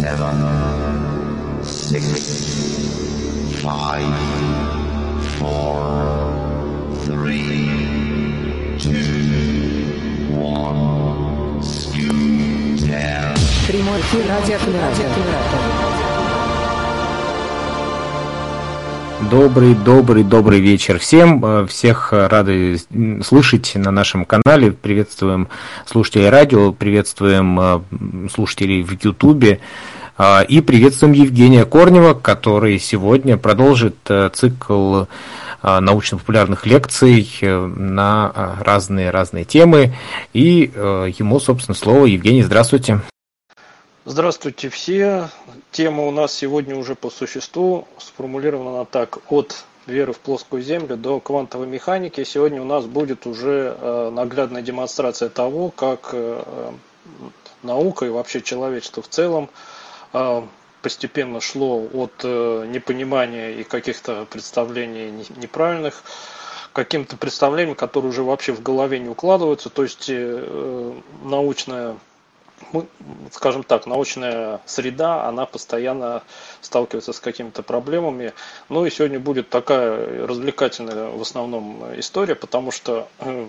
seven, six, five, four, three, two, one, down. Прямой эфир радиоаккумулятора. Добрый вечер всем. Всех рады слышать на нашем канале. Приветствуем слушателей радио, приветствуем слушателей в Ютубе и приветствуем Евгения Корнева, который сегодня продолжит цикл научно-популярных лекций на разные темы. И ему, собственно, слово. Евгений, здравствуйте. Здравствуйте все. Тема у нас сегодня уже по существу сформулирована так: от веры в плоскую Землю до квантовой механики. Сегодня у нас будет уже наглядная демонстрация того, как наука и вообще человечество в целом постепенно шло от непонимания и каких-то представлений неправильных к каким-то представлениям, которые уже вообще в голове не укладываются. То есть научная среда, она постоянно сталкивается с какими-то проблемами. Ну и сегодня будет такая развлекательная в основном история, потому что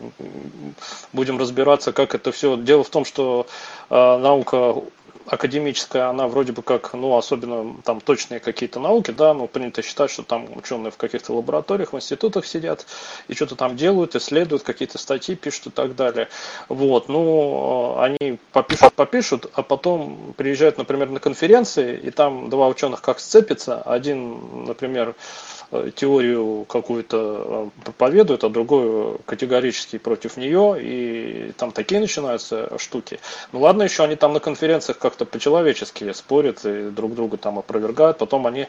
будем разбираться, как это все. Дело в том, что наука академическая, она вроде бы как, особенно там точные какие-то науки, да, принято считать, что там ученые в каких-то лабораториях, в институтах сидят и что-то там делают, исследуют, какие-то статьи пишут и так далее. Вот, они попишут, а потом приезжают, например, на конференции, и там два ученых как сцепятся, один, например, теорию какую-то проповедует, а другой категорически против нее, и там такие начинаются штуки. Ну ладно, еще они там на конференциях как-то по-человечески спорят и друг друга там опровергают, потом они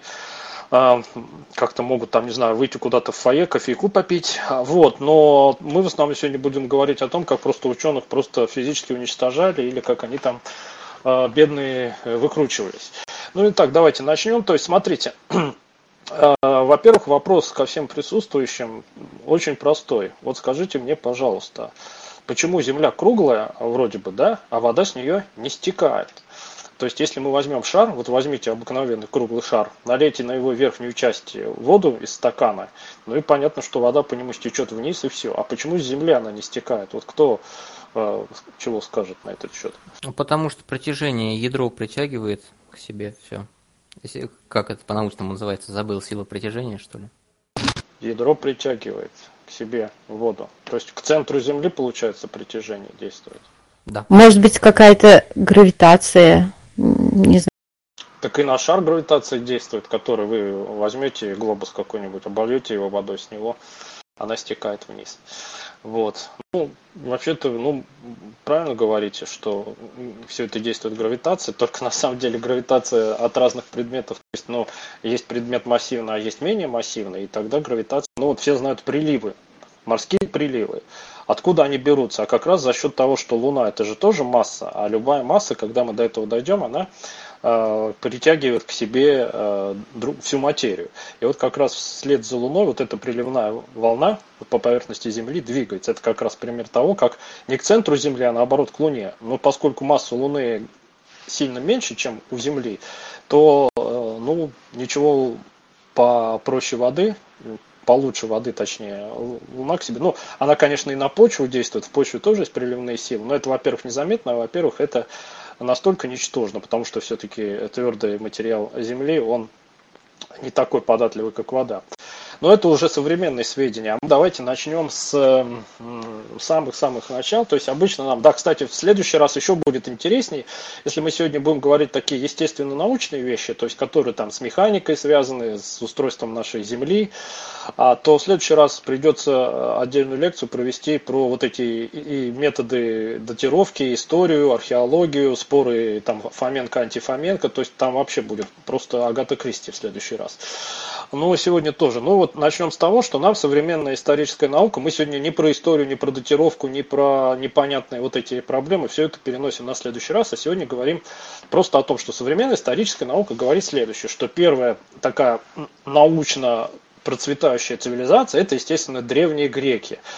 как-то могут там, не знаю, выйти куда-то в фойе, кофейку попить, вот, но мы в основном сегодня будем говорить о том, как просто ученых просто физически уничтожали или как они там бедные выкручивались. Ну и так, давайте начнем, то есть смотрите. Во-первых, вопрос ко всем присутствующим очень простой. Вот скажите мне, пожалуйста, почему Земля круглая, вроде бы, да, а вода с нее не стекает? То есть, если мы возьмем шар, вот возьмите обыкновенный круглый шар, налейте на его верхнюю часть воду из стакана, ну и понятно, что вода по нему стечет вниз и все. А почему с Земли она не стекает? Вот кто чего скажет на этот счет? Потому что притяжение ядро притягивает к себе все. Как это по-научному называется? Забыл, сила притяжения, что ли? Ядро притягивает к себе воду. То есть к центру Земли, получается, притяжение действует. Да. Может быть, какая-то гравитация, не знаю. Так и на шар гравитация действует, который вы возьмете глобус какой-нибудь, обольете его водой с него, она стекает вниз. Вот. Вообще-то, правильно говорите, что все это действует гравитация, только на самом деле гравитация от разных предметов, то есть, есть предмет массивный, а есть менее массивный, и тогда гравитация, все знают приливы, морские приливы. Откуда они берутся? А как раз за счет того, что Луна это же тоже масса, а любая масса, когда мы до этого дойдем, она притягивает к себе всю материю. И вот как раз вслед за Луной вот эта приливная волна по поверхности Земли двигается. Это как раз пример того, как не к центру Земли, а наоборот к Луне. Но поскольку масса Луны сильно меньше, чем у Земли, то ничего попроще воды, получше воды, точнее, Луна к себе. Она, конечно, и на почву действует, в почве тоже есть приливные силы, но это, во-первых, незаметно, а во-первых, это настолько ничтожно, потому что все-таки твердый материал Земли, он не такой податливый, как вода. Но это уже современные сведения. Давайте начнем с самых-самых начал. То есть обычно нам, кстати, в следующий раз еще будет интересней, если мы сегодня будем говорить такие естественно-научные вещи, то есть которые там с механикой связаны, с устройством нашей Земли, то в следующий раз придется отдельную лекцию провести про вот эти и методы датировки, историю, археологию, споры там Фоменко-антифоменко, то есть там вообще будет просто Агата Кристи в следующий раз. Сегодня тоже. Начнем с того, что нам современная историческая наука, мы сегодня не про историю, не про датировку, не про непонятные вот эти проблемы, все это переносим на следующий раз, а сегодня говорим просто о том, что современная историческая наука говорит следующее, что первая такая научно процветающая цивилизация, это, естественно, древние греки.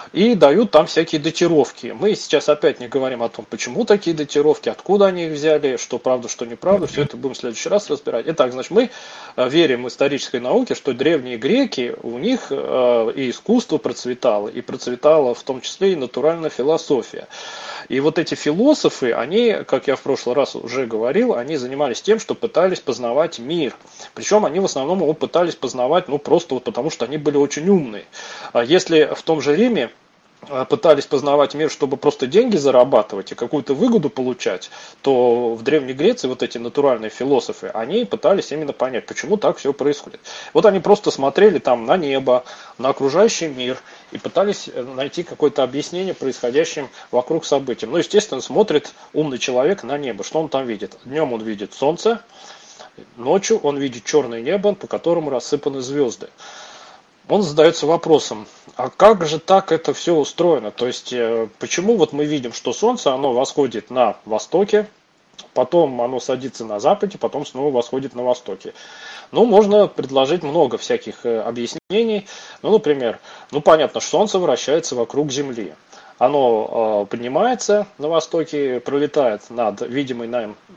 и дают там всякие датировки. Мы сейчас опять не говорим о том, почему такие датировки, откуда они их взяли, что правда, что неправда, все это будем в следующий раз разбирать. Итак, значит, мы верим исторической науке, что древние греки, у них и искусство процветало, и процветала в том числе и натуральная философия. И вот эти философы, они, как я в прошлый раз уже говорил, они занимались тем, что пытались познавать мир. Причем они в основном его пытались познавать, просто вот потому, что они были очень умные. А если в том же Риме пытались познавать мир, чтобы просто деньги зарабатывать и какую-то выгоду получать, то в Древней Греции вот эти натуральные философы, они пытались именно понять, почему так все происходит. Вот они просто смотрели там на небо, на окружающий мир и пытались найти какое-то объяснение происходящим вокруг событиям. Ну, естественно, смотрит умный человек на небо. Что он там видит? Днем он видит солнце, ночью он видит черное небо, по которому рассыпаны звезды. Он задается вопросом, а как же так это все устроено? То есть, почему вот мы видим, что Солнце, оно восходит на востоке, потом оно садится на западе, потом снова восходит на востоке. Можно предложить много всяких объяснений. Например, понятно, что Солнце вращается вокруг Земли. Оно поднимается на востоке, пролетает над видимой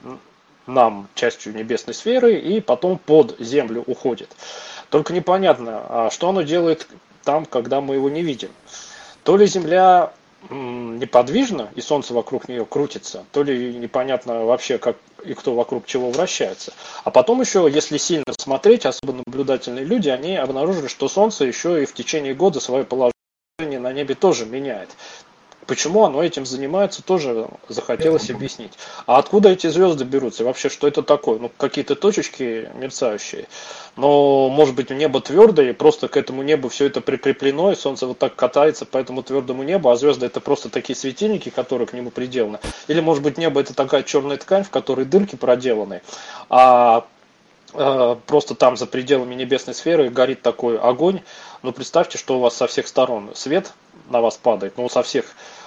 нам частью небесной сферы и потом под Землю уходит. Только непонятно, что оно делает там, когда мы его не видим. То ли Земля неподвижна, и Солнце вокруг нее крутится, то ли непонятно вообще, как и кто вокруг чего вращается. А потом еще, если сильно смотреть, особенно наблюдательные люди, они обнаружили, что Солнце еще и в течение года свое положение на небе тоже меняет. Почему оно этим занимается, тоже захотелось объяснить. А откуда эти звезды берутся? И вообще, что это такое? Какие-то точечки мерцающие. Но, может быть, небо твердое, и просто к этому небу все это прикреплено, и солнце вот так катается по этому твердому небу, а звезды это просто такие светильники, которые к нему приделаны. Или, может быть, небо это такая черная ткань, в которой дырки проделаны, а просто там за пределами небесной сферы горит такой огонь. Представьте, что у вас со всех сторон свет на вас падает, со всех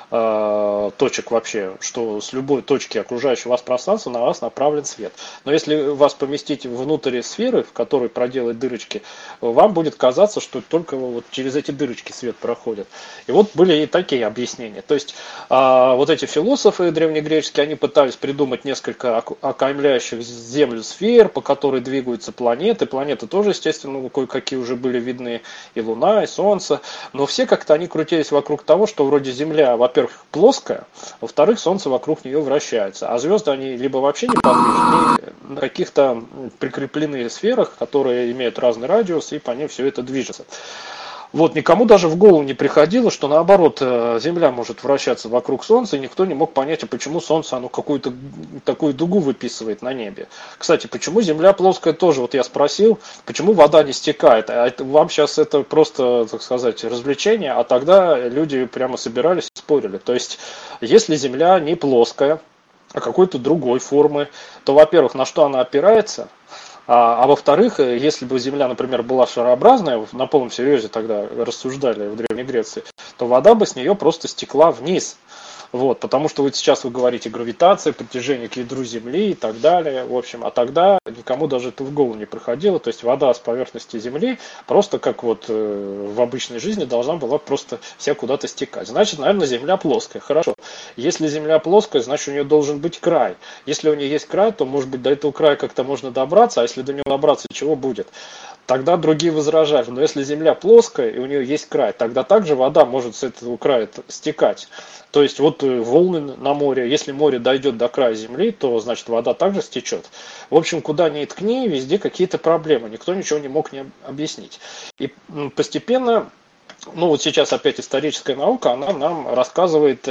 точек вообще, что с любой точки окружающего вас пространства на вас направлен свет. Но если вас поместить внутрь сферы, в которой проделать дырочки, вам будет казаться, что только вот через эти дырочки свет проходит. И вот были и такие объяснения. То есть вот эти философы древнегреческие, они пытались придумать несколько окаймляющих Землю сфер, по которой двигаются планеты. Планеты тоже, естественно, кое-какие уже были видны, и Луна, и Солнце. Но все как-то они крутились вокруг того, что вроде Земля, во-первых, плоская, во-вторых, Солнце вокруг нее вращается. А звезды, они либо вообще неподвижны, либо на каких-то прикрепленных сферах, которые имеют разный радиус, и по ним все это движется. Никому даже в голову не приходило, что наоборот, Земля может вращаться вокруг Солнца, и никто не мог понять, почему Солнце оно какую-то такую дугу выписывает на небе. Кстати, почему Земля плоская тоже, я спросил, почему вода не стекает. А вам сейчас это просто, так сказать, развлечение, а тогда люди прямо собирались и спорили. То есть, если Земля не плоская, а какой-то другой формы, то, во-первых, на что она опирается? А во-вторых, если бы Земля, например, была шарообразная, на полном серьезе тогда рассуждали в Древней Греции, то вода бы с нее просто стекла вниз. Потому что сейчас вы говорите гравитация, притяжение к ядру Земли и так далее. В общем, а тогда никому даже это в голову не приходило. То есть вода с поверхности Земли просто как в обычной жизни должна была просто вся куда-то стекать. Значит, наверное, Земля плоская. Хорошо. Если Земля плоская, значит, у нее должен быть край. Если у нее есть край, то, может быть, до этого края как-то можно добраться, а если до него добраться, чего будет? Тогда другие возражают, но если Земля плоская и у нее есть край, тогда также вода может с этого края стекать. То есть волны на море, если море дойдет до края Земли, то значит вода также стечет. В общем, куда ни ткни, везде какие-то проблемы, никто ничего не мог не объяснить. И постепенно, сейчас опять историческая наука, она нам рассказывает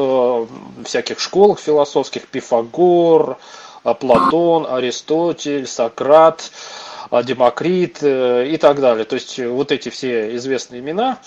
о всяких школах философских, Пифагор, Платон, Аристотель, Сократ, Демокрит и так далее. То есть вот эти все известные имена.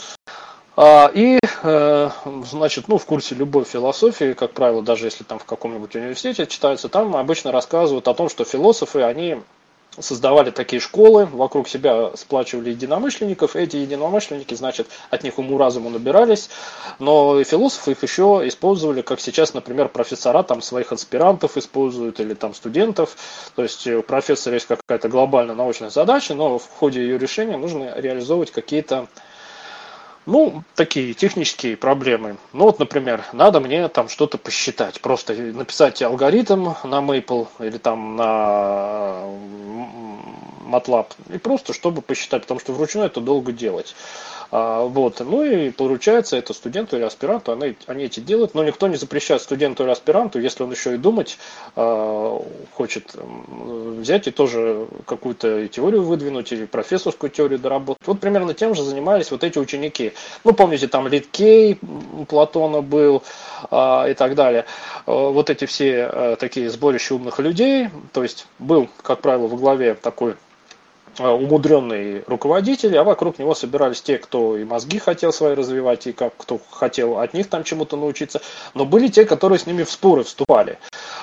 И, значит, в курсе любой философии, как правило, даже если там в каком-нибудь университете читается, там обычно рассказывают о том, что философы, они создавали такие школы, вокруг себя сплачивали единомышленников, эти единомышленники, значит, от них уму-разуму набирались, но философы их еще использовали, как сейчас, например, профессора там своих аспирантов используют или там студентов, то есть у профессора есть какая-то глобальная научная задача, но в ходе ее решения нужно реализовывать какие-то Ну, такие технические проблемы. Ну, вот, например, надо мне там что-то посчитать. Просто написать алгоритм на Maple или там на MATLAB. И просто, чтобы посчитать, потому что вручную это долго делать. Вот. Ну и поручается это студенту или аспиранту, они эти делают, но никто не запрещает студенту или аспиранту, если он еще и думать хочет, взять и тоже какую-то теорию выдвинуть или профессорскую теорию доработать. Вот примерно тем же занимались вот эти ученики. Ну, помните, там Литкей у Платона был и так далее. Вот эти все такие сборища умных людей, то есть был, как правило, во главе такой умудренный руководитель, а вокруг него собирались те, кто и мозги хотел свои развивать, и кто хотел от них там чему-то научиться, но были те, которые с ними в споры вступали.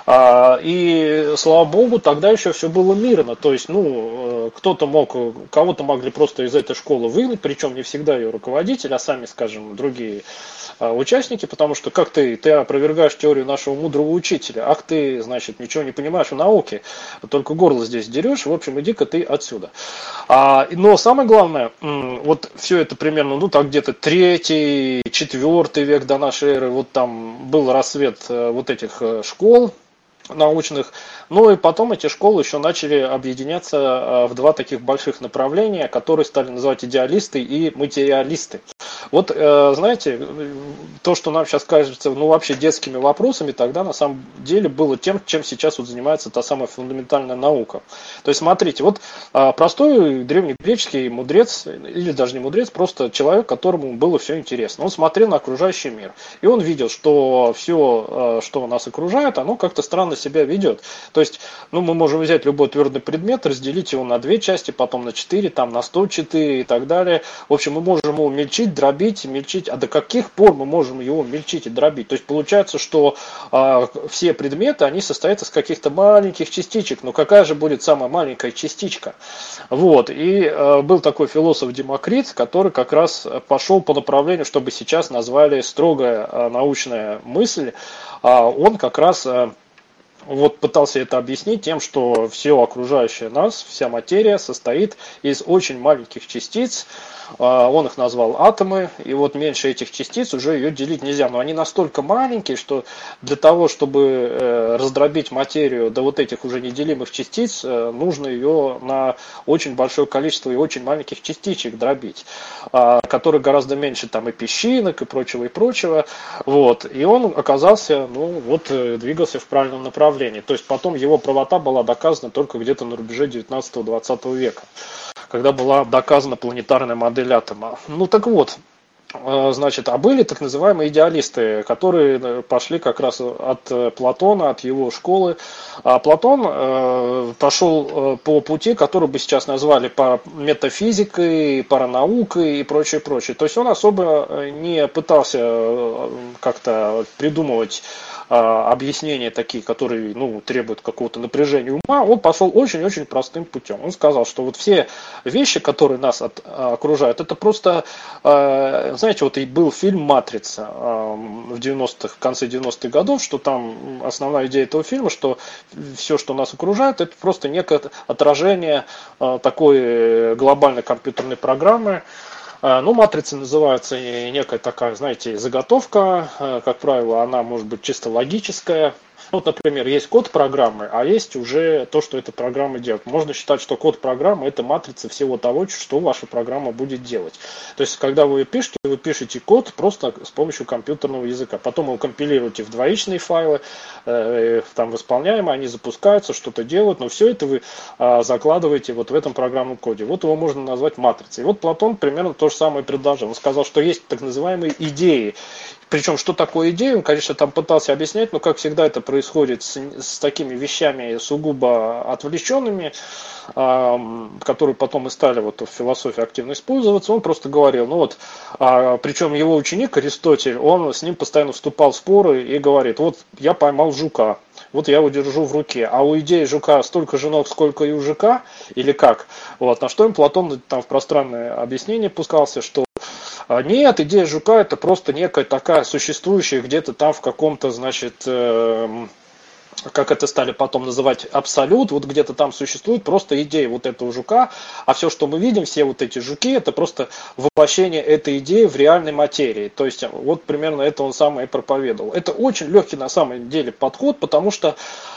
И, слава богу, тогда еще все было мирно, то есть, ну, кого-то могли просто из этой школы выгнать, причем не всегда ее руководитель, а сами, скажем, другие участники, потому что как ты опровергаешь теорию нашего мудрого учителя, ах ты, значит, ничего не понимаешь в науке, только горло здесь дерешь, в общем, иди-ка ты отсюда. Но самое главное, вот все это примерно, ну так где-то 3-4 век до нашей эры, вот там был рассвет вот этих школ научных. Ну и потом эти школы еще начали объединяться в два таких больших направления, которые стали называть идеалисты и материалисты. Вот, знаете, то, что нам сейчас кажется, ну, вообще детскими вопросами, тогда на самом деле было тем, чем сейчас вот занимается та самая фундаментальная наука. То есть, смотрите, вот простой древнегреческий мудрец, или даже не мудрец, просто человек, которому было все интересно. Он смотрел на окружающий мир, и он видел, что все, что нас окружает, оно как-то странно себя ведет. То есть, ну, мы можем взять любой твердый предмет, разделить его на 2 части, потом на 4, там на 104 и так далее. В общем, мы можем его мельчить, дробить, мельчить. А до каких пор мы можем его мельчить и дробить? То есть, получается, что все предметы, они состоят из каких-то маленьких частичек. Но какая же будет самая маленькая частичка? Вот. И был такой философ Демокрит, который как раз пошел по направлению, чтобы сейчас назвали строгая научная мысль. Он как раз вот пытался это объяснить тем, что все окружающее нас, вся материя состоит из очень маленьких частиц. Он их назвал атомы, и вот меньше этих частиц уже ее делить нельзя. Но они настолько маленькие, что для того, чтобы раздробить материю до вот этих уже неделимых частиц, нужно ее на очень большое количество и очень маленьких частичек дробить, которые гораздо меньше там и песчинок, и прочего, и прочего. Вот. И он оказался, ну вот, двигался в правильном направлении. То есть потом его правота была доказана только где-то на рубеже 19-20 века, когда была доказана планетарная модель атома. Ну так вот, значит, а были так называемые идеалисты, которые пошли как раз от Платона, от его школы. А Платон пошел по пути, который бы сейчас назвали метафизикой, паранаукой и прочее, прочее. То есть он особо не пытался как-то придумывать объяснения такие, которые, ну, требуют какого-то напряжения ума. Он пошел очень-очень простым путем. Он сказал, что вот все вещи, которые нас окружают, это просто, знаете, вот и был фильм «Матрица» в конце 90-х годов, что там основная идея этого фильма, что все, что нас окружает, это просто некое отражение такой глобальной компьютерной программы. Ну, матрица называется некая такая, знаете, заготовка, как правило, она может быть чисто логическая. Вот, например, есть код программы, а есть уже то, что эта программа делает. Можно считать, что код программы – это матрица всего того, что ваша программа будет делать. То есть, когда вы пишете код просто с помощью компьютерного языка. Потом его компилируете в двоичные файлы, там восполняемые, они запускаются, что-то делают, но все это вы закладываете вот в этом программном коде. Вот его можно назвать матрицей. И вот Платон примерно то же самое предложил. Он сказал, что есть так называемые идеи. Причем, что такое идея, он, конечно, там пытался объяснять, но, как всегда, это происходит с такими вещами сугубо отвлеченными, которые потом и стали вот в философии активно использоваться. Он просто говорил, ну вот, причем его ученик Аристотель, он с ним постоянно вступал в споры и говорит, вот я поймал жука, вот я его держу в руке, а у идеи жука столько же ног, сколько и у жука, или как? Вот, на что им Платон там в пространное объяснение пускался, что нет, идея жука это просто некая такая существующая где-то там в каком-то, значит, как это стали потом называть, абсолют, вот где-то там существует просто идея вот этого жука, а все, что мы видим, все вот эти жуки, это просто воплощение этой идеи в реальной материи. То есть вот примерно это он сам и проповедовал. Это очень легкий на самом деле подход, потому что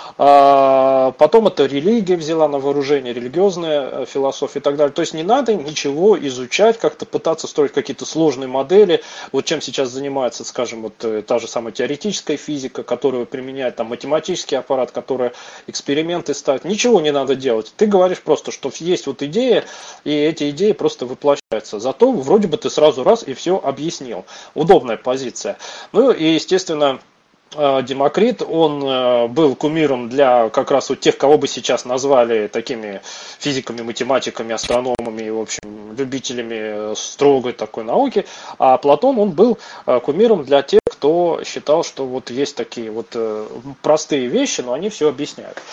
потом это религия взяла на вооружение, религиозная философия и так далее. То есть не надо ничего изучать, как-то пытаться строить какие-то сложные модели. Вот чем сейчас занимается, скажем, вот та же самая теоретическая физика, которую применяет там математический аппарат, которая эксперименты ставит. Ничего не надо делать. Ты говоришь просто, что есть вот идея, и эти идеи просто воплощаются. Зато вроде бы ты сразу раз и все объяснил. Удобная позиция. Ну и, естественно, Демокрит, он был кумиром для как раз вот тех, кого бы сейчас назвали такими физиками, математиками, астрономами, в общем, любителями строгой такой науки. А Платон, он был кумиром для тех, кто считал, что вот есть такие вот простые вещи, но они все объясняют.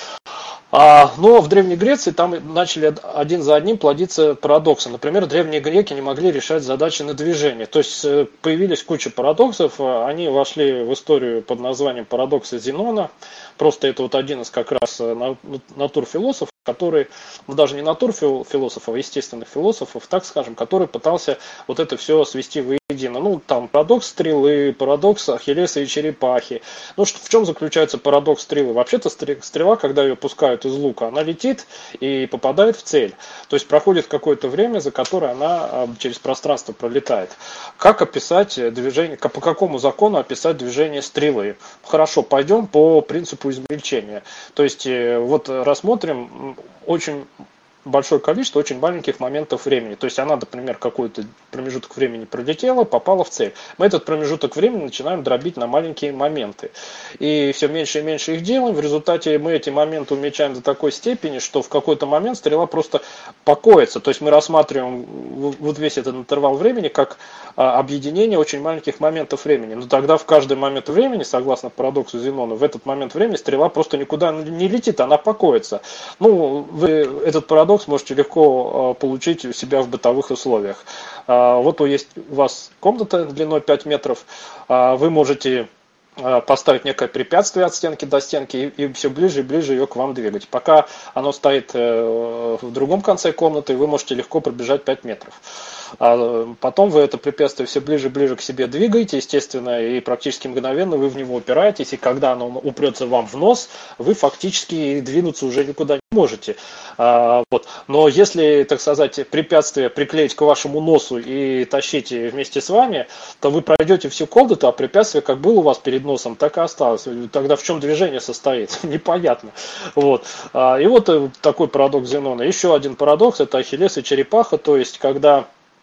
Но в Древней Греции там начали один за одним плодиться парадоксы. Например, древние греки не могли решать задачи на движение. То есть появились куча парадоксов, они вошли в историю под названием парадоксы Зенона. Просто это вот один из как раз натурфилософов, который, ну даже не натурфилософов, а естественных философов, так скажем, который пытался вот это все свести воедино. Ну, там парадокс стрелы, парадокс Ахиллеса и черепахи. Ну, в чем заключается парадокс стрелы? Вообще-то стрела, когда ее пускают из лука, она летит и попадает в цель. То есть проходит какое-то время, за которое она через пространство пролетает. Как описать движение, по какому закону описать движение стрелы? Хорошо, пойдем по принципу измельчения. То есть вот рассмотрим очень большое количество очень маленьких моментов времени. То есть она, например, какой-то промежуток времени пролетела, попала в цель. Мы этот промежуток времени начинаем дробить на маленькие моменты. И все меньше и меньше их делаем. В результате мы эти моменты уменьшаем до такой степени, что в какой-то момент стрела просто покоится. То есть мы рассматриваем вот весь этот интервал времени как объединение очень маленьких моментов времени. Но тогда в каждый момент времени, согласно парадоксу Зенона, в этот момент времени стрела просто никуда не летит, она покоится. Ну, вы этот парадокс можете легко получить у себя в бытовых условиях. Вот есть у вас комната длиной 5 метров, вы можете поставить некое препятствие от стенки до стенки и все ближе и ближе ее к вам двигать. Пока оно стоит в другом конце комнаты, вы можете легко пробежать 5 метров. А потом вы это препятствие все ближе и ближе к себе двигаете, естественно, и практически мгновенно вы в него упираетесь, и когда оно упрется вам в нос, вы фактически двинуться уже никуда не можете. Вот. Но если, так сказать, препятствие приклеить к вашему носу и тащить вместе с вами, то вы пройдете всю комнату, а препятствие как было у вас перед носом, так и осталось. Тогда в чем движение состоит? Непонятно. Вот. И вот такой парадокс Зенона. Еще один парадокс – это Ахиллес и черепаха, то есть когда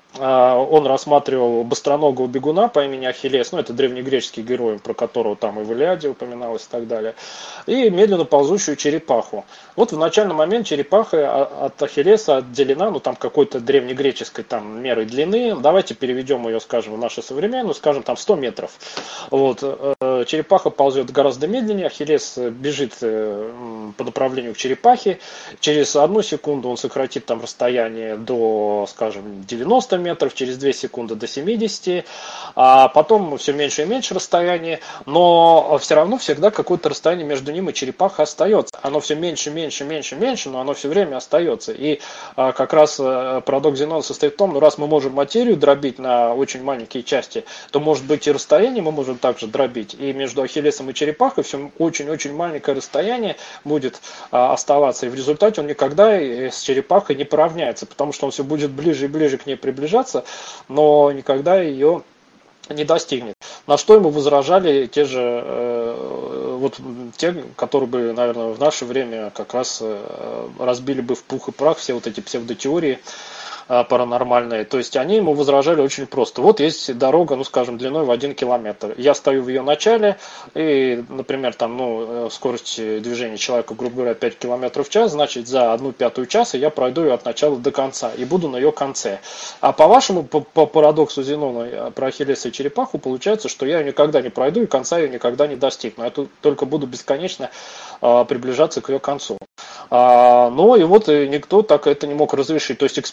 он рассматривал быстроногого бегуна по имени Ахиллес, ну это древнегреческий герой, про которого там и в Илиаде упоминалось и так далее, и медленно ползущую черепаху. Вот в начальный момент черепаха от Ахиллеса отделена, ну там какой-то древнегреческой там мерой длины, давайте переведем ее, скажем, в нашу современную, скажем там 100 метров. Вот. Черепаха ползет гораздо медленнее, Ахиллес бежит по направлению к черепахе, через 1 секунду он сократит там расстояние до, скажем, 90 метров, через 2 секунды до 70, а потом все меньше и меньше расстояние, но все равно всегда какое-то расстояние между ним и черепахой остается. Оно все меньше, меньше, но оно все время остается. И как раз парадокс Зенона состоит в том, ну раз мы можем материю дробить на очень маленькие части, то может быть и расстояние мы можем также дробить. И между Ахиллесом и черепахой все очень-очень маленькое расстояние будет оставаться. И в результате он никогда с черепахой не поравняется, потому что он все будет ближе и ближе к ней приближаться, но никогда ее не достигнет. На что ему возражали те же, вот те, которые бы, наверное, в наше время как раз разбили бы в пух и прах все вот эти псевдотеории паранормальные. То есть они ему возражали очень просто. Вот есть дорога, ну скажем, длиной в 1 километр. Я стою в ее начале, и, например, там, ну, скорость движения человека, грубо говоря, 5 километров в час, значит, за 1/5 часа я пройду ее от начала до конца и буду на ее конце. А по-вашему, по парадоксу Зенона про Ахиллеса и черепаху, получается, что я ее никогда не пройду и конца ее никогда не достигну. Я только буду бесконечно приближаться к ее концу. Но и вот никто так это не мог разрешить. То есть экспериментально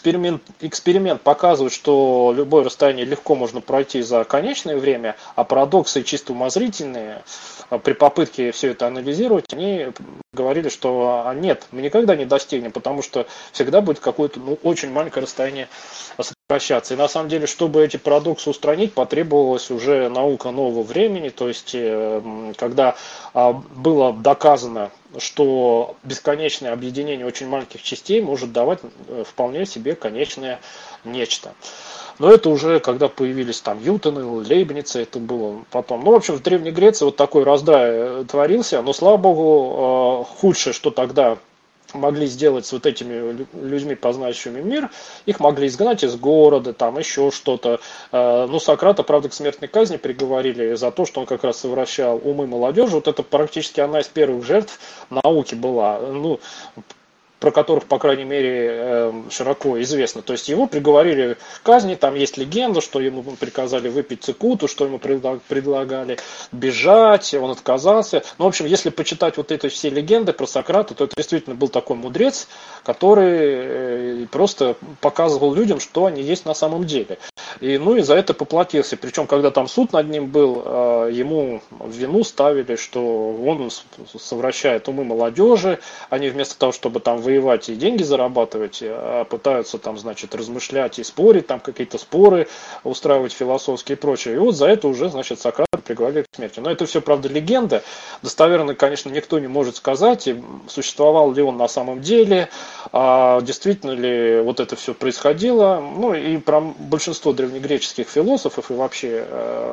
эксперимент показывает, что любое расстояние легко можно пройти за конечное время, а парадоксы чисто умозрительные, при попытке все это анализировать, они говорили, что нет, мы никогда не достигнем, потому что всегда будет какое-то очень маленькое расстояние сокращаться. И на самом деле, чтобы эти парадоксы устранить, потребовалась уже наука нового времени, то есть когда было доказано, что бесконечное объединение очень маленьких частей может давать вполне себе конечное нечто. Но это уже когда появились там Ньютоны, Лейбницы, это было потом. Ну, в общем, в Древней Греции вот такой раздрай творился, но, слава богу, худшее, что тогда могли сделать с вот этими людьми, познающими мир, их могли изгнать из города, там еще что-то. Ну, Сократа, правда, к смертной казни приговорили за то, что он как раз совращал умы молодежи. Вот это практически одна из первых жертв науки была. Ну, про которых, по крайней мере, широко известно. То есть его приговорили к казни, там есть легенда, что ему приказали выпить цикуту, что ему предлагали бежать, он отказался. Ну, в общем, если почитать вот эти все легенды про Сократа, то это действительно был такой мудрец, который просто показывал людям, что они есть на самом деле. И, ну, и за это поплатился. Причем, когда там суд над ним был, ему в вину ставили, что он совращает умы молодежи, они вместо того, чтобы там воевать и деньги зарабатывать, пытаются там, значит, размышлять и спорить, там какие-то споры устраивать философские и прочее. И вот за это уже, значит, Сократа приговорили к смерти. Но это все, правда, легенда. Достоверно, конечно, никто не может сказать, существовал ли он на самом деле, действительно ли вот это все происходило. Ну, и про большинство древнегреческих философов и вообще,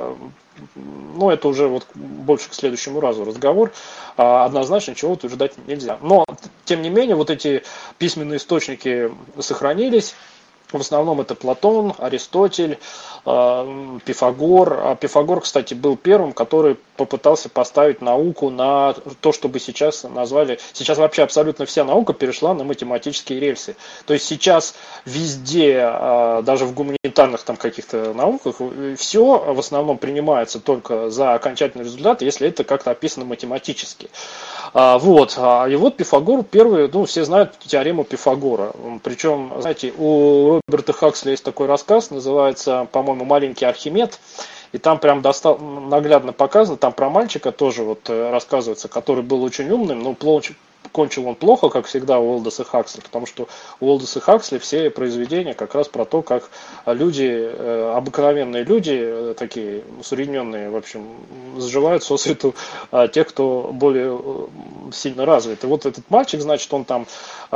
ну, это уже вот больше к следующему разу разговор, однозначно чего утверждать нельзя. Но, тем не менее, вот эти письменные источники сохранились. В основном это Платон, Аристотель, Пифагор. А Пифагор, кстати, был первым, который попытался поставить науку на то, чтобы сейчас назвали... Сейчас вообще абсолютно вся наука перешла на математические рельсы. То есть сейчас везде, даже в гуманитарных там каких-то науках, все в основном принимается только за окончательный результат, если это как-то описано математически. Вот. И вот Пифагор первый, ну, все знают теорему Пифагора. Причем, знаете, у Роберта Хаксли есть такой рассказ, называется, по-моему, «Маленький Архимед». И там прям наглядно показано, там про мальчика тоже вот рассказывается, который был очень умным, но кончил он плохо, как всегда, у Олдоса Хаксли, потому что у Олдоса Хаксли все произведения как раз про то, как люди, обыкновенные люди, такие усредненные, в общем, сживают сосвету тех, кто более сильно развит. И вот этот мальчик, значит, он там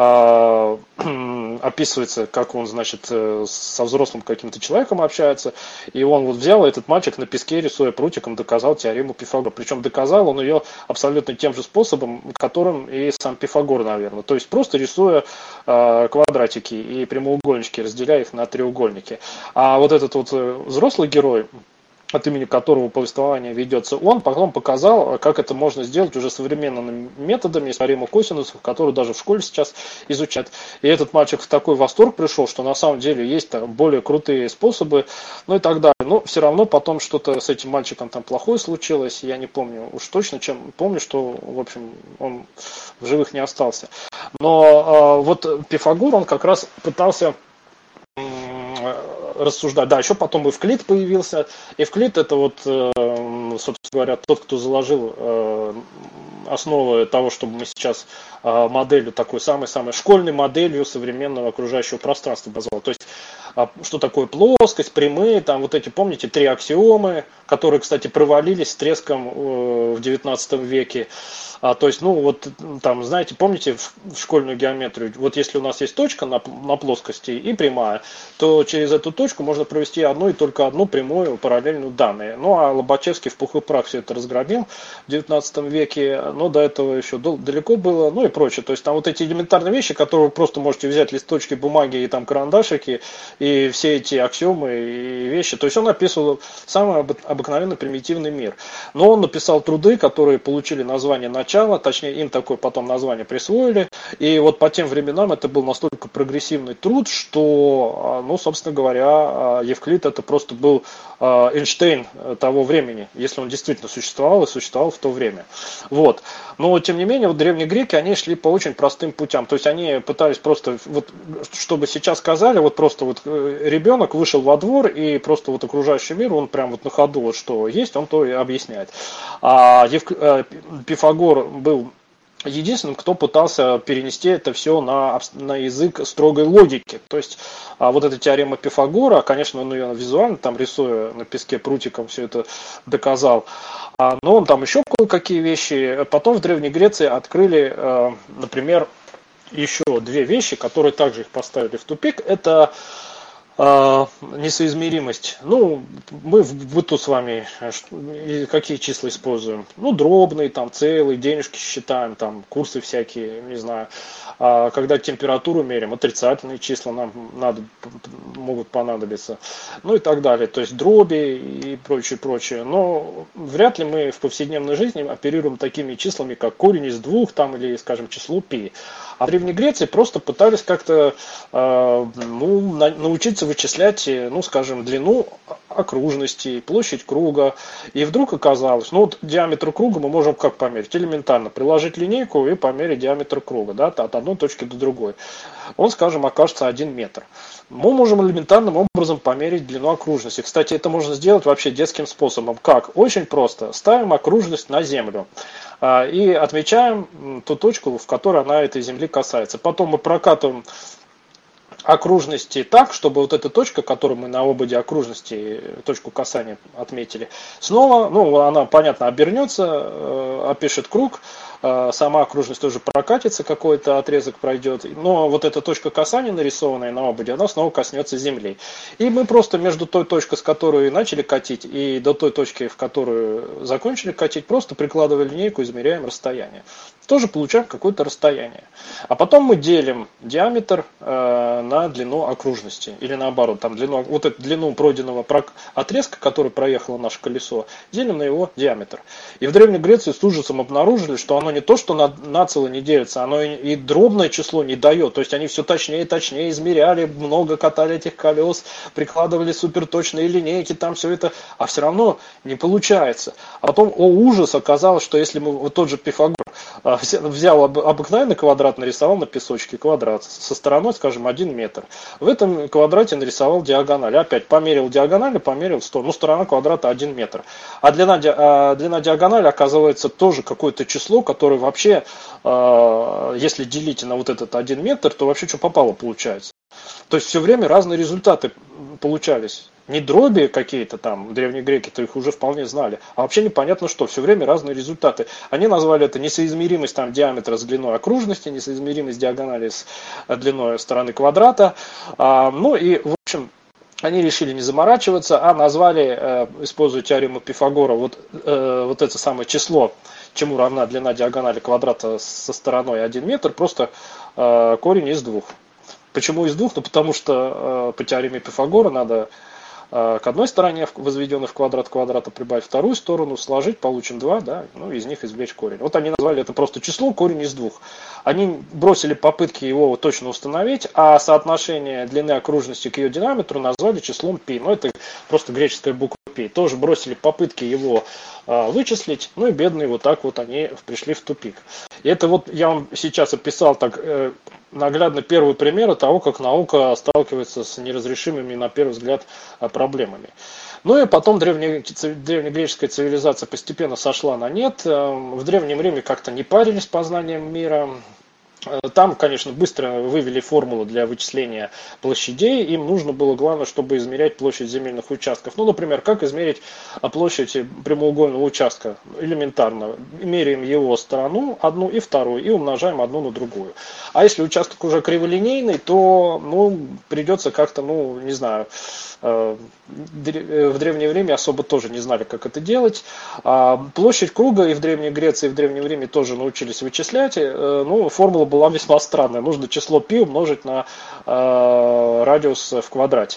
описывается, как он, значит, со взрослым каким-то человеком общается, и он вот взял, этот мальчик на песке, рисуя прутиком, доказал теорему Пифагора. Причем доказал он ее абсолютно тем же способом, которым и сам Пифагор, наверное. То есть просто рисуя квадратики и прямоугольнички, разделяя их на треугольники. А вот этот вот взрослый герой, от имени которого повествование ведется, он потом показал, как это можно сделать уже современными методами, теорему косинусов, которые даже в школе сейчас изучают. И этот мальчик в такой восторг пришел, что на самом деле есть там более крутые способы, ну и так далее. Но все равно потом что-то с этим мальчиком там плохое случилось, я не помню уж точно, чем помню, что, в общем, он в живых не остался. Но вот Пифагор, он как раз пытался рассуждать. Да, еще потом Эвклид появился. Эвклид — это вот, собственно говоря, тот, кто заложил основы того, чтобы мы сейчас моделью такой самой-самой школьной моделью современного окружающего пространства назвал. То есть, что такое плоскость, прямые, там вот эти, помните, 3 аксиомы, которые, кстати, провалились с треском в 19 веке. То есть, ну вот там, знаете, помните в школьную геометрию, вот если у нас есть точка на плоскости и прямая, то через эту точку можно провести одну и только одну прямую параллельную данные. Ну а Лобачевский в пух и прах все это разгромил в 19 веке, но до этого еще далеко было, ну и прочее. То есть там вот эти элементарные вещи, которые вы просто можете взять листочки бумаги и там карандашики и все эти аксиомы и вещи. То есть он описывал самый обыкновенный примитивный мир. Но он написал труды, которые получили название «Начало», точнее им такое потом название присвоили. И вот по тем временам это был настолько прогрессивный труд, что, ну, собственно говоря, Евклид это просто был Эйнштейн того времени, если он действительно существовал и существовал в то время. Вот. Но, тем не менее, вот древние греки, они шли по очень простым путям. То есть они пытались просто, вот, чтобы сейчас сказали, вот просто вот ребенок вышел во двор и просто вот окружающий мир, он прям вот на ходу, вот что есть, он то и объясняет. А Пифагор был единственным, кто пытался перенести это все на язык строгой логики. То есть вот эта теорема Пифагора, конечно, он ее визуально, там рисуя на песке прутиком, все это доказал. Но он там еще кое-какие вещи. Потом в Древней Греции открыли, например, еще две вещи, которые также их поставили в тупик. Это несоизмеримость. Ну, мы в быту с вами какие числа используем? Ну, дробные, там, целые, денежки считаем, там, курсы всякие, не знаю. Когда температуру меряем, отрицательные числа нам могут понадобиться. Ну и так далее. То есть дроби и прочее, прочее. Но вряд ли мы в повседневной жизни оперируем такими числами, как корень из двух, там, или, скажем, число π. А в Древней Греции просто пытались как-то научиться вычислять, ну, скажем, длину окружности, площадь круга. И вдруг оказалось, ну, вот диаметр круга мы можем как померить? Элементарно приложить линейку и померить диаметр круга, да, от одной точки до другой. Он, скажем, окажется 1 метр. Мы можем элементарным образом померить длину окружности. Кстати, это можно сделать вообще детским способом. Как? Очень просто. Ставим окружность на Землю и отмечаем ту точку, в которой она этой Земли касается. Потом мы прокатываем окружности так, чтобы вот эта точка, которую мы на ободе окружности, точку касания отметили, снова, ну, она, понятно, обернется, опишет круг, сама окружность тоже прокатится, какой-то отрезок пройдет, но вот эта точка касания, нарисованная на ободе, она снова коснется Земли. И мы просто между той точкой, с которой начали катить, и до той точки, в которую закончили катить, просто прикладывая линейку, измеряем расстояние. Тоже получаем какое-то расстояние. А потом мы делим диаметр на длину окружности. Или наоборот, там вот эту длину пройденного отрезка, который проехало наше колесо, делим на его диаметр. И в Древней Греции с ужасом обнаружили, что оно не то, что нацело не делится, оно и дробное число не дает. То есть они все точнее и точнее измеряли, много катали этих колес, прикладывали суперточные линейки, там все это, а все равно не получается. А потом, о ужас, оказалось, что если мы, вот тот же Пифагор, взял обыкновенный квадрат, нарисовал на песочке квадрат со стороной, скажем, 1 метр. В этом квадрате нарисовал диагональ. Опять померил диагональ, померил сторону. Ну, сторона квадрата 1 метр. А длина диагонали оказывается тоже какое-то число, которое вообще, если делить на вот этот 1 метр, то вообще что попало получается. То есть все время разные результаты получались. Не дроби какие-то там, древние греки-то их уже вполне знали, а вообще непонятно что, все время разные результаты. Они назвали это несоизмеримость там, диаметра с длиной окружности, несоизмеримость диагонали с длиной стороны квадрата. Ну и, в общем, они решили не заморачиваться, а назвали, используя теорему Пифагора, вот это самое число, чему равна длина диагонали квадрата со стороной 1 метр, просто корень из 2. Почему из 2? Ну, потому что по теореме Пифагора надо к одной стороне, возведенной в квадрат квадрата, прибавить вторую сторону, сложить, получим 2, да, ну, из них извлечь корень. Вот они назвали это просто число, корень из 2. Они бросили попытки его точно установить, а соотношение длины окружности к ее диаметру назвали числом π. Ну, это просто греческая буква π. Тоже бросили попытки его вычислить, ну и бедные вот так вот они пришли в тупик. И это вот я вам сейчас описал так наглядно первый пример того, как наука сталкивается с неразрешимыми на первый взгляд проблемами. Ну и потом древнегреческая цивилизация постепенно сошла на нет. В Древнем Риме как-то не парились познанием мира. Там, конечно, быстро вывели формулу для вычисления площадей. Им нужно было, главное, чтобы измерять площадь земельных участков. Ну, например, как измерить площадь прямоугольного участка? Элементарно. Меряем его сторону, одну и вторую, и умножаем одну на другую. А если участок уже криволинейный, то придется как-то, не знаю, в древнее время особо тоже не знали, как это делать. Площадь круга и в Древней Греции, и в Древнем Риме тоже научились вычислять. Формула была весьма странная. Нужно число π умножить на радиус в квадрате.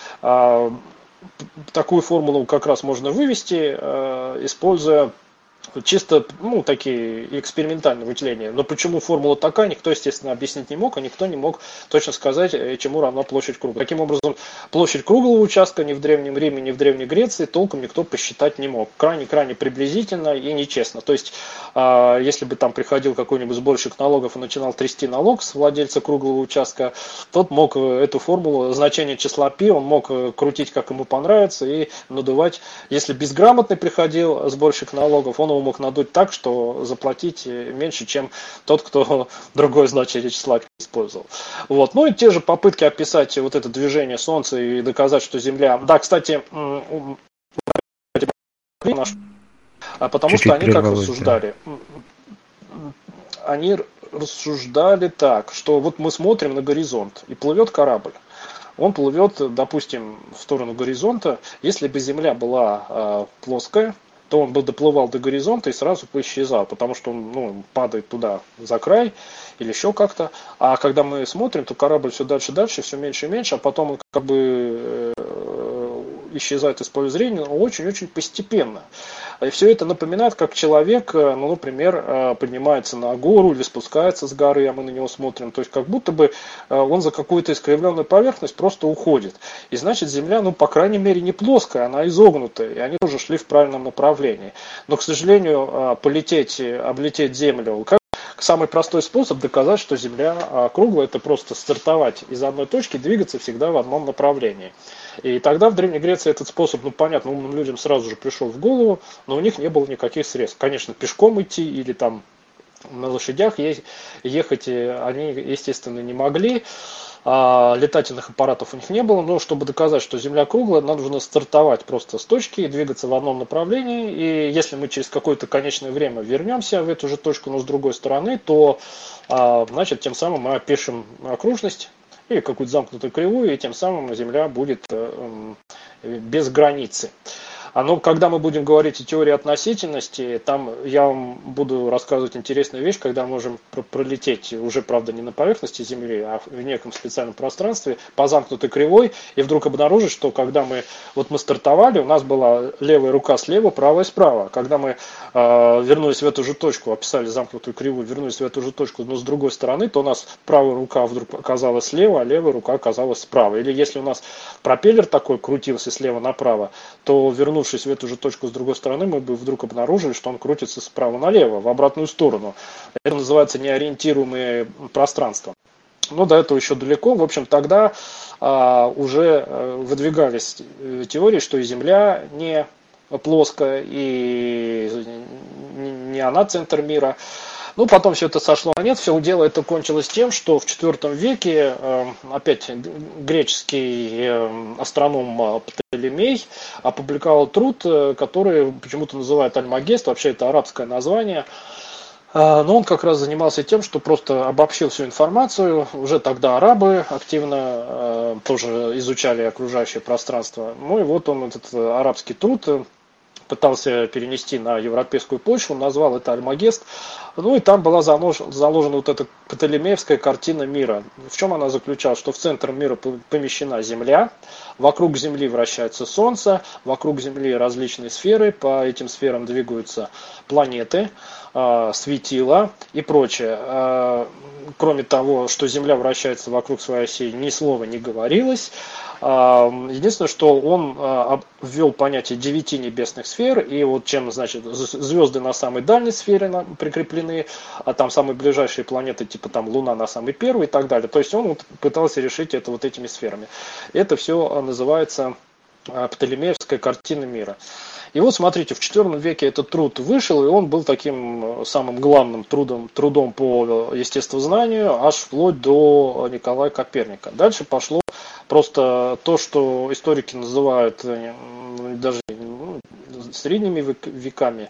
Такую формулу как раз можно вывести, используя чисто, такие экспериментальные вычисления. Но почему формула такая, никто, естественно, объяснить не мог, а никто не мог точно сказать, чему равна площадь круга. Таким образом, площадь круглого участка ни в Древнем Риме, ни в Древней Греции толком никто посчитать не мог. Крайне-крайне приблизительно и нечестно. То есть, если бы там приходил какой-нибудь сборщик налогов и начинал трясти налог с владельца круглого участка, тот мог эту формулу, значение числа π, он мог крутить, как ему понравится, и надувать. Если безграмотный приходил сборщик налогов, он его мог надуть так, что заплатить меньше, чем тот, кто другое значение числа использовал. Вот. Ну и те же попытки описать вот это движение Солнца и доказать, что Земля... Да, кстати, потому что они как рассуждали. Они рассуждали так, что вот мы смотрим на горизонт, и плывет корабль. Он плывет, допустим, в сторону горизонта. Если бы Земля была плоская, то он бы доплывал до горизонта и сразу бы исчезал, потому что он падает туда за край или еще как-то. А когда мы смотрим, то корабль все дальше и дальше, все меньше и меньше, а потом он как бы исчезает из поля зрения, но очень-очень постепенно. И все это напоминает, как человек, например, поднимается на гору или спускается с горы, а мы на него смотрим. То есть как будто бы он за какую-то искривленную поверхность просто уходит. И значит Земля, по крайней мере, не плоская, она изогнутая, и они уже шли в правильном направлении. Но, к сожалению, облететь Землю, самый простой способ доказать, что Земля круглая, это просто стартовать из одной точки, двигаться всегда в одном направлении. И тогда в Древней Греции этот способ, понятно, умным людям сразу же пришел в голову, но у них не было никаких средств. Конечно, пешком идти или там на лошадях ехать они, естественно, не могли. Летательных аппаратов у них не было, но чтобы доказать, что Земля круглая, нам нужно стартовать просто с точки и двигаться в одном направлении. И если мы через какое-то конечное время вернемся в эту же точку, но с другой стороны, то значит, тем самым мы опишем окружность или какую-то замкнутую кривую, и тем самым Земля будет без границы. Но когда мы будем говорить о теории относительности, там я вам буду рассказывать интересную вещь, когда можем пролететь уже, правда, не на поверхности Земли, а в неком специальном пространстве по замкнутой кривой, и вдруг обнаружить, что когда мы стартовали, у нас была левая рука слева, правая справа. Когда мы вернулись в эту же точку, описали замкнутую кривую, вернулись в эту же точку, но с другой стороны, то у нас правая рука вдруг оказалась слева, а левая рука оказалась справа. Или если у нас пропеллер такой крутился слева направо, то вернувшись в эту же точку с другой стороны, мы бы вдруг обнаружили, что он крутится справа налево, в обратную сторону. Это называется неориентируемое пространство. Но до этого еще далеко. В общем, тогда уже выдвигались теории, что и Земля не плоская, и не она центр мира. Потом все это сошло на нет, все дело это кончилось тем, что в IV веке опять греческий астроном Птолемей опубликовал труд, который почему-то называют Альмагест, вообще это арабское название. Но он как раз занимался тем, что просто обобщил всю информацию. Уже тогда арабы активно тоже изучали окружающее пространство. И вот он этот арабский труд пытался перенести на европейскую почву, назвал это Альмагест. И там была заложена вот эта птолемеевская картина мира. В чем она заключалась? Что в центр мира помещена Земля, вокруг Земли вращается Солнце, вокруг Земли различные сферы, по этим сферам двигаются планеты, светила и прочее. Кроме того, что Земля вращается вокруг своей оси, ни слова не говорилось. Единственное, что он ввел понятие 9 небесных сфер, и вот чем, значит, звезды на самой дальней сфере прикреплены, а там самые ближайшие планеты, типа там Луна на самой первой и так далее. То есть он пытался решить это вот этими сферами. Это все называется Птолемеевская картина мира. И вот смотрите, в IV веке этот труд вышел, и он был таким самым главным трудом по естествознанию, аж вплоть до Николая Коперника. Дальше пошло просто то, что историки называют даже средними веками.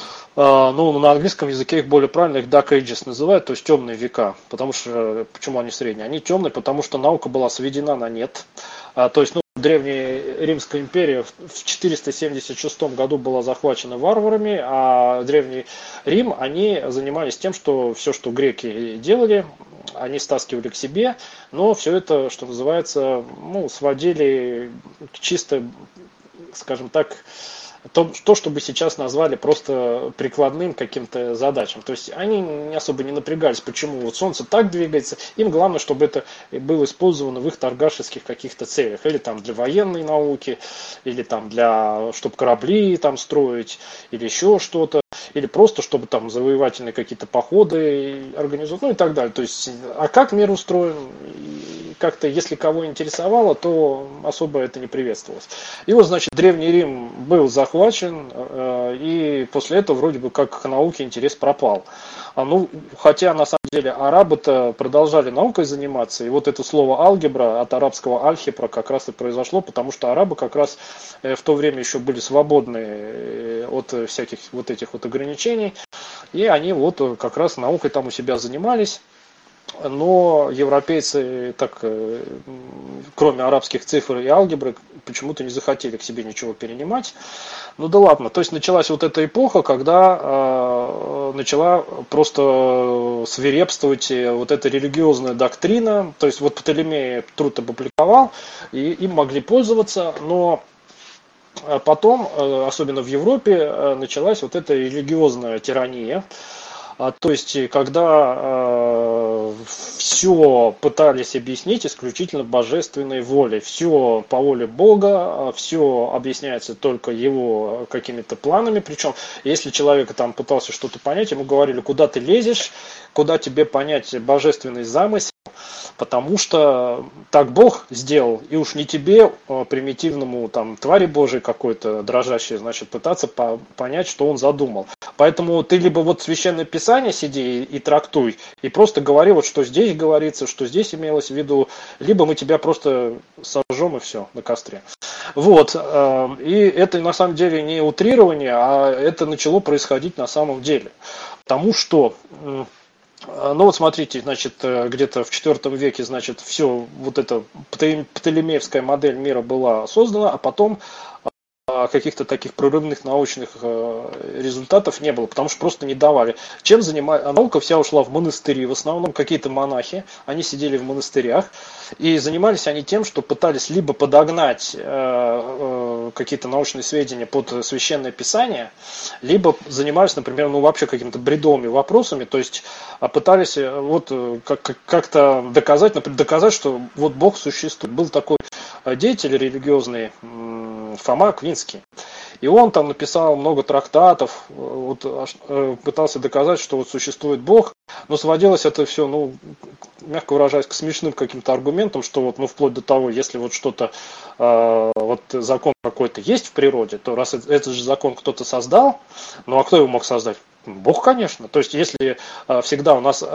На английском языке их более правильно, их Dark Ages называют, то есть темные века. Потому что, почему они средние? Они темные, потому что наука была сведена на нет. То есть, Древняя Римская империя в 476 году была захвачена варварами, а Древний Рим, они занимались тем, что все, что греки делали, они стаскивали к себе, но все это, что называется, сводили к чисто, скажем так, то, что бы сейчас назвали просто прикладным каким-то задачам. То есть они особо не напрягались, почему вот Солнце так двигается. Им главное, чтобы это было использовано в их торгашеских каких-то целях. Или там для военной науки, или там для, чтобы корабли там строить, или еще что-то. Или просто, чтобы там завоевательные какие-то походы организовать, и так далее. То есть, а как мир устроен, как-то, если кого интересовало, то особо это не приветствовалось. И вот, значит, Древний Рим был захвачен, и после этого вроде бы как к науке интерес пропал. Хотя на самом деле арабы-то продолжали наукой заниматься, и вот это слово алгебра от арабского альхебра как раз и произошло, потому что арабы как раз в то время еще были свободны от всяких вот этих вот ограничений, и они вот как раз наукой там у себя занимались. Но европейцы, так, кроме арабских цифр и алгебры, почему-то не захотели к себе ничего перенимать. Ну да ладно, то есть началась вот эта эпоха, когда начала просто свирепствовать вот эта религиозная доктрина. То есть вот Птолемей труд опубликовал, и им могли пользоваться, но потом, особенно в Европе, началась вот эта религиозная тирания. То есть, когда все пытались объяснить исключительно божественной волей, все по воле Бога, все объясняется только его какими-то планами, причем, если человек там пытался что-то понять, ему говорили, куда ты лезешь, куда тебе понять божественный замысел, потому что так Бог сделал, и уж не тебе, примитивному там твари Божией какой-то дрожащей, значит, пытаться понять, что он задумал. Поэтому ты либо вот Священное Писание сиди и трактуй, и просто говори, вот что здесь говорится, что здесь имелось в виду, либо мы тебя просто сожжем и все на костре. Вот. И это на самом деле не утрирование, а это начало происходить на самом деле. Потому что... Ну вот смотрите, значит, где-то в IV веке, значит, все вот эта птолемеевская модель мира была создана, а потом каких-то таких прорывных научных результатов не было, потому что просто не давали. Чем занимается? Наука вся ушла в монастыри, в основном какие-то монахи, они сидели в монастырях, и занимались они тем, что пытались либо подогнать какие-то научные сведения под Священное Писание, либо занимались, например, вообще какими-то бредовыми вопросами, то есть пытались вот как-то доказать, например, доказать, что вот Бог существует. Был такой деятель религиозный Фома Аквинский. И он там написал много трактатов, вот, пытался доказать, что вот существует Бог, но сводилось это все, мягко выражаясь, к смешным каким-то аргументам, что вот, вплоть до того, если вот что-то, вот закон какой-то есть в природе, то раз этот же закон кто-то создал, а кто его мог создать? Бог, конечно. То есть, если всегда у нас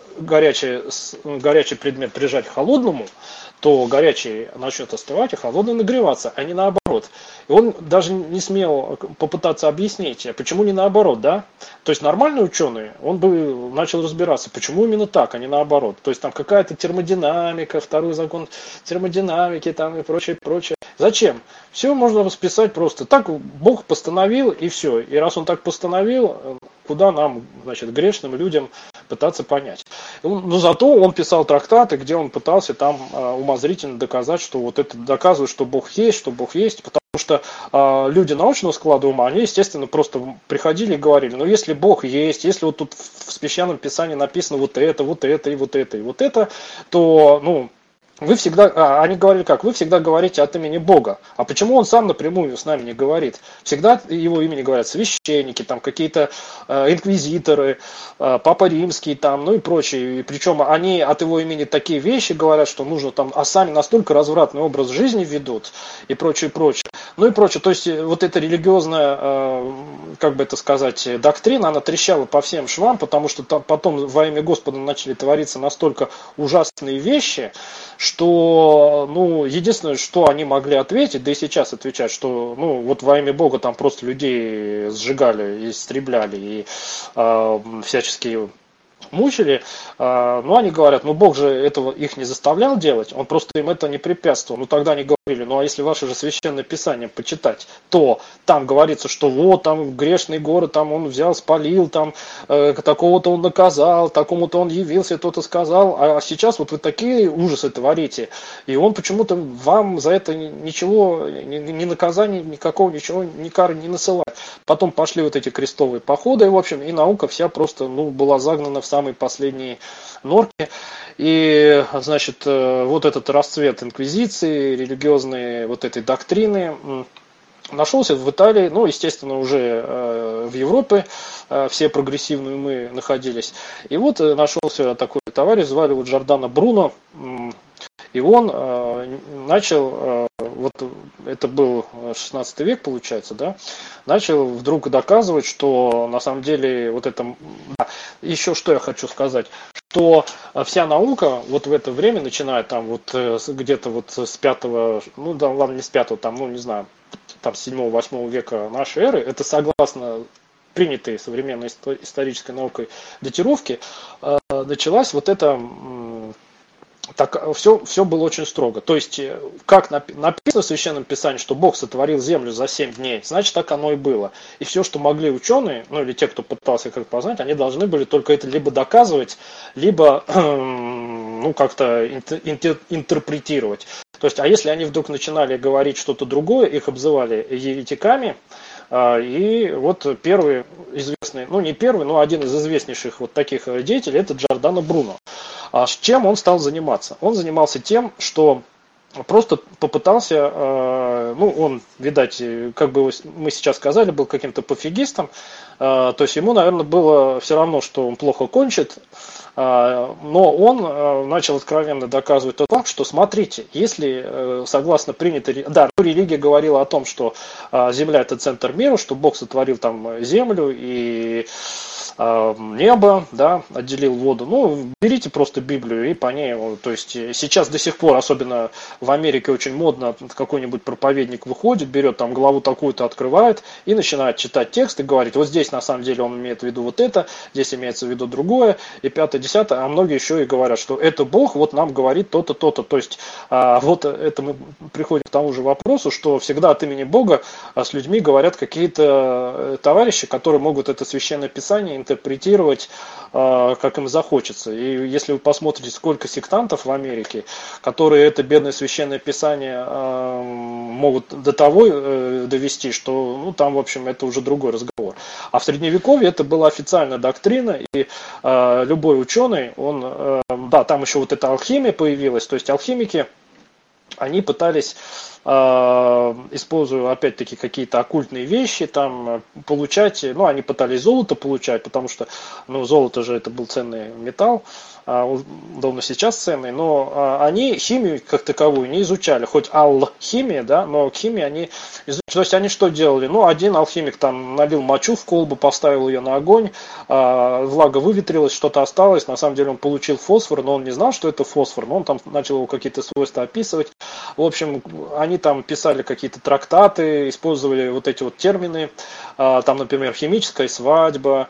горячий предмет прижать к холодному, то горячий начнет остывать, а холодный нагреваться, а не наоборот. И он даже не смел попытаться объяснить, почему не наоборот, да? То есть нормальный ученый, он бы начал разбираться, почему именно так, а не наоборот. То есть там какая-то термодинамика, второй закон термодинамики там и прочее, прочее. Зачем? Все можно расписать просто. Так Бог постановил, и все. И раз он так постановил, куда нам, значит, грешным людям пытаться понять. Но зато он писал трактаты, где он пытался там умозрительно доказать, что вот это доказывает, что Бог есть, потому что люди научного склада ума, они, естественно, просто приходили и говорили, если Бог есть, если вот тут в Священном Писании написано вот это, и вот это, и вот это, то, вы всегда, они говорили как, вы всегда говорите от имени Бога. А почему он сам напрямую с нами не говорит? Всегда его имени говорят священники, там какие-то инквизиторы, Папа Римский, там, и прочие. И причем они от его имени такие вещи говорят, что нужно там, а сами настолько развратный образ жизни ведут и прочее, прочее. И прочее. То есть вот эта религиозная, как бы это сказать, доктрина, она трещала по всем швам, потому что там потом во имя Господа начали твориться настолько ужасные вещи, что, единственное, что они могли ответить, да и сейчас отвечать, что, вот во имя Бога там просто людей сжигали, истребляли и всячески мучили, но они говорят, Бог же этого их не заставлял делать, он просто им это не препятствовал. Тогда они говорят, говорили, ну а если ваше же священное писание почитать, то там говорится, что вот там грешный город, там он взял, спалил, там такого-то он наказал, такому-то он явился, то-то сказал, а сейчас вот вы такие ужасы творите, и он почему-то вам за это ничего, ни наказания, никакого ничего, ни кары не насылает. Потом пошли вот эти крестовые походы, в общем, и наука вся просто, была загнана в самые последние норки. И, значит, вот этот расцвет инквизиции, религиозной вот этой доктрины нашелся в Италии, естественно, уже в Европе все прогрессивные умы находились. И вот нашелся такой товарищ, звали его Джордано Бруно, и он начал, вот это был 16 век, получается, да, начал вдруг доказывать, что на самом деле вот это... Еще что я хочу сказать, что вся наука вот в это время, начиная там вот где-то вот с 5-го, ладно, не с 5-го, там, не знаю, там 7-8 века нашей эры, это согласно принятой современной исторической наукой датировки, началась вот эта... Так все было очень строго. То есть, как написано в Священном Писании, что Бог сотворил землю за 7 дней, значит, так оно и было. И все, что могли ученые, или те, кто пытался как познать, они должны были только это либо доказывать, либо как-то интерпретировать. То есть, а если они вдруг начинали говорить что-то другое, их обзывали еретиками. И вот первый известный, не первый, но один из известнейших вот таких деятелей, это Джордано Бруно. А с чем он стал заниматься? Он занимался тем, что просто попытался, он, видать, как бы мы сейчас сказали, был каким-то пофигистом, то есть ему, наверное, было все равно, что он плохо кончит, но он начал откровенно доказывать тот факт, что смотрите, если согласно принятой... Да, религия говорила о том, что Земля это центр мира, что Бог сотворил там Землю и небо, да, отделил воду. Берите просто Библию и по ней, то есть сейчас до сих пор, особенно в Америке, очень модно, какой-нибудь проповедник выходит, берет там главу такую-то, открывает и начинает читать текст и говорит, вот здесь на самом деле он имеет в виду вот это, здесь имеется в виду другое, и 5-10, а многие еще и говорят, что это Бог вот нам говорит то-то, то-то. То есть вот это мы приходим к тому же вопросу, что всегда от имени Бога с людьми говорят какие-то товарищи, которые могут это священное писание интерпретировать, как им захочется. И если вы посмотрите, сколько сектантов в Америке, которые это бедное священное писание могут до того довести, что там, в общем, это уже другой разговор. А в Средневековье это была официальная доктрина, и любой ученый, он, там еще вот эта алхимия появилась, то есть алхимики, они пытались, используя опять-таки какие-то оккультные вещи, там получать, они пытались золото получать, потому что, золото же это был ценный металл, давно сейчас ценный, но они химию как таковую не изучали, хоть алхимия, да, но к химии они изучали. То есть они что делали? Один алхимик там налил мочу в колбу, поставил ее на огонь, влага выветрилась, что-то осталось, на самом деле он получил фосфор, но он не знал, что это фосфор, но он там начал его какие-то свойства описывать. В общем, они там писали какие-то трактаты, использовали вот эти вот термины, там, например, химическая свадьба,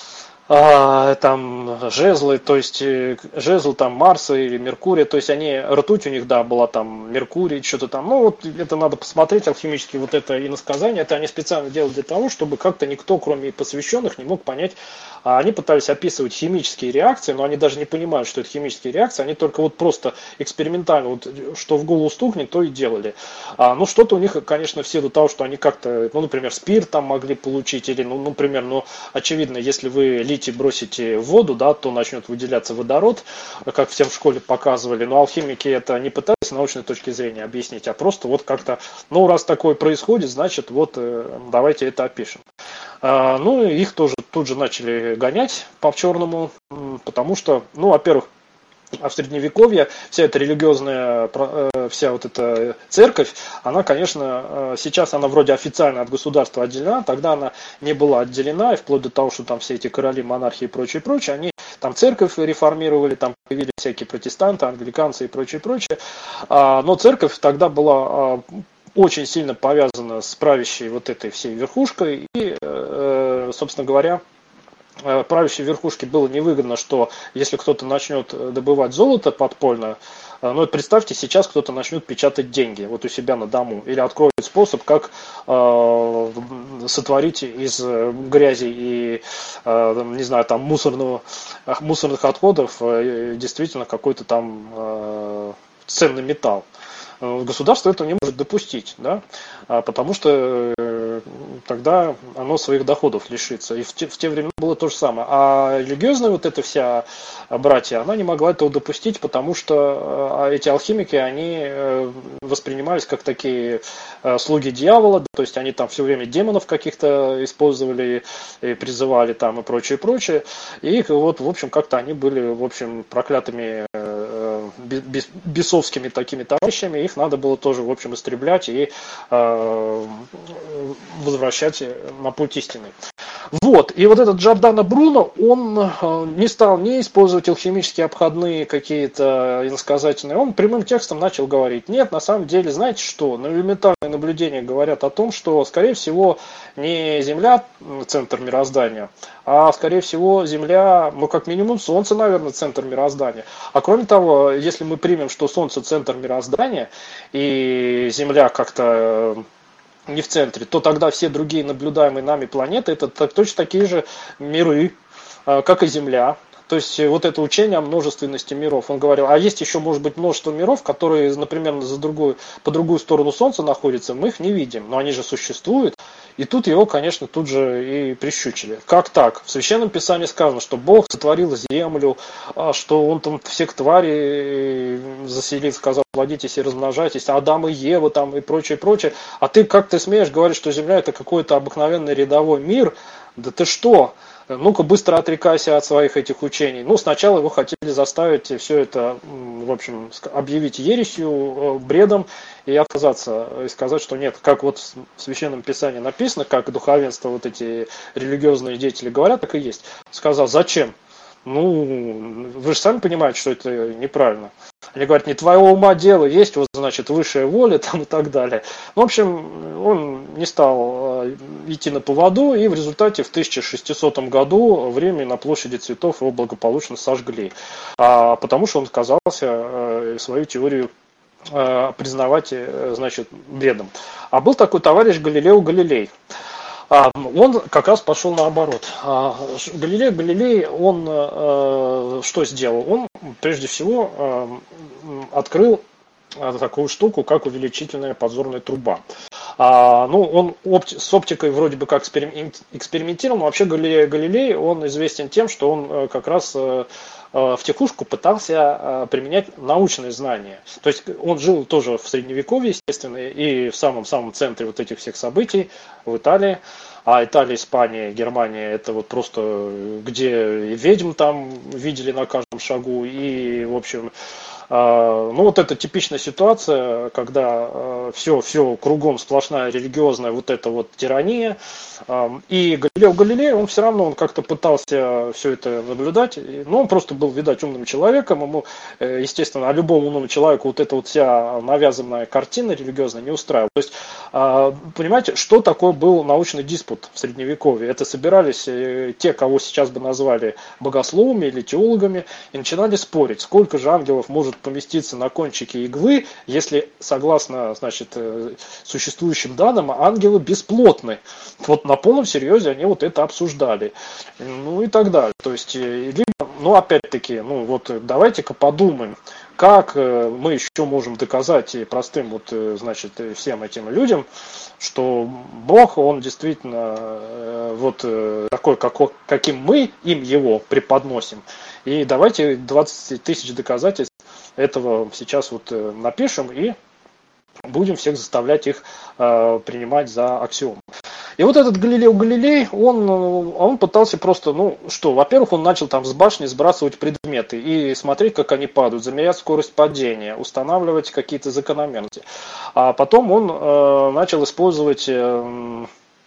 там жезлы, то есть жезл там Марса или Меркурия, то есть они, ртуть у них, да, была там Меркурий, что-то там, вот это надо посмотреть, алхимические вот это иносказания, это они специально делали для того, чтобы как-то никто, кроме посвященных, не мог понять, они пытались описывать химические реакции, но они даже не понимают, что это химические реакции, они только вот просто экспериментально, вот что в голову стукнет, то и делали. Что-то у них, конечно, в силу того, что они как-то, например, спирт там могли получить, или, например, очевидно, если вы литий бросите в воду, да, то начнет выделяться водород, как всем в школе показывали, но алхимики это не пытались с научной точки зрения объяснить, а просто вот как-то, раз такое происходит, значит, вот давайте это опишем. Их тоже тут же начали гонять по-черному, потому что, во-первых, а в Средневековье вся эта религиозная, вся вот эта церковь, она, конечно, сейчас она вроде официально от государства отделена, тогда она не была отделена, и вплоть до того, что там все эти короли, монархии и прочее, они там церковь реформировали, там появились всякие протестанты, англиканцы и прочее. Но церковь тогда была очень сильно повязана с правящей вот этой всей верхушкой, и, собственно говоря, правящей верхушке было невыгодно, что если кто-то начнет добывать золото подпольно, Ну, вот представьте, сейчас кто-то начнет печатать деньги вот у себя на дому или откроет способ, как сотворить из грязи и, не знаю, там мусорных отходов действительно какой-то там ценный металл. Государство этого не может допустить, да, потому что тогда оно своих доходов лишится. И в те времена было то же самое. А религиозная вот эта вся братья, она не могла этого допустить, потому что эти алхимики, они воспринимались как такие слуги дьявола, то есть они там все время демонов каких-то использовали и призывали там и прочее, прочее. И вот, в общем, как-то они были, в общем, проклятыми бесовскими такими товарищами, их надо было тоже, в общем, истреблять и возвращать на путь истины. Вот, и вот этот Джордано Бруно, он не стал не использовать алхимические обходные какие-то иносказательные, он прямым текстом начал говорить, нет, на самом деле, знаете что, элементарные наблюдения говорят о том, что, скорее всего, не Земля центр мироздания, а, скорее всего, Земля, ну, как минимум, Солнце, наверное, центр мироздания. А кроме того, если мы примем, что Солнце центр мироздания, и Земля как-то не в центре, то тогда все другие наблюдаемые нами планеты это точно такие же миры, как и Земля. То есть вот это учение о множественности миров. Он говорил, а есть еще может быть множество миров, которые, например, по другую сторону Солнца находятся, мы их не видим, но они же существуют. И тут его, конечно, тут же и прищучили. Как так? В Священном Писании сказано, что Бог сотворил землю, что Он там всех тварей заселил, сказал, плодитесь и размножайтесь, Адам и Ева там и прочее, прочее. А ты как ты смеешь говорить, что Земля это какой-то обыкновенный рядовой мир? Да ты что? Ну-ка быстро отрекайся от своих этих учений. Ну, сначала его хотели заставить все это, в общем, объявить ересью, бредом и отказаться, и сказать, что нет, как вот в Священном Писании написано, как духовенство, вот эти религиозные деятели говорят, так и есть. Сказал, зачем? Ну, вы же сами понимаете, что это неправильно. Они говорят, не твоего ума дело, есть вот, значит, высшая воля там и так далее. В общем, он не стал идти на поводу, и в результате в 1600 году в Риме на площади Цветов его благополучно сожгли. Потому что он отказался свою теорию признавать, значит, бредом. А был такой товарищ Галилео Галилей. Он как раз пошел наоборот. Галилео Галилей, он что сделал? Он прежде всего открыл такую штуку, как увеличительная подзорная труба. Ну, он с оптикой вроде бы как экспериментировал, но вообще Галилей, он известен тем, что он как раз втихушку пытался применять научные знания. То есть он жил тоже в Средневековье, естественно, и в самом-самом центре вот этих всех событий в Италии. А Италия, Испания, Германия, это вот просто где и ведьм там видели на каждом шагу, и, в общем, ну вот это типичная ситуация, когда все кругом сплошная религиозная вот эта вот тирания. И Галилео Галилей, он все равно, он как-то пытался все это наблюдать, но он просто был, видать, умным человеком, ему, естественно, а любому умному человеку вот эта вот вся навязанная картина религиозная не устраивала. То есть, понимаете, что такое был научный диспут в Средневековье? Это собирались те, кого сейчас бы назвали богословами или теологами, и начинали спорить, сколько же ангелов может поместиться на кончике иглы, если, согласно, значит, существующим данным, ангелы бесплотны. Вот на полном серьезе они вот это обсуждали. Ну и так далее. То есть, либо, ну опять-таки, ну вот давайте-ка подумаем, как мы еще можем доказать простым вот, значит, всем этим людям, что Бог, он действительно вот такой, каким мы им его преподносим. И давайте 20 тысяч доказательств этого сейчас вот напишем и будем всех заставлять их принимать за аксиому. И вот этот Галилео Галилей, он пытался просто, ну что, во-первых, он начал там с башни сбрасывать предметы и смотреть, как они падают, замерять скорость падения, устанавливать какие-то закономерности. А потом он начал использовать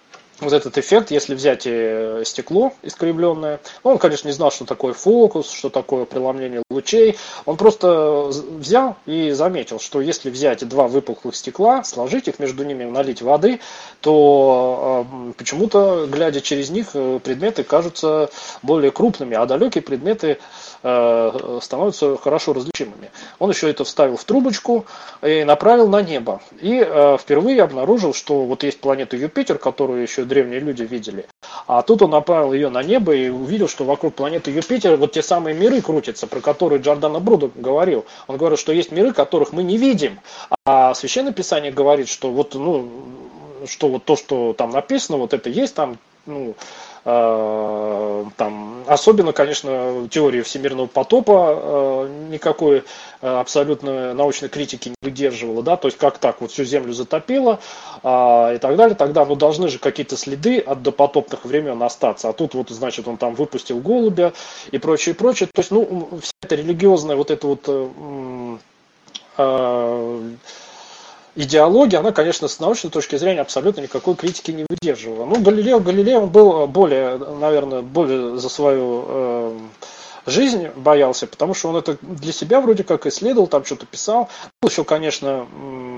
вот этот эффект, если взять стекло искривленное. Ну, он, конечно, не знал, что такое фокус, что такое преломление лучей. Он просто взял и заметил, что если взять два выпуклых стекла, сложить их, между ними налить воды, то почему-то, глядя через них, предметы кажутся более крупными, а далекие предметы становятся хорошо различимыми. Он еще это вставил в трубочку и направил на небо. И впервые обнаружил, что вот есть планета Юпитер, которую еще древние люди видели. А тут он направил ее на небо и увидел, что вокруг планеты Юпитер вот те самые миры крутятся, про которые Джордано Бруно говорил. Он говорил, что есть миры, которых мы не видим. А Священное Писание говорит, что вот, что вот то, что там написано, вот это есть там, там, особенно, конечно, теория всемирного потопа никакой абсолютно научной критики не выдерживала, да, то есть как так, вот всю землю затопило и так далее, тогда, должны же какие-то следы от допотопных времен остаться, а тут вот, значит, он там выпустил голубя и прочее, прочее, то есть, вся эта религиозная вот эта вот идеология, она, конечно, с научной точки зрения абсолютно никакой критики не выдерживала. Галилей, он был наверное, более за свою жизнь боялся, потому что он это для себя вроде как исследовал, там что-то писал. Был еще, конечно,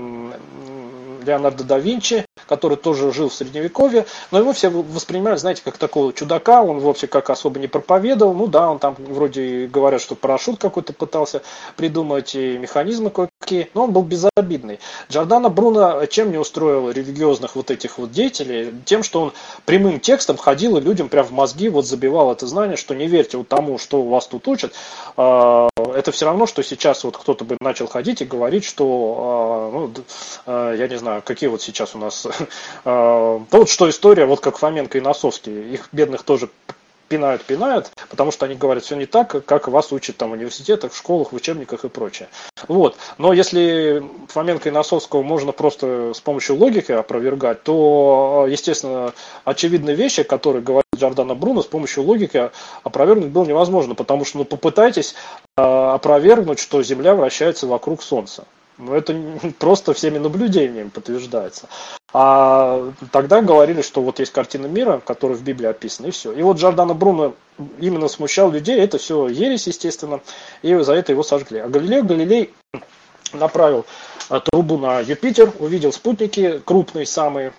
Леонардо да Винчи, который тоже жил в Средневековье, но его все воспринимали, знаете, как такого чудака, он вовсе как особо не проповедовал, он там вроде говорят, что парашют какой-то пытался придумать и механизмы кое-какие, но он был безобидный. Джордано Бруно чем не устроил религиозных вот этих вот деятелей? Тем, что он прямым текстом ходил и людям прям в мозги вот забивал это знание, что не верьте вот тому, что вас тут учат. Это все равно, что сейчас вот кто-то бы начал ходить и говорить, что, я не знаю, какие вот сейчас у нас, вот что история, вот как Фоменко и Носовский, их бедных тоже пинают, потому что они говорят все не так, как вас учат там в университетах, в школах, в учебниках и прочее. Вот. Но если Фоменко и Носовского можно просто с помощью логики опровергать, то, естественно, очевидные вещи, которые говорит Джордано Бруно, с помощью логики опровергнуть было невозможно, потому что попытайтесь опровергнуть, что Земля вращается вокруг Солнца. Это просто всеми наблюдениями подтверждается. А тогда говорили, что вот есть картина мира, которая в Библии описана, и все. И вот Джордано Бруно именно смущал людей, это все ересь, естественно, и за это его сожгли. А Галилей направил трубу на Юпитер, увидел спутники крупные самые,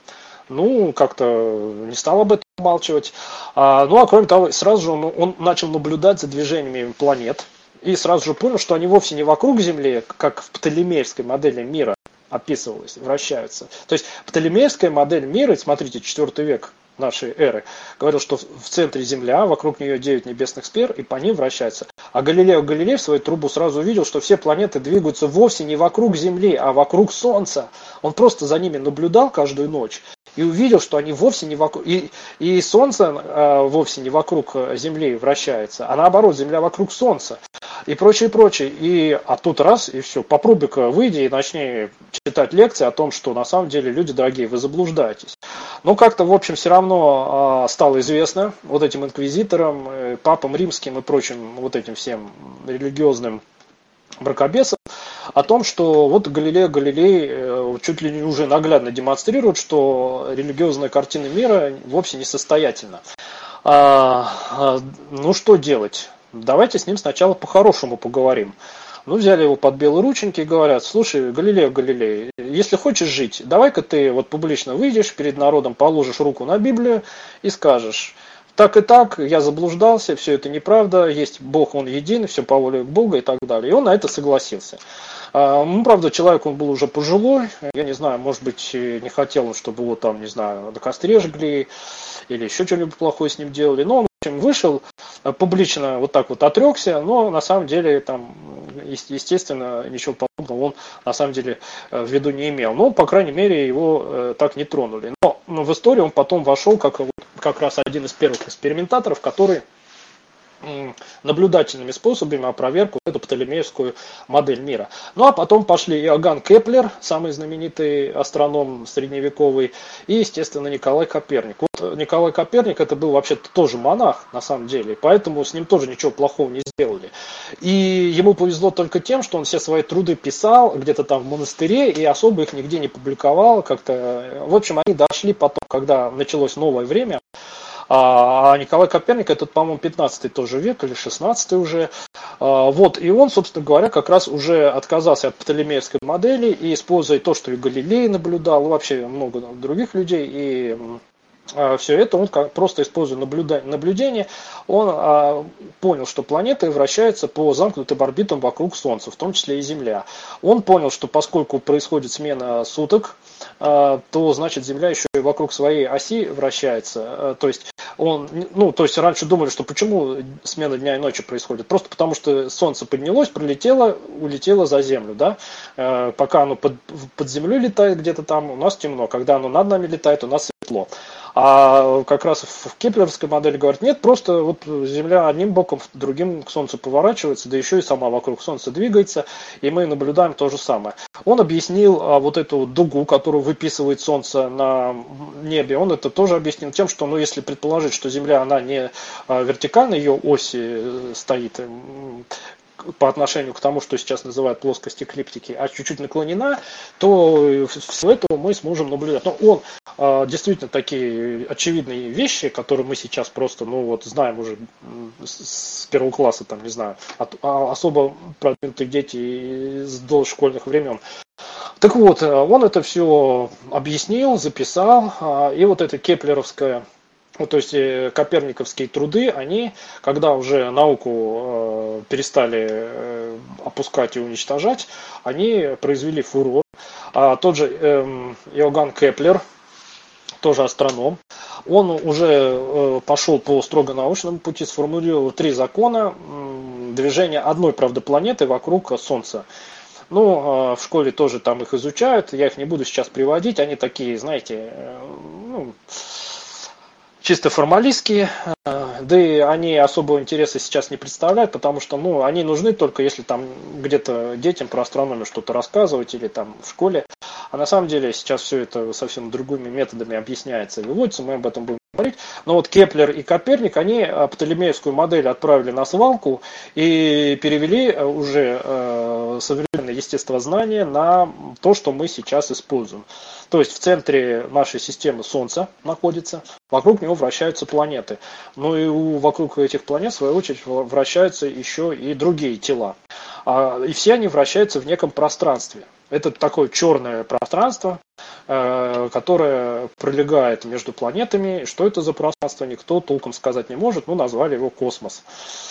как-то не стал об этом умалчивать. А кроме того, сразу же он начал наблюдать за движениями планет, и сразу же понял, что они вовсе не вокруг Земли, как в Птолемеевской модели мира описывалось, вращаются. То есть Птолемеевская модель мира, смотрите, 4 век нашей эры, говорил, что в центре Земля, вокруг нее 9 небесных сфер, и по ним вращается. А Галилей в свою трубу сразу увидел, что все планеты двигаются вовсе не вокруг Земли, а вокруг Солнца. Он просто за ними наблюдал каждую ночь и увидел, что они вовсе не вокруг, и Солнце вовсе не вокруг Земли вращается, а наоборот, Земля вокруг Солнца. И прочее, прочее. А тут раз, и все. Попробуй-ка выйди и начни читать лекции о том, что на самом деле, люди дорогие, вы заблуждаетесь. Но как-то, в общем, все равно стало известно вот этим инквизиторам, папам римским и прочим вот этим всем религиозным мракобесам о том, что вот Галилей чуть ли не уже наглядно демонстрирует, что религиозная картина мира вовсе не состоятельна. Что делать? Давайте с ним сначала по-хорошему поговорим. Взяли его под белые рученьки и говорят: слушай, Галилей, если хочешь жить, давай-ка ты вот публично выйдешь перед народом, положишь руку на Библию и скажешь: так и так, я заблуждался, все это неправда, есть Бог, Он един, все по воле Бога и так далее. И он на это согласился. Правда, человек он был уже пожилой, я не знаю, может быть, не хотел, чтобы его там, не знаю, на костре жгли или еще что-нибудь плохое с ним делали, но он, в общем, вышел, публично вот так вот отрекся, но на самом деле там, естественно, ничего подобного он на самом деле в виду не имел. Но, по крайней мере, его так не тронули. Но в историю он потом вошел как раз один из первых экспериментаторов, который наблюдательными способами опроверг вот эту птолемеевскую модель мира. Ну а потом пошли Иоганн Кеплер, самый знаменитый астроном средневековый, и, естественно, Николай Коперник. Вот Николай Коперник это был вообще-то тоже монах, на самом деле, поэтому с ним тоже ничего плохого не сделали. И ему повезло только тем, что он все свои труды писал где-то там в монастыре и особо их нигде не публиковал. Как-то, в общем, они дошли потом, когда началось новое время. А Николай Коперник, это, по-моему, 15 тоже век или 16 уже. Вот, и он, собственно говоря, как раз уже отказался от птолемеевской модели и, используя то, что и Галилей наблюдал, и вообще много других людей, и все это он просто используя наблюдение, он понял, что планеты вращаются по замкнутым орбитам вокруг Солнца, в том числе и Земля. Он понял, что поскольку происходит смена суток, то значит Земля еще и вокруг своей оси вращается. То есть раньше думали, что почему смена дня и ночи происходит? Просто потому, что Солнце поднялось, пролетело, улетело за Землю. Да? Пока оно под землей летает где-то там, у нас темно. Когда оно над нами летает, у нас светло. А как раз в кеплеровской модели говорят, нет, просто вот Земля одним боком, другим к Солнцу поворачивается, да еще и сама вокруг Солнца двигается, и мы наблюдаем то же самое. Он объяснил вот эту дугу, которую выписывает Солнце на небе, он это тоже объяснил тем, что, если предположить, что Земля, она не вертикально ее оси стоит, по отношению к тому, что сейчас называют плоскость эклиптики, а чуть-чуть наклонена, то все это мы сможем наблюдать. Но он действительно такие очевидные вещи, которые мы сейчас просто, знаем уже с первого класса, там, не знаю, особо продвинутые дети с дошкольных времен. Так вот, он это все объяснил, записал, и вот эта кеплеровская, то есть коперниковские труды, они, когда уже науку перестали опускать и уничтожать, они произвели фурор. Тот же Иоганн Кеплер, тоже астроном, он уже пошел по строго научному пути, сформулировал 3 закона движения одной, правда, планеты вокруг Солнца. В школе тоже там их изучают, я их не буду сейчас приводить, они такие, знаете, чисто формалистские, да и они особого интереса сейчас не представляют, потому что, они нужны только если там где-то детям про астрономию что-то рассказывать или там в школе. А на самом деле сейчас все это совсем другими методами объясняется и выводится, мы об этом будем говорить. Но вот Кеплер и Коперник, они птолемеевскую модель отправили на свалку и перевели уже современное естествознание на то, что мы сейчас используем. То есть в центре нашей системы Солнце находится, вокруг него вращаются планеты. И вокруг этих планет, в свою очередь, вращаются еще и другие тела. И все они вращаются в неком пространстве. Это такое черное пространство, которое пролегает между планетами. Что это за пространство, никто толком сказать не может, назвали его космос.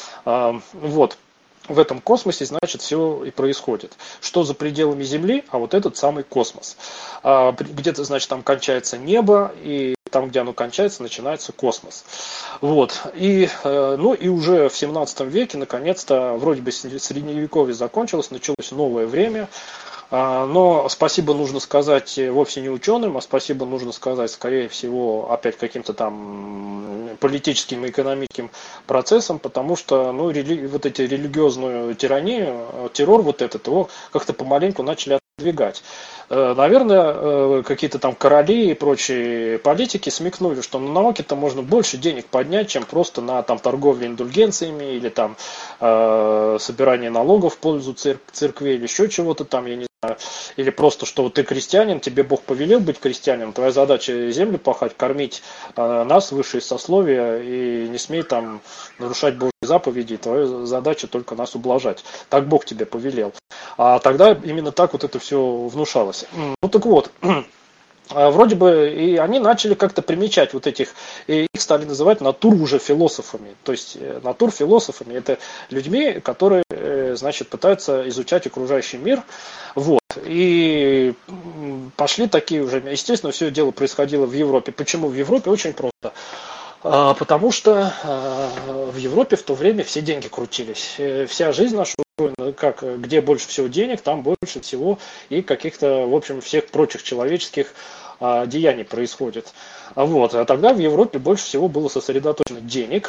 Вот. В этом космосе, значит, все и происходит. Что за пределами Земли, а вот этот самый космос. Где-то, значит, там кончается небо, и там, где оно кончается, начинается космос. Вот. И уже в 17 веке, наконец-то, вроде бы средневековье закончилось, началось новое время. Но спасибо нужно сказать вовсе не ученым, а спасибо нужно сказать, скорее всего, опять каким-то там политическим и экономическим процессам, потому что вот эти религиозную тиранию, террор вот этот, его как-то помаленьку начали отодвигать. Наверное, какие-то там короли и прочие политики смекнули, что на науке-то можно больше денег поднять, чем просто на там торговле индульгенциями или там собирание налогов в пользу церкви или еще чего-то там, я не знаю. Или просто, что вот ты крестьянин, тебе Бог повелел быть крестьянином, твоя задача землю пахать, кормить нас, высшие сословия, и не смей там нарушать Божьи заповеди, твоя задача только нас ублажать. Так Бог тебе повелел. А тогда именно так вот это все внушалось. Так вот, вроде бы и они начали как-то примечать вот этих, и их стали называть натурфилософами. То есть натурфилософами это людьми, которые, значит, пытаются изучать окружающий мир. Вот. И пошли такие уже, естественно, все дело происходило в Европе. Почему в Европе? Очень просто. Потому что в Европе в то время все деньги крутились. Вся жизнь наша устроена, где больше всего денег, там больше всего и каких-то, в общем, всех прочих человеческих деяний происходит. Вот. А тогда в Европе больше всего было сосредоточено денег.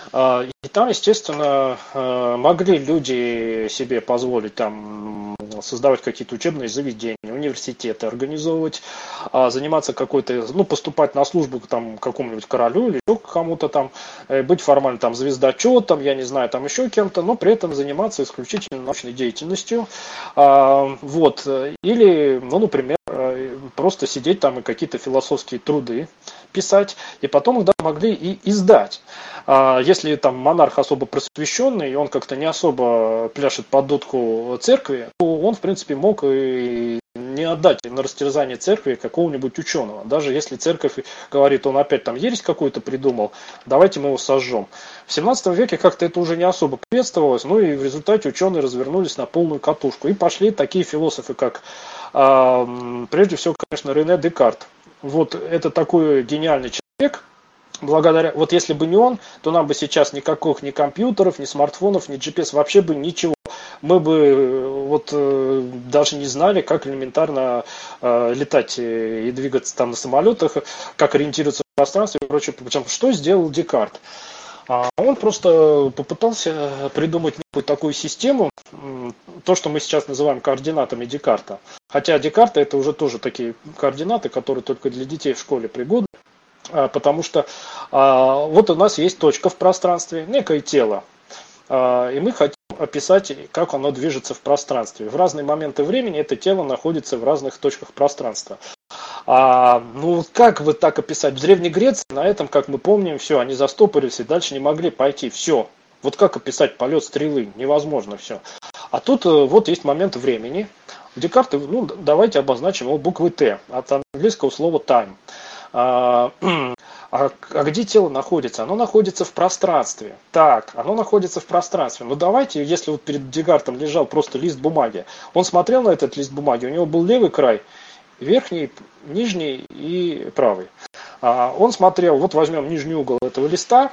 И там, естественно, могли люди себе позволить там создавать какие-то учебные заведения, университеты организовывать, заниматься какой-то, ну, поступать на службу там какому-нибудь королю или еще кому-то там, быть формально там звездочетом, я не знаю, там еще кем-то, но при этом заниматься исключительно научной деятельностью. Вот. Или, ну, например, просто сидеть там и какие-то философские труды писать, и потом их даже могли и издать. Если там монарх особо просвещенный, и он как-то не особо пляшет под дудку церкви, то он, в принципе, мог и не отдать на растерзание церкви какого-нибудь ученого. Даже если церковь говорит, он опять там ересь какую-то придумал, давайте мы его сожжем. В 17 веке как-то это уже не особо приветствовалось, ну и в результате ученые развернулись на полную катушку. И пошли такие философы, как, прежде всего, конечно, Рене Декарт. Вот это такой гениальный человек. Благодаря, вот если бы не он, то нам бы сейчас никаких ни компьютеров, ни смартфонов, ни GPS, вообще бы ничего. Мы бы вот даже не знали, как элементарно летать и двигаться там на самолетах, как ориентироваться в пространстве и прочее. Причем, что сделал Декарт? Он просто попытался придумать некую такую систему, то, что мы сейчас называем координатами Декарта. Хотя Декарта это уже тоже такие координаты, которые только для детей в школе пригодны. Потому что вот у нас есть точка в пространстве, некое тело, и мы хотим описать, как оно движется в пространстве. В разные моменты времени это тело находится в разных точках пространства. Ну, как вы так описать? В Древней Греции на этом, как мы помним, все, они застопорились и дальше не могли пойти. Все. Вот как описать полет стрелы? Невозможно все. А тут вот есть момент времени. У Декарта, ну, давайте обозначим его буквой Т, от английского слова time. А где тело находится? Оно находится в пространстве. Так, оно находится в пространстве. Но давайте, если вот перед Декартом лежал просто лист бумаги, он смотрел на этот лист бумаги, у него был левый край, верхний, нижний и правый. Он смотрел, вот возьмем нижний угол этого листа,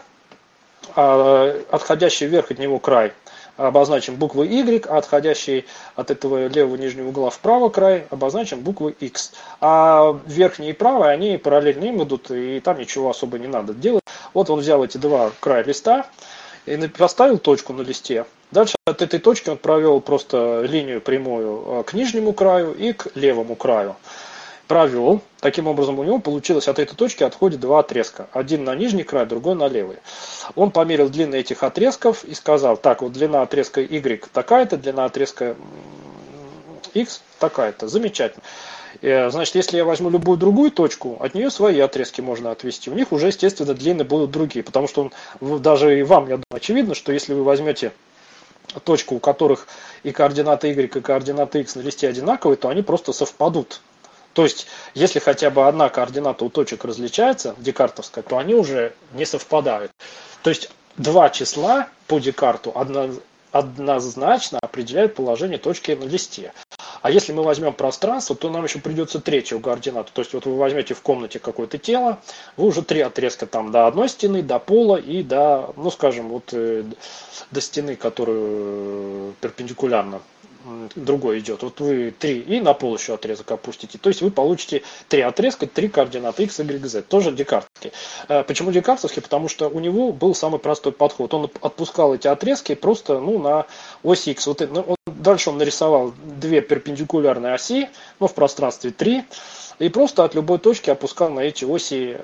отходящий вверх от него край обозначим буквой Y, а отходящий от этого левого нижнего угла вправо край обозначим буквой X. А верхний и правый, они параллельно им идут, и там ничего особо не надо делать. Вот он взял эти два края листа и поставил точку на листе. Дальше от этой точки он провел просто линию прямую к нижнему краю и к левому краю. Провел. Таким образом, у него получилось, от этой точки отходит два отрезка. Один на нижний край, другой на левый. Он померил длину этих отрезков и сказал, так, вот длина отрезка Y такая-то, длина отрезка X такая-то. Замечательно. Значит, если я возьму любую другую точку, от нее свои отрезки можно отвести. У них уже, естественно, длины будут другие. Потому что даже и вам, я думаю, очевидно, что если вы возьмете точку, у которых и координаты Y, и координаты X на листе одинаковые, то они просто совпадут. То есть, если хотя бы одна координата у точек различается, декартовская, то они уже не совпадают. То есть, два числа по Декарту однозначно определяют положение точки на листе. А если мы возьмем пространство, то нам еще придется третью координату. То есть, вот вы возьмете в комнате какое-то тело, вы уже три отрезка там до одной стены, до пола и до, ну скажем, вот до стены, которая перпендикулярна. Другой идет. Вот вы 3 и на пол еще отрезок опустите. То есть вы получите 3 отрезка, 3 координаты x, y, z. Тоже декартовский. Почему декартовский? Потому что у него был самый простой подход. Он отпускал эти отрезки просто на ось x. Вот, дальше он нарисовал две перпендикулярные оси, в пространстве 3. И просто от любой точки опускал на эти оси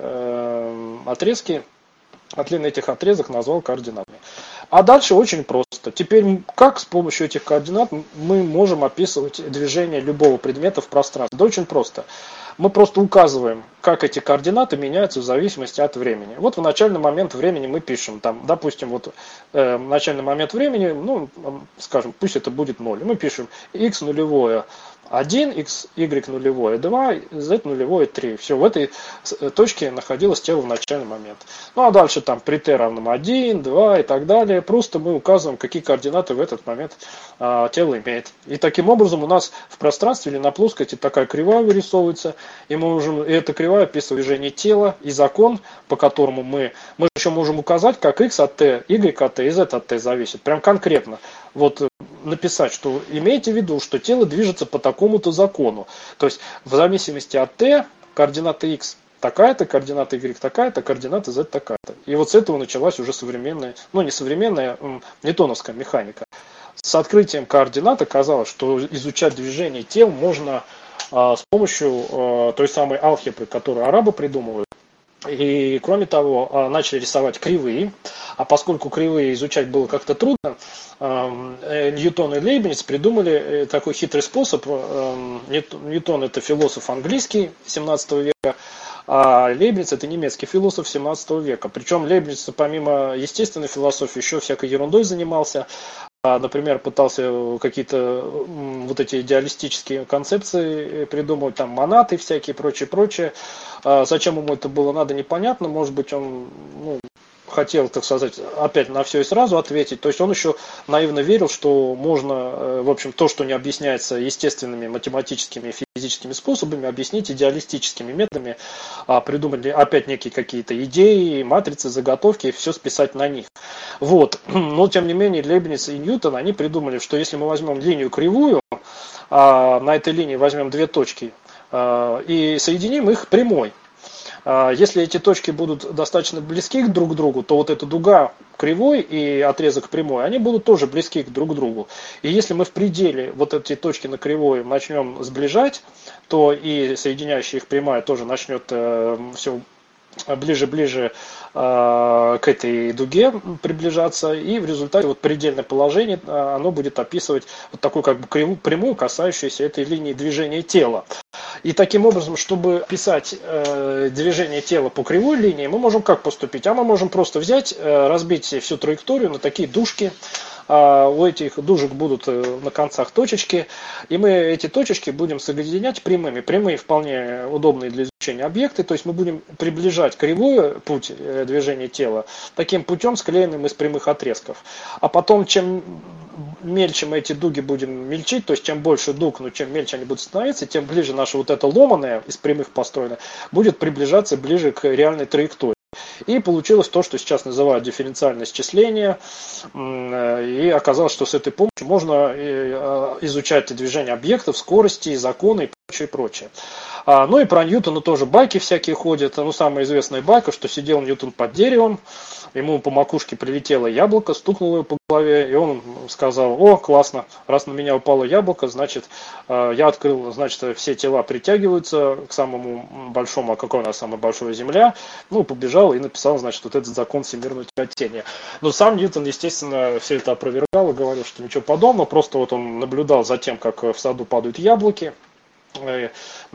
отрезки. А длину этих отрезок назвал координатами. А дальше очень просто. Теперь как с помощью этих координат мы можем описывать движение любого предмета в пространстве? Да очень просто. Мы просто указываем, как эти координаты меняются в зависимости от времени. Вот в начальный момент времени мы пишем, там, допустим, вот начальный момент времени, скажем, пусть это будет 0. Мы пишем x нулевое 1, x, y нулевое 2, z нулевое 3. Все, в этой точке находилось тело в начальный момент. Ну а дальше там при t равном 1, 2 и так далее. Просто мы указываем, какие координаты в этот момент тело имеет. И таким образом у нас в пространстве или на плоскости такая кривая вырисовывается. И эта кривая описывает движение тела и закон, по которому мы еще можем указать, как x от t, y от t и z от t зависит. Прям конкретно. Вот написать, что имейте в виду, что тело движется по такому-то закону. То есть в зависимости от t, координаты x, такая-то, координата y такая-то, координата z такая-то. И вот с этого началась уже современная, ну не современная, ньютоновская механика. С открытием координат оказалось, что изучать движение тел можно с помощью той самой алгебры, которую арабы придумывают. И кроме того, начали рисовать кривые, а поскольку кривые изучать было как-то трудно, Ньютон и Лейбниц придумали такой хитрый способ. Ньютон — это философ английский 17 века, а Лейбниц — это немецкий философ 17 века. Причем Лейбниц, помимо естественной философии, еще всякой ерундой занимался. Например, пытался какие-то вот эти идеалистические концепции придумывать, там монады всякие, прочее. Зачем ему это было надо, непонятно. Может быть, он хотел, так сказать, опять на все и сразу ответить. То есть он еще наивно верил, что можно, в общем, то, что не объясняется естественными математическими и физическими способами, объяснить идеалистическими методами, придумать опять некие какие-то идеи, матрицы, заготовки, и все списать на них. Вот. Но, тем не менее, Лейбниц и Ньютон, они придумали, что если мы возьмем линию кривую, на этой линии возьмем две точки и соединим их прямой. Если эти точки будут достаточно близки друг к другу, то вот эта дуга кривой и отрезок прямой, они будут тоже близки друг к другу. И если мы в пределе вот эти точки на кривой начнем сближать, то и соединяющая их прямая тоже начнет все ближе к этой дуге приближаться, и в результате вот предельное положение оно будет описывать вот такую как бы прямую, касающуюся этой линии движения тела. И таким образом, чтобы писать движение тела по кривой линии, мы можем как поступить? Мы можем просто взять, разбить всю траекторию на такие дужки. У этих дужек будут на концах точечки, и мы эти точечки будем соединять прямыми. Прямые вполне удобные для изучения объекты, то есть мы будем приближать кривой путь движения тела таким путем, склеенным из прямых отрезков. А потом, чем мельче мы эти дуги будем мельчить, то есть чем больше дуг, но чем мельче они будут становиться, тем ближе наша вот эта ломаная, из прямых построенная, будет приближаться ближе к реальной траектории. И получилось то, что сейчас называют дифференциальное счисление. И оказалось, что с этой помощью можно изучать движение объектов, скорости, законы и прочее. Ну и про Ньютона тоже байки всякие ходят. Самая известная байка, что сидел Ньютон под деревом, ему по макушке прилетело яблоко, стукнуло его по голове, и он сказал: о, классно, раз на меня упало яблоко, значит, я открыл, значит, все тела притягиваются к самому большому, а какое у нас самое большое, Земля. Побежал и написал, значит, вот этот закон всемирного тяготения. Но сам Ньютон, естественно, все это опровергал и говорил, что ничего подобного, просто вот он наблюдал за тем, как в саду падают яблоки. И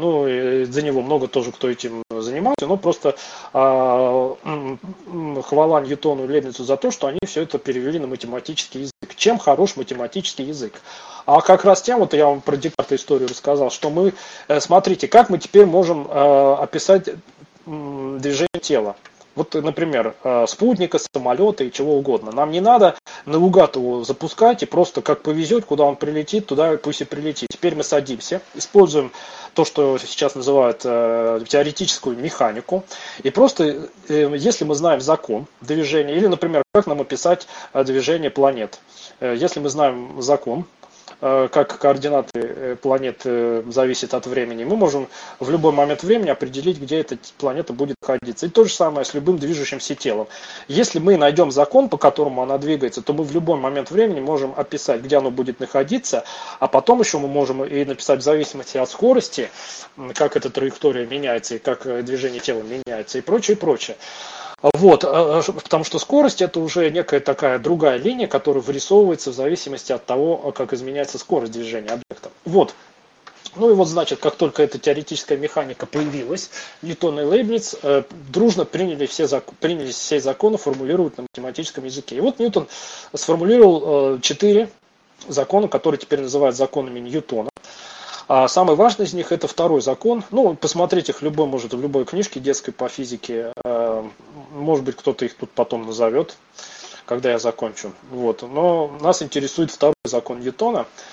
за него много тоже кто этим занимался, но просто хвала Ньютону и Лейбницу за то, что они все это перевели на математический язык. Чем хорош математический язык? А как раз тем, вот я вам про Декарта историю рассказал, что мы, смотрите, как мы теперь можем описать движение тела. Вот, например, спутника, самолета и чего угодно. Нам не надо наугад его запускать и просто как повезет, куда он прилетит, туда пусть и прилетит. Теперь мы садимся, используем то, что сейчас называют теоретическую механику. И просто, если мы знаем закон движения, или, например, как нам описать движение планет. Если мы знаем закон, как координаты планет зависят от времени, мы можем в любой момент времени определить, где эта планета будет находиться. И то же самое с любым движущимся телом. Если мы найдем закон, по которому она двигается, то мы в любой момент времени можем описать, где оно будет находиться, а потом еще мы можем и написать в зависимости от скорости, как эта траектория меняется, и как движение тела меняется, и прочее, прочее. Вот, потому что скорость — это уже некая такая другая линия, которая вырисовывается в зависимости от того, как изменяется скорость движения объекта. Вот. Значит, как только эта теоретическая механика появилась, Ньютон и Лейбниц дружно принялись все законы формулировать на математическом языке. И вот Ньютон сформулировал 4 закона, которые теперь называют законами Ньютона. А самый важный из них — это второй закон. Посмотреть их может в любой книжке детской по физике. Может быть, кто-то их тут потом назовет, когда я закончу. Вот. Но нас интересует второй закон Ньютона.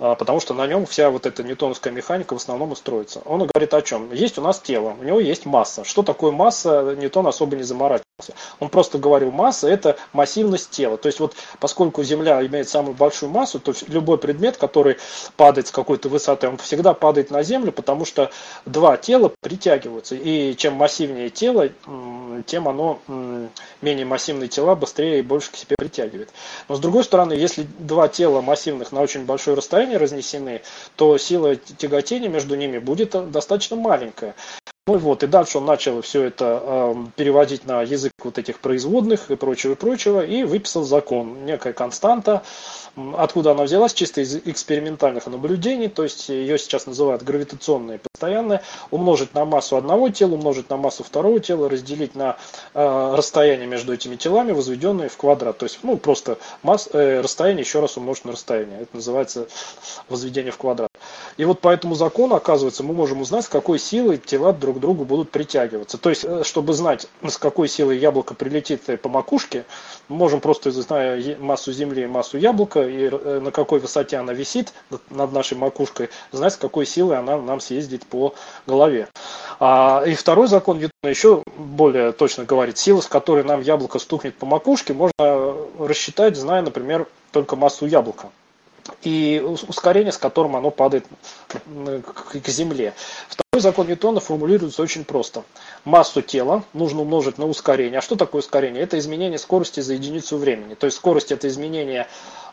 потому что на нем вся вот эта ньютоновская механика в основном и строится. Он говорит о чем? Есть у нас тело, у него есть масса. Что такое масса, Ньютон особо не заморачивался. Он просто говорил, масса – это массивность тела. То есть вот поскольку Земля имеет самую большую массу, то любой предмет, который падает с какой-то высоты, он всегда падает на Землю, потому что два тела притягиваются. И чем массивнее тело, тем оно менее массивные тела быстрее и больше к себе притягивает. Но с другой стороны, если два тела массивных на очень большое расстояние разнесены, то сила тяготения между ними будет достаточно маленькая. Ну и вот, и дальше он начал все это переводить на язык вот этих производных и прочего, и выписал закон, некая константа. Откуда она взялась? Чисто из экспериментальных наблюдений, то есть ее сейчас называют гравитационное постоянное, умножить на массу одного тела, умножить на массу второго тела, разделить на расстояние между этими телами, возведенное в квадрат. То есть, ну, просто расстояние еще раз умножить на расстояние. Это называется возведение в квадрат. И вот по этому закону, оказывается, мы можем узнать, с какой силой тела друг к другу будут притягиваться. То есть, чтобы знать, с какой силой яблоко прилетит по макушке, мы можем просто, зная массу Земли и массу яблока, и на какой высоте она висит над нашей макушкой, знать, с какой силой она нам съездит по голове. И второй закон Ньютона еще более точно говорит, сила, с которой нам яблоко стукнет по макушке, можно рассчитать, зная, например, только массу яблока и ускорение, с которым оно падает к земле. Второй закон Ньютона формулируется очень просто. Массу тела нужно умножить на ускорение. А что такое ускорение? Это изменение скорости за единицу времени. То есть скорость это изменение,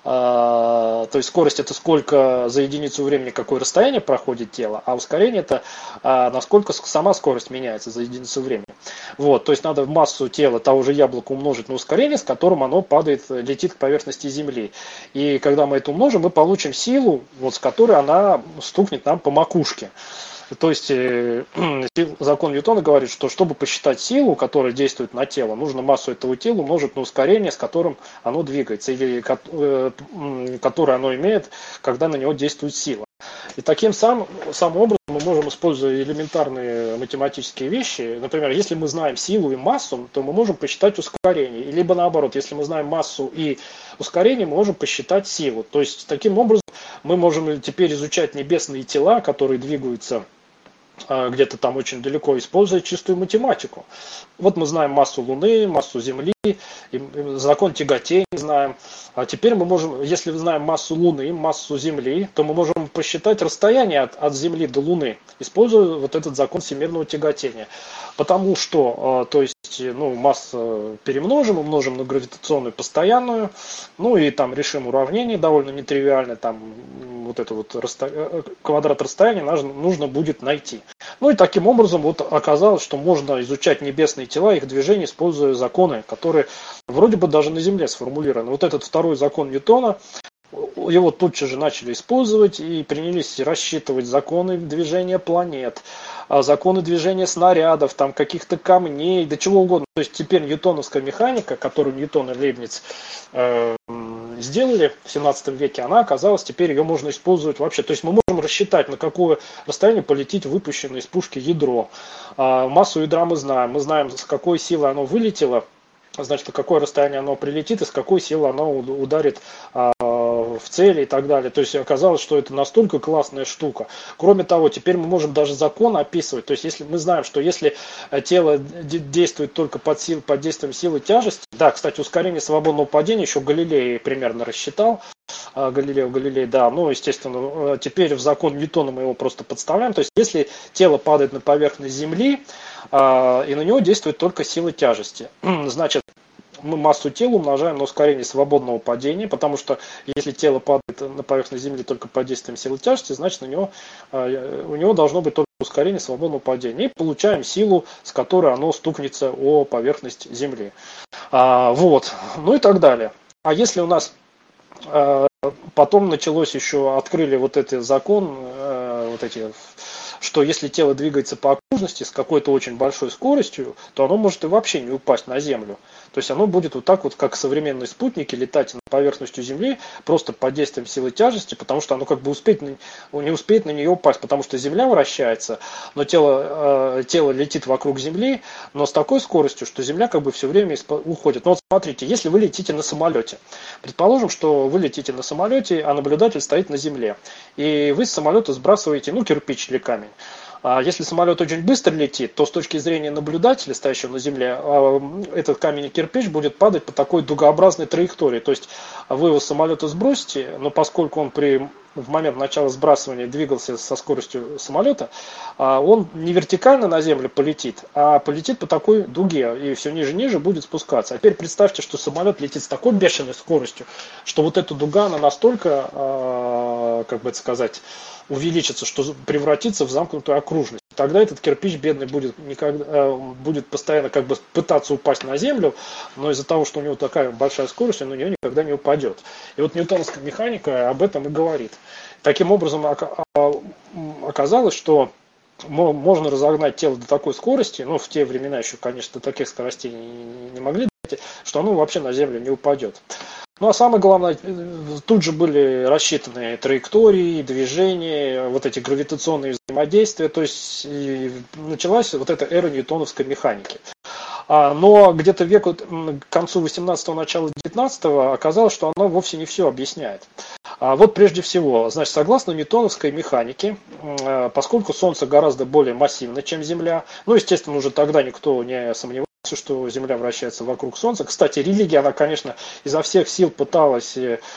то есть скорость это сколько за единицу времени какое расстояние проходит тело, а ускорение это насколько сама скорость меняется за единицу времени. Вот, то есть надо массу тела того же яблока умножить на ускорение, с которым оно падает, летит к поверхности Земли. И когда мы это умножим, мы получим силу, вот, с которой она стукнет нам по макушке. То есть закон Ньютона говорит, что чтобы посчитать силу, которая действует на тело, нужно массу этого тела умножить на ускорение, с которым оно двигается, или которое оно имеет, когда на него действует сила. И таким самым образом мы можем, используя элементарные математические вещи, например, если мы знаем силу и массу, то мы можем посчитать ускорение. Либо наоборот, если мы знаем массу и ускорение, мы можем посчитать силу. То есть таким образом мы можем теперь изучать небесные тела, которые двигаются где-то там очень далеко, используя чистую математику. Вот мы знаем массу Луны, массу Земли, закон тяготения знаем. А теперь мы можем, если знаем массу Луны, массу Земли, то мы можем посчитать расстояние от Земли до Луны, используя вот этот закон всемирного тяготения. Потому что, то есть, ну, массу перемножим, умножим на гравитационную постоянную, ну и там решим уравнение довольно нетривиальное, там вот это вот квадрат расстояния нужно будет найти. Ну и таким образом вот оказалось, что можно изучать небесные тела, их движение, используя законы, которые вроде бы даже на Земле сформулированы. Вот этот второй закон Ньютона, его тотчас же начали использовать и принялись рассчитывать законы движения планет, законы движения снарядов, там каких-то камней, да чего угодно. То есть теперь ньютоновская механика, которую Ньютон и Лейбниц сделали в 17 веке, она оказалась, теперь ее можно использовать вообще. То есть мы можем рассчитать, на какое расстояние полетит выпущенное из пушки ядро. Массу ядра мы знаем, с какой силой оно вылетело, значит, на какое расстояние оно прилетит и с какой силой оно ударит в цели и так далее. То есть оказалось, что это настолько классная штука. Кроме того, теперь мы можем даже закон описывать. То есть если мы знаем, что если тело действует только под действием силы тяжести, да, кстати, ускорение свободного падения еще Галилей примерно рассчитал. Галилей, да, ну, естественно, теперь в закон Ньютона мы его просто подставляем. То есть если тело падает на поверхность Земли, и на него действует только сила тяжести, значит, мы массу тела умножаем на ускорение свободного падения, потому что если тело падает на поверхность Земли только под действием силы тяжести, значит у него должно быть только ускорение свободного падения. И получаем силу, с которой оно стукнется о поверхность Земли. Вот, ну и так далее. А если у нас потом началось еще, открыли вот этот закон, что если тело двигается по окружности с какой-то очень большой скоростью, то оно может и вообще не упасть на Землю. То есть оно будет вот так вот, как современные спутники, летать над поверхностью Земли просто под действием силы тяжести, потому что оно как бы не успеет на нее упасть, потому что Земля вращается, но тело летит вокруг Земли, но с такой скоростью, что Земля как бы все время уходит. Ну вот смотрите, если вы летите на самолете, предположим, что вы летите на самолете, а наблюдатель стоит на Земле, и вы с самолета сбрасываете, кирпич или камень. А если самолет очень быстро летит, то с точки зрения наблюдателя, стоящего на земле, этот камень и кирпич будет падать по такой дугообразной траектории. То есть вы его с самолета сбросите, но поскольку он в момент начала сбрасывания двигался со скоростью самолета, он не вертикально на землю полетит, а полетит по такой дуге и все ниже и ниже будет спускаться. А теперь представьте, что самолет летит с такой бешеной скоростью, что вот эта дуга, она настолько, как бы это сказать, увеличится, что превратится в замкнутую окружность. Тогда этот кирпич бедный будет постоянно как бы пытаться упасть на землю, но из-за того, что у него такая большая скорость, он на нее никогда не упадет. И вот ньютоновская механика об этом и говорит. Таким образом, оказалось, что можно разогнать тело до такой скорости, в те времена еще, конечно, до таких скоростей не могли дойти, что оно вообще на землю не упадет. А самое главное, тут же были рассчитаны траектории, движения, вот эти гравитационные взаимодействия, то есть началась вот эта эра ньютоновской механики. Но где-то к концу 18-го, началу 19-го оказалось, что она вовсе не все объясняет. Вот прежде всего, значит, согласно ньютоновской механике, поскольку Солнце гораздо более массивно, чем Земля, естественно, уже тогда никто не сомневался, что Земля вращается вокруг Солнца. Кстати, религия, она, конечно, изо всех сил пыталась,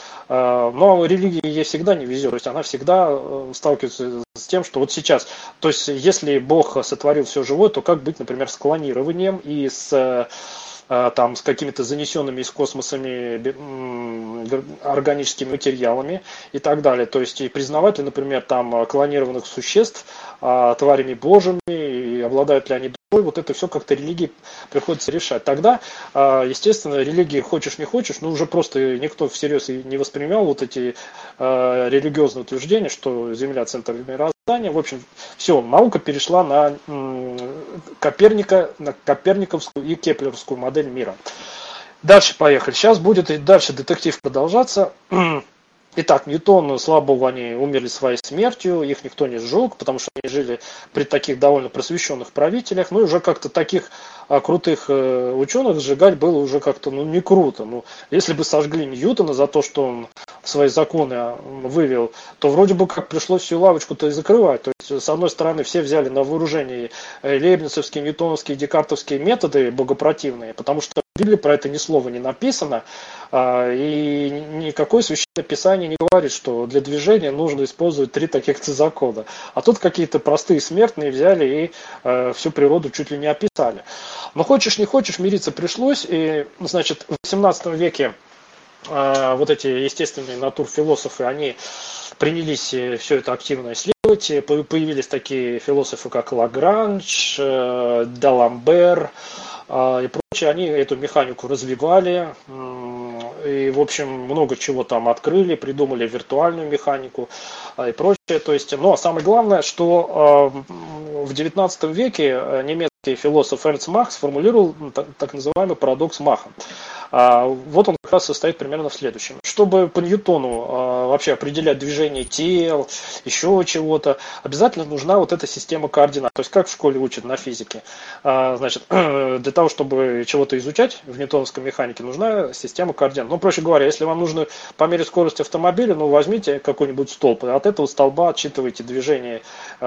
но религии ей всегда не везет. То есть она всегда сталкивается с тем, что вот сейчас, то есть если Бог сотворил все живое, то как быть, например, с клонированием и с какими-то занесенными из космосами органическими материалами и так далее. То есть и признавать ли, например, клонированных существ тварями божьими, и обладают ли они душой, вот это все как-то религии приходится решать. Тогда, естественно, религии хочешь не хочешь, уже просто никто всерьез не воспринимал вот эти религиозные утверждения, что Земля центр мироздания. В общем, все, наука перешла на коперниковскую и кеплеровскую модель мира. Дальше поехали. Сейчас будет дальше детектив продолжаться. Итак, Ньютон, слава богу, они умерли своей смертью, их никто не сжег, потому что они жили при таких довольно просвещенных правителях. И уже как-то таких крутых ученых сжигать было уже как-то не круто. Если бы сожгли Ньютона за то, что он свои законы вывел, то вроде бы как пришлось всю лавочку-то и закрывать. То есть, с одной стороны, все взяли на вооружение лейбницевские, ньютоновские, декартовские методы богопротивные, потому что в Библии про это ни слова не написано, и никакое священное писание не говорит, что для движения нужно использовать 3 таких-то закона. А тут какие-то простые смертные взяли и всю природу чуть ли не описали. Но хочешь не хочешь, мириться пришлось, и, значит, в 18 веке вот эти естественные натурфилософы, они принялись все это активно исследовать. Появились такие философы, как Лагранж, Даламбер и прочие. Они эту механику развивали и, в общем, много чего там открыли, придумали виртуальную механику и прочее. То есть, но самое главное, что в 19 веке немецкий философ Эрнст Мах сформулировал так называемый парадокс Маха. Вот он как раз состоит примерно в следующем. Чтобы по Ньютону вообще определять движение тел, еще чего-то, обязательно нужна вот эта система координат. То есть как в школе учат на физике. Значит, для того, чтобы чего-то изучать в ньютоновской механике, нужна система координат. Проще говоря, если вам нужно померить скорость автомобиля, возьмите какой-нибудь столб, и от этого столба отсчитывайте движение,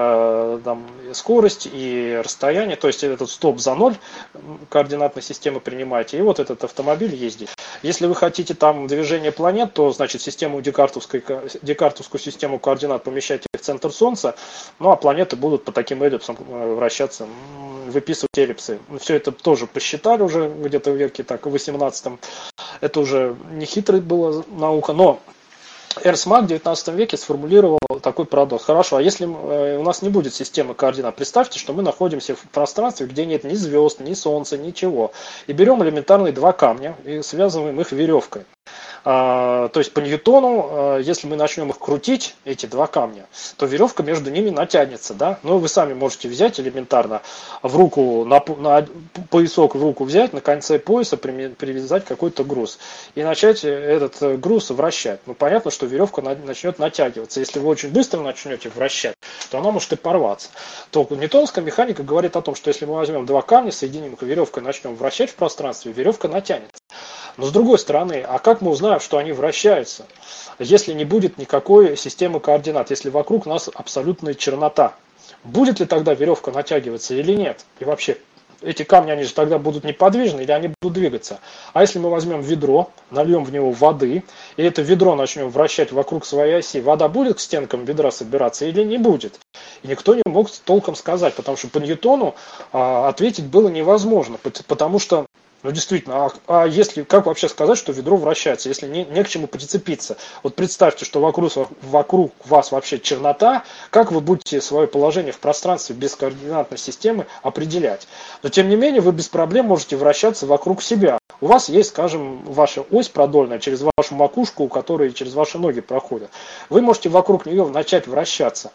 скорость и расстояние. То есть этот столб за 0 координатной системы принимаете, и вот этот автомобиль ездит. Если вы хотите движение планет, то, значит, декартовскую систему координат помещайте в центр Солнца, а планеты будут по таким эллипсам вращаться, выписывать эллипсы. Все это тоже посчитали уже где-то в веке в 18-м. Это уже не хитрая была наука, но Эрнст Мах в 19 веке сформулировал такой парадокс. Хорошо, а если у нас не будет системы координат, представьте, что мы находимся в пространстве, где нет ни звезд, ни солнца, ничего. И берем элементарные 2 камня и связываем их веревкой. То есть по Ньютону, если мы начнем их крутить, эти два камня, то веревка между ними натянется, да? Ну, вы сами можете взять элементарно в руку, на поясок в руку взять, на конце пояса привязать какой-то груз и начать этот груз вращать. Ну, понятно, что веревка начнет натягиваться. Если вы очень быстро начнете вращать, то она может и порваться. То ньютоновская механика говорит о том, что если мы возьмем два камня, соединим их веревкой и начнем вращать в пространстве, веревка натянется. Но с другой стороны, а как мы узнаем, что они вращаются, если не будет никакой системы координат, если вокруг нас абсолютная чернота? Будет ли тогда веревка натягиваться или нет? И вообще, эти камни, они же тогда будут неподвижны или они будут двигаться? А если мы возьмем ведро, нальем в него воды, и это ведро начнем вращать вокруг своей оси, вода будет к стенкам ведра собираться или не будет? И никто не мог толком сказать, потому что по Ньютону ответить было невозможно, потому что, ну действительно, а если, как вообще сказать, что ведро вращается, если не к чему прицепиться? Вот представьте, что вокруг вас вообще чернота, как вы будете свое положение в пространстве без координатной системы определять? Но тем не менее вы без проблем можете вращаться вокруг себя. У вас есть, скажем, ваша ось продольная через вашу макушку, у которой через ваши ноги проходят. Вы можете вокруг нее начать вращаться.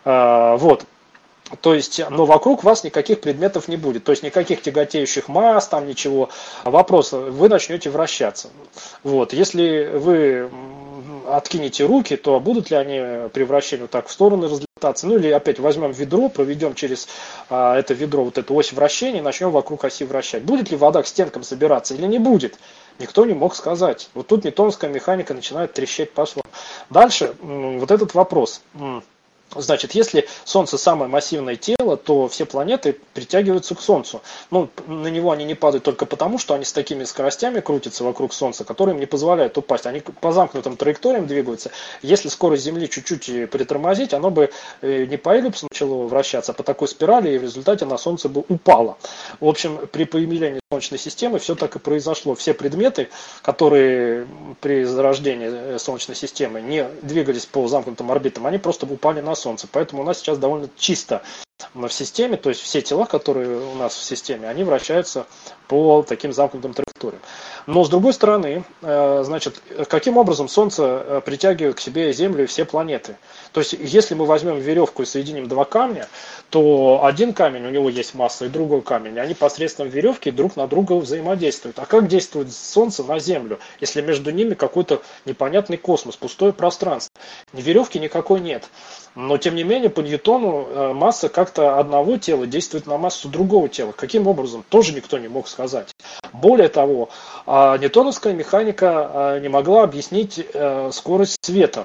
Вот. То есть, но вокруг вас никаких предметов не будет, то есть никаких тяготеющих масс, там ничего. Вопрос, вы начнете вращаться. Вот. Если вы откинете руки, то будут ли они при вращении вот так в стороны разлетаться? Ну или опять возьмем ведро, проведем через это ведро вот эту ось вращения и начнем вокруг оси вращать. Будет ли вода к стенкам собираться или не будет? Никто не мог сказать. Вот тут ньютоновская механика начинает трещать по швам. Дальше вот этот вопрос. Значит, если Солнце самое массивное тело, то все планеты притягиваются к Солнцу. Ну, на него они не падают только потому, что они с такими скоростями крутятся вокруг Солнца, которые им не позволяют упасть. Они по замкнутым траекториям двигаются. Если скорость Земли чуть-чуть притормозить, оно бы не по эллипсу начало вращаться, а по такой спирали, и в результате на Солнце бы упало. В общем, при появлении Солнечной системы все так и произошло. Все предметы, которые при зарождении Солнечной системы не двигались по замкнутым орбитам, они просто упали на Солнце. Поэтому у нас сейчас довольно чисто в системе, то есть все тела, которые у нас в системе, они вращаются по таким замкнутым траекториям. Но с другой стороны, значит, каким образом Солнце притягивает к себе Землю и все планеты? То есть, если мы возьмем веревку и соединим два камня, то один камень, у него есть масса, и другой камень, они посредством веревки друг на друга взаимодействуют. А как действует Солнце на Землю, если между ними какой-то непонятный космос, пустое пространство? Ни веревки никакой нет. Но, тем не менее, по Ньютону масса как-то одного тела действует на массу другого тела. Каким образом? Тоже никто не мог сказать. Более того, ньютоновская механика не могла объяснить скорость света.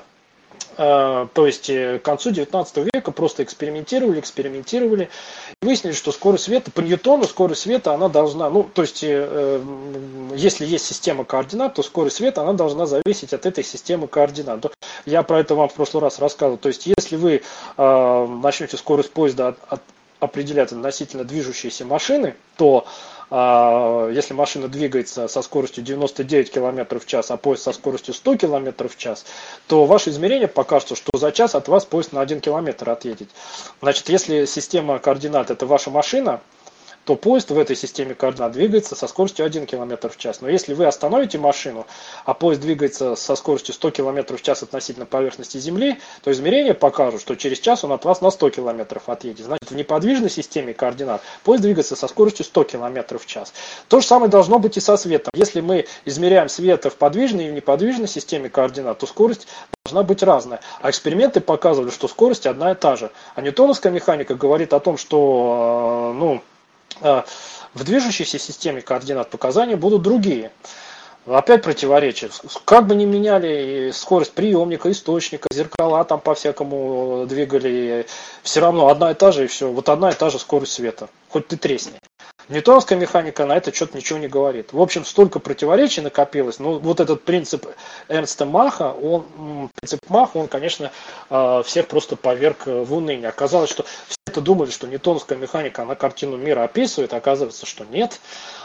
То есть к концу 19 века просто экспериментировали, и выяснили, что скорость света, по Ньютону скорость света, она должна, ну, то есть, если есть система координат, то скорость света, она должна зависеть от этой системы координат. Я про это вам в прошлый раз рассказывал. То есть, если вы начнете скорость поезда определять относительно движущейся машины, то если машина двигается со скоростью 99 км в час, а поезд со скоростью 100 км в час, то ваше измерение покажет, что за час от вас поезд на 1 км отъедет. Значит, если система координат это ваша машина, то поезд в этой системе координат двигается со скоростью 1 км в час. Но если вы остановите машину, а поезд двигается со скоростью 100 км в час относительно поверхности Земли, то измерения покажут, что через час он от вас на 100 км отъедет. Значит, в неподвижной системе координат поезд двигается со скоростью 100 км в час. То же самое должно быть и со светом. Если мы измеряем свет в подвижной и в неподвижной системе координат, то скорость должна быть разная. А эксперименты показывали, что скорость одна и та же. А ньютоновская механика говорит о том, что в движущейся системе координат показания будут другие. Опять противоречие. Как бы ни меняли скорость приемника, источника, зеркала там по-всякому двигали, все равно одна и та же, и все. Вот одна и та же скорость света. Хоть ты тресни. Ньютоновская механика на это что-то ничего не говорит. В общем, столько противоречий накопилось. Но вот этот принцип Эрнста Маха, он, конечно, всех просто поверг в уныние. Оказалось, что все это думали, что ньютоновская механика, она картину мира описывает, оказывается, что нет.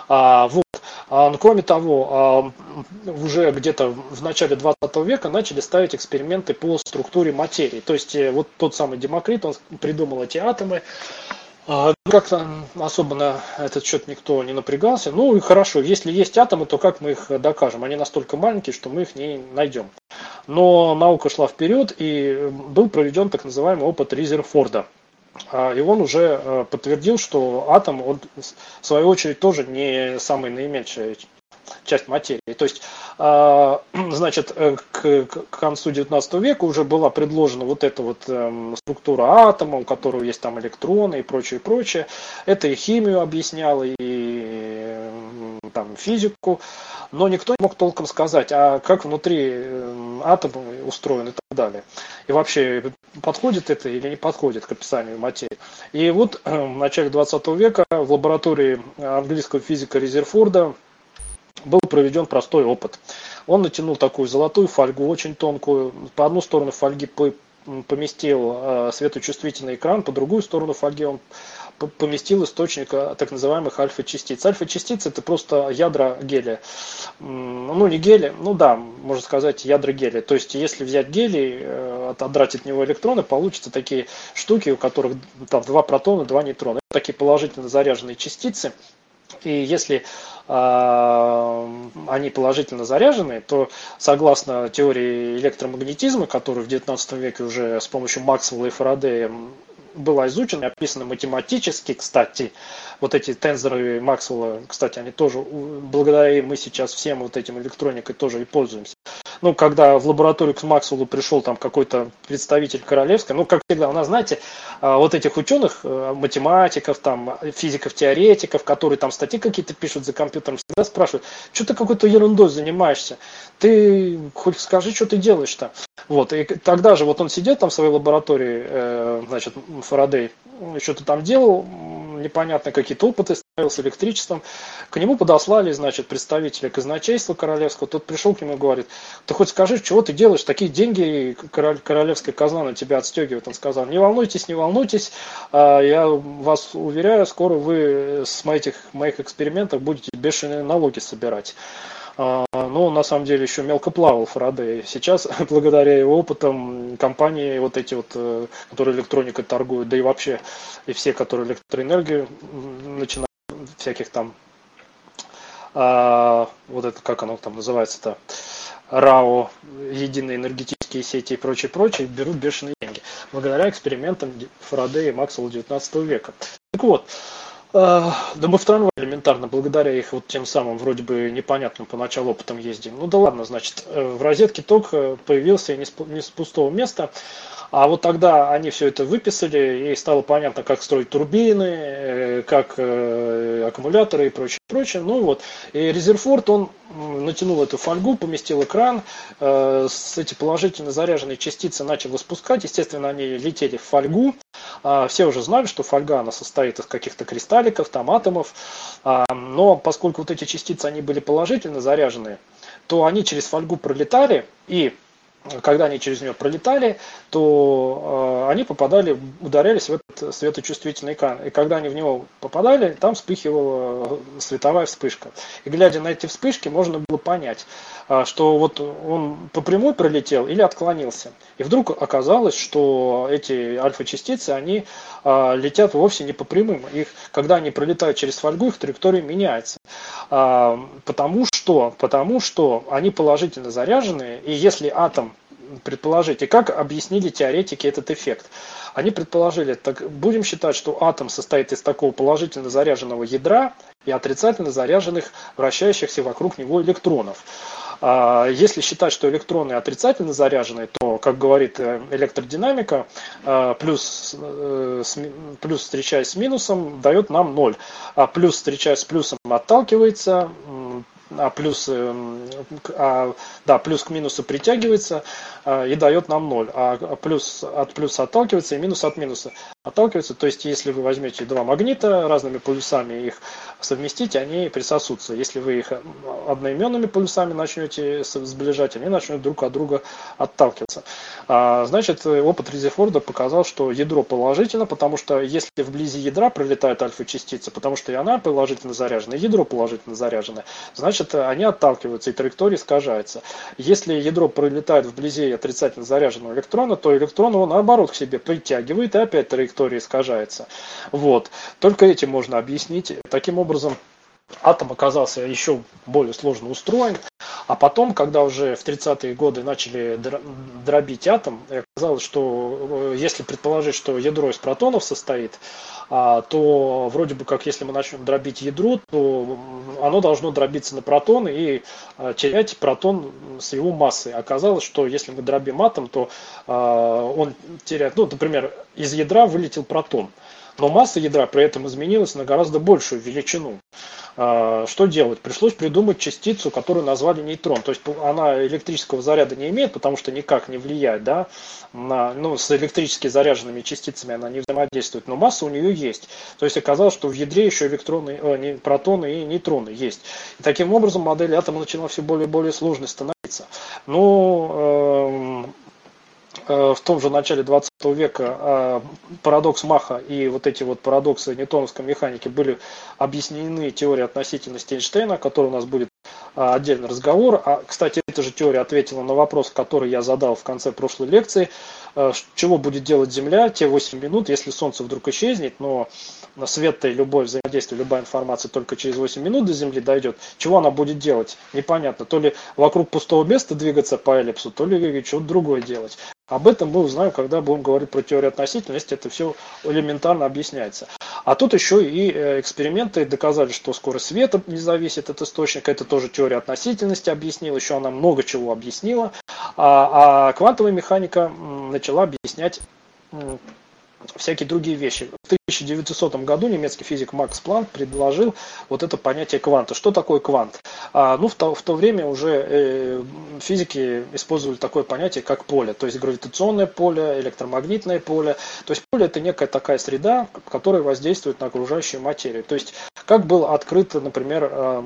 Но кроме того, уже где-то в начале 20 века начали ставить эксперименты по структуре материи. То есть вот тот самый Демокрит, он придумал эти атомы, Как-то особо на этот счет никто не напрягался. Ну и хорошо, если есть атомы, то как мы их докажем? Они настолько маленькие, что мы их не найдем. Но наука шла вперед, и был проведен так называемый опыт Резерфорда. И он уже подтвердил, что атом, он, в свою очередь, тоже не самая наименьшая часть материи. То есть, значит, к концу 19 века уже была предложена вот эта вот структура атома, у которого есть там электроны и прочее, прочее. Это и химию объясняло, и там физику, но никто не мог толком сказать, а как внутри атома устроен и так далее. И вообще, подходит это или не подходит к описанию материи. И вот в начале 20 века в лаборатории английского физика Резерфорда был проведен простой опыт. Он натянул такую золотую фольгу, очень тонкую. По одну сторону фольги поместил светочувствительный экран, по другую сторону фольги он поместил источник так называемых альфа-частиц. Альфа-частицы — это просто ядра гелия. Ну, не гелия, ну да, можно сказать, ядра гелия. То есть, если взять гелий, отодрать от него электроны, получатся такие штуки, у которых там 2 протона, 2 нейтрона. Это такие положительно заряженные частицы. И если они положительно заряжены, то согласно теории электромагнетизма, которая в 19 веке уже с помощью Максвелла и Фарадея была изучена и описана математически, кстати, вот эти тензоры Максвелла, кстати, они тоже, благодаря им мы сейчас всем вот этим электроникой тоже и пользуемся. Ну, когда в лабораторию к Максвеллу пришел там какой-то представитель Королевской, ну, как всегда, у нас, знаете, вот этих ученых, математиков, там, физиков-теоретиков, которые там статьи какие-то пишут за компьютером, всегда спрашивают, что ты какой-то ерундой занимаешься? Ты хоть скажи, что ты делаешь-то? Вот, и тогда же вот он сидел там в своей лаборатории, значит, Фарадей, что-то там делал, непонятно, какие-то опыты ставил с электричеством. К нему подослали, значит, представителя казначейства королевского. Тот пришел к нему и говорит, ты хоть скажи, чего ты делаешь, такие деньги королевская казна на тебя отстегивает. Он сказал, не волнуйтесь, не волнуйтесь, я вас уверяю, скоро вы с моих экспериментов будете бешеные налоги собирать. Но на самом деле еще мелко плавал Фарадей. Сейчас, благодаря его опытам, компании вот эти вот, которые электроникой торгуют, да и вообще и все, которые электроэнергию начинают, всяких там, вот это, как оно там называется-то, РАО, единые энергетические сети и прочее, прочее, берут бешеные деньги. Благодаря экспериментам Фарадея и Максвелла 19 века. Так вот, да мы в трамвае элементарно, благодаря их вот тем самым вроде бы непонятным поначалу опытом ездим. Ну да ладно, значит, в розетке ток появился не с пустого места. А вот тогда они все это выписали, и стало понятно, как строить турбины, как аккумуляторы и прочее, прочее. Ну вот, и Резерфорд, он натянул эту фольгу, поместил экран, эти положительно заряженные частицы начал испускать. Естественно, они летели в фольгу. Все уже знали, что фольга, она состоит из каких-то кристалликов, там атомов. Но поскольку вот эти частицы, они были положительно заряженные, то они через фольгу пролетали, и когда они через нее пролетали, то они ударялись в этот светочувствительный экран. И когда они в него попадали, там вспыхивала световая вспышка. И глядя на эти вспышки, можно было понять, что вот он по прямой пролетел или отклонился. И вдруг оказалось, что эти альфа-частицы, они летят вовсе не по прямым. Когда они пролетают через фольгу, их траектория меняется. Потому что они положительно заряжены, и если атом предположить, и как объяснили теоретики этот эффект? Они предположили, так будем считать, что атом состоит из такого положительно заряженного ядра и отрицательно заряженных, вращающихся вокруг него электронов. Если считать, что электроны отрицательно заряжены, то, как говорит электродинамика, плюс встречаясь с минусом, дает нам 0. А плюс, встречаясь с плюсом, отталкивается, плюс к минусу притягивается и дает нам 0. А плюс от плюса отталкивается и минус от минуса отталкивается. То есть, если вы возьмете два магнита разными полюсами, их совместите, они присосутся. Если вы их одноименными полюсами начнете сближать, они начнут друг от друга отталкиваться. Значит, опыт Резерфорда показал, что ядро положительно, потому что если вблизи ядра пролетает альфа-частица, потому что и она положительно заряжена, и ядро положительно заряжено, значит, значит, они отталкиваются, и траектория искажается. Если ядро пролетает вблизи отрицательно заряженного электрона, то электрон его наоборот к себе притягивает, и опять траектория искажается. Вот. Только этим можно объяснить. Таким образом, атом оказался еще более сложно устроен, а потом, когда уже в 30-е годы начали дробить атом, оказалось, что если предположить, что ядро из протонов состоит, то вроде бы как если мы начнем дробить ядро, то оно должно дробиться на протоны и терять протон с его массой. Оказалось, что если мы дробим атом, то он теряет, например, из ядра вылетел протон, но масса ядра при этом изменилась на гораздо большую величину. Что делать? Пришлось придумать частицу, которую назвали нейтрон. То есть она электрического заряда не имеет, потому что никак не влияет, да, с электрически заряженными частицами она не взаимодействует, но масса у нее есть. То есть оказалось, что в ядре еще протоны и нейтроны есть. И таким образом модель атома начала все более и более сложной становиться. В том же начале 20 века парадокс Маха и вот эти вот парадоксы ньютоновской механики были объяснены теорией относительности Эйнштейна, о которой у нас будет отдельный разговор. Кстати, эта же теория ответила на вопрос, который я задал в конце прошлой лекции. Чего будет делать Земля те 8 минут, если Солнце вдруг исчезнет, но свет и любое взаимодействие, любая информация только через 8 минут до Земли дойдет. Чего она будет делать? Непонятно. То ли вокруг пустого места двигаться по эллипсу, то ли что-то другое делать. Об этом мы узнаем, когда будем говорить про теорию относительности. Это все элементарно объясняется. А тут еще и эксперименты доказали, что скорость света не зависит от источника. Это тоже теория относительности объяснила. Еще она много чего объяснила. А квантовая механика начала объяснять всякие другие вещи. В 1900 году немецкий физик Макс Планк предложил вот это понятие кванта. Что такое квант? В то время уже физики использовали такое понятие, как поле. То есть гравитационное поле, электромагнитное поле. То есть поле — это некая такая среда, которая воздействует на окружающую материю. То есть как было открыто, например,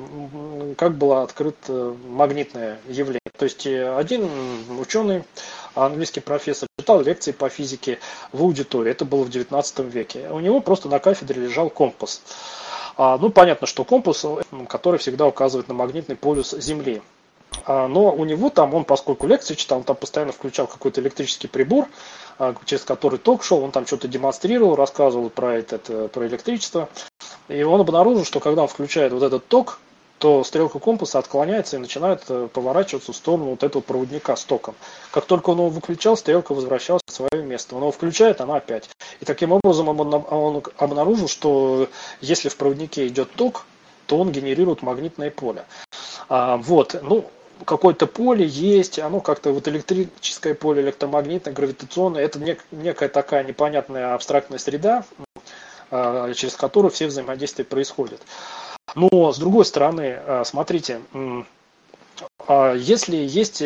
магнитное явление. То есть один ученый, английский профессор, читал лекции по физике в аудитории. Это было в 19 веке. У него просто на кафедре лежал компас. Понятно, что компас, который всегда указывает на магнитный полюс Земли. Но у него там, он поскольку лекции читал, он там постоянно включал какой-то электрический прибор, через который ток шел, он там что-то демонстрировал, рассказывал про электричество. И он обнаружил, что когда он включает вот этот ток, то стрелка компаса отклоняется и начинает поворачиваться в сторону вот этого проводника с током. Как только он его выключал, стрелка возвращалась в свое место. Он его включает, она опять. И таким образом он обнаружил, что если в проводнике идет ток, то он генерирует магнитное поле. Какое-то поле есть, оно как-то вот электрическое поле, электромагнитное, гравитационное. Это некая такая непонятная абстрактная среда, через которую все взаимодействия происходят. Но, с другой стороны, смотрите, если есть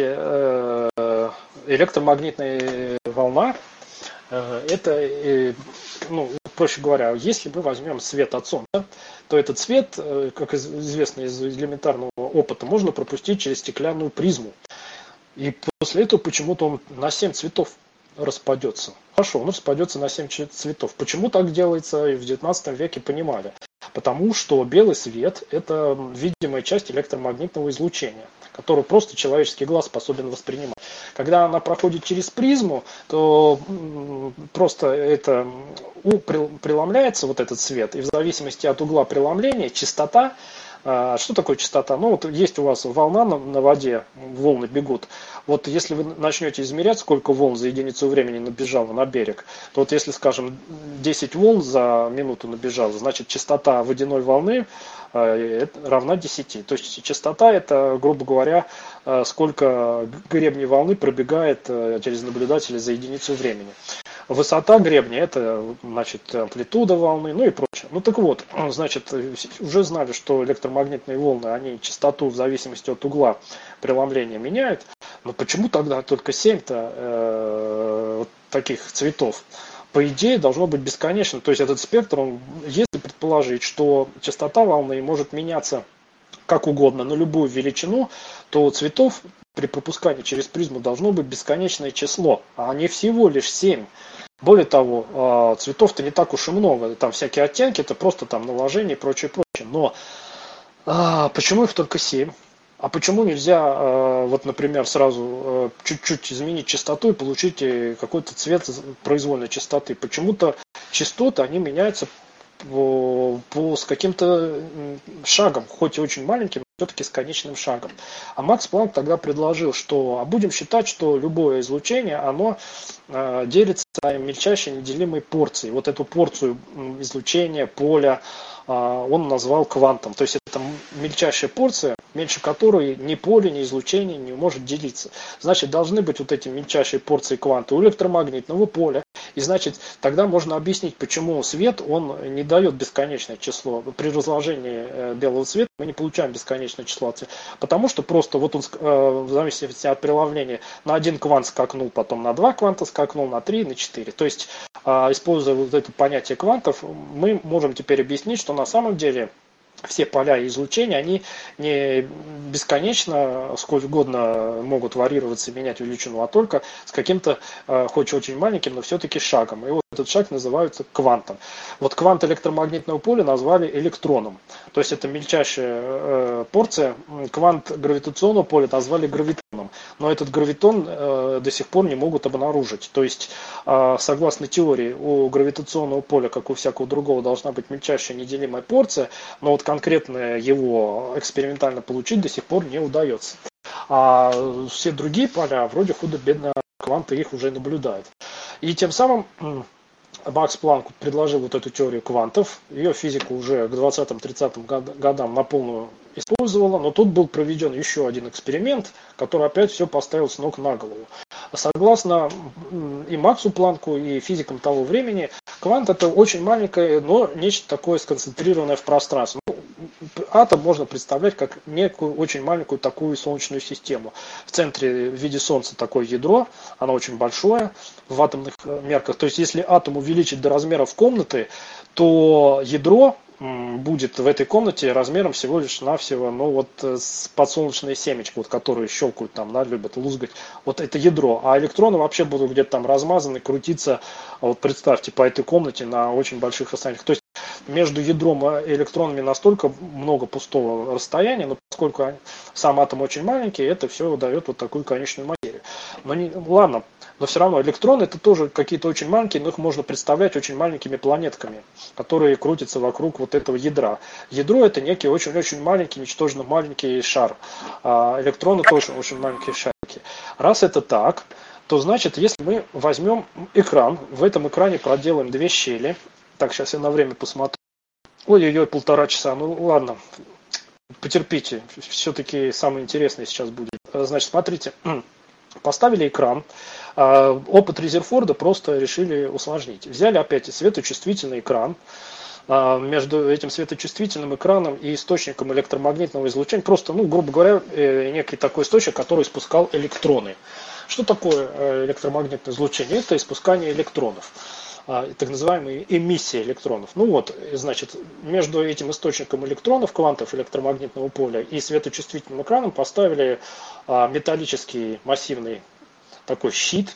электромагнитная волна, это, проще говоря, если мы возьмем свет от Солнца, то этот свет, как известно из элементарного опыта, можно пропустить через стеклянную призму. И после этого почему-то он на 7 цветов распадется. Хорошо, он распадется на 7 цветов. Почему так делается, и в 19 веке понимали. Потому что белый свет – это видимая часть электромагнитного излучения, которую просто человеческий глаз способен воспринимать. Когда она проходит через призму, то просто это преломляется, вот этот свет, и в зависимости от угла преломления частота. Что такое частота? Есть у вас волна на воде, волны бегут. Вот если вы начнете измерять, сколько волн за единицу времени набежало на берег, то вот если, скажем, 10 волн за минуту набежало, значит частота водяной волны равна 10. То есть частота — это, грубо говоря, сколько гребней волны пробегает через наблюдателя за единицу времени. Высота гребня — это, значит, амплитуда волны, и прочее. Так вот, значит, уже знали, что электромагнитные волны, они частоту в зависимости от угла преломления меняют. Но почему тогда только 7-то таких цветов? По идее, должно быть бесконечно. То есть этот спектр, если предположить, что частота волны может меняться как угодно на любую величину, то цветов при пропускании через призму должно быть бесконечное число, а не всего лишь 7. Более того, цветов-то не так уж и много. Там всякие оттенки, это просто там наложение и прочее, прочее. Но Почему их только 7? А почему нельзя, вот, например, сразу чуть-чуть изменить частоту и получить какой-то цвет произвольной частоты? Почему-то частоты, они меняются с каким-то шагом, хоть и очень маленьким, но все-таки с конечным шагом. А Макс Планк тогда предложил, что будем считать, что любое излучение, оно делится на мельчайшие неделимые порции. Вот эту порцию излучения, поля, он назвал квантом. То есть это мельчайшая порция, меньше которой ни поле, ни излучение не может делиться. Значит, должны быть вот эти мельчайшие порции кванта у электромагнитного поля. И значит, тогда можно объяснить, почему свет, он не дает бесконечное число. При разложении белого цвета мы не получаем бесконечное число. Потому что просто вот он, в зависимости от преломления, на один квант скакнул, потом на 2 кванта скакнул, на 3, на 4. То есть, используя вот это понятие квантов, мы можем теперь объяснить, что на самом деле все поля и излучения, они не бесконечно, сколь угодно могут варьироваться и менять величину, а только с каким-то, хоть очень маленьким, но все-таки шагом. И вот этот шаг называется квантом. Вот квант электромагнитного поля назвали электроном. То есть это мельчайшая порция. Квант гравитационного поля назвали гравитоном. Но этот гравитон до сих пор не могут обнаружить. То есть, согласно теории, у гравитационного поля, как у всякого другого, должна быть мельчайшая неделимая порция, но вот конкретно его экспериментально получить до сих пор не удается. А все другие поля вроде худо-бедно кванты их уже наблюдают. И тем самым Макс Планк предложил вот эту теорию квантов. Ее физика уже к 20-30 годам на полную использовала, но тут был проведен еще один эксперимент, который опять все поставил с ног на голову. Согласно и Максу Планку, и физикам того времени, квант это очень маленькое, но нечто такое сконцентрированное в пространстве. Атом можно представлять как некую очень маленькую такую солнечную систему. В центре в виде Солнца такое ядро, оно очень большое в атомных мерках. То есть если атом увеличить до размеров комнаты, то ядро будет в этой комнате размером всего лишь навсего, ну вот подсолнечное семечко, вот, которые щелкают там, да, любят лузгать, вот это ядро, а электроны вообще будут где-то там размазаны, крутиться, вот представьте, по этой комнате на очень больших расстояниях. То есть между ядром и электронами настолько много пустого расстояния, но поскольку сам атом очень маленький, это все дает вот такую конечную материю. Но ладно, но все равно электроны это тоже какие-то очень маленькие, но их можно представлять очень маленькими планетками, которые крутятся вокруг вот этого ядра. Ядро это некий очень-очень маленький, ничтожно маленький шар. А электроны тоже очень маленькие шарики. Раз это так, то значит, если мы возьмем экран, в этом экране проделаем 2 щели. Так, сейчас я на время посмотрю. Ой-ой-ой, 1,5 часа. Ну ладно, потерпите. Все-таки самое интересное сейчас будет. Значит, смотрите. Поставили экран. Опыт Резерфорда просто решили усложнить. Взяли опять светочувствительный экран. Между этим светочувствительным экраном и источником электромагнитного излучения, просто, ну, грубо говоря, некий такой источник, который испускал электроны. Что такое электромагнитное излучение? Это испускание электронов. Так называемая эмиссия электронов. Ну вот, значит, между этим источником электронов, квантов электромагнитного поля и светочувствительным экраном поставили металлический массивный такой щит,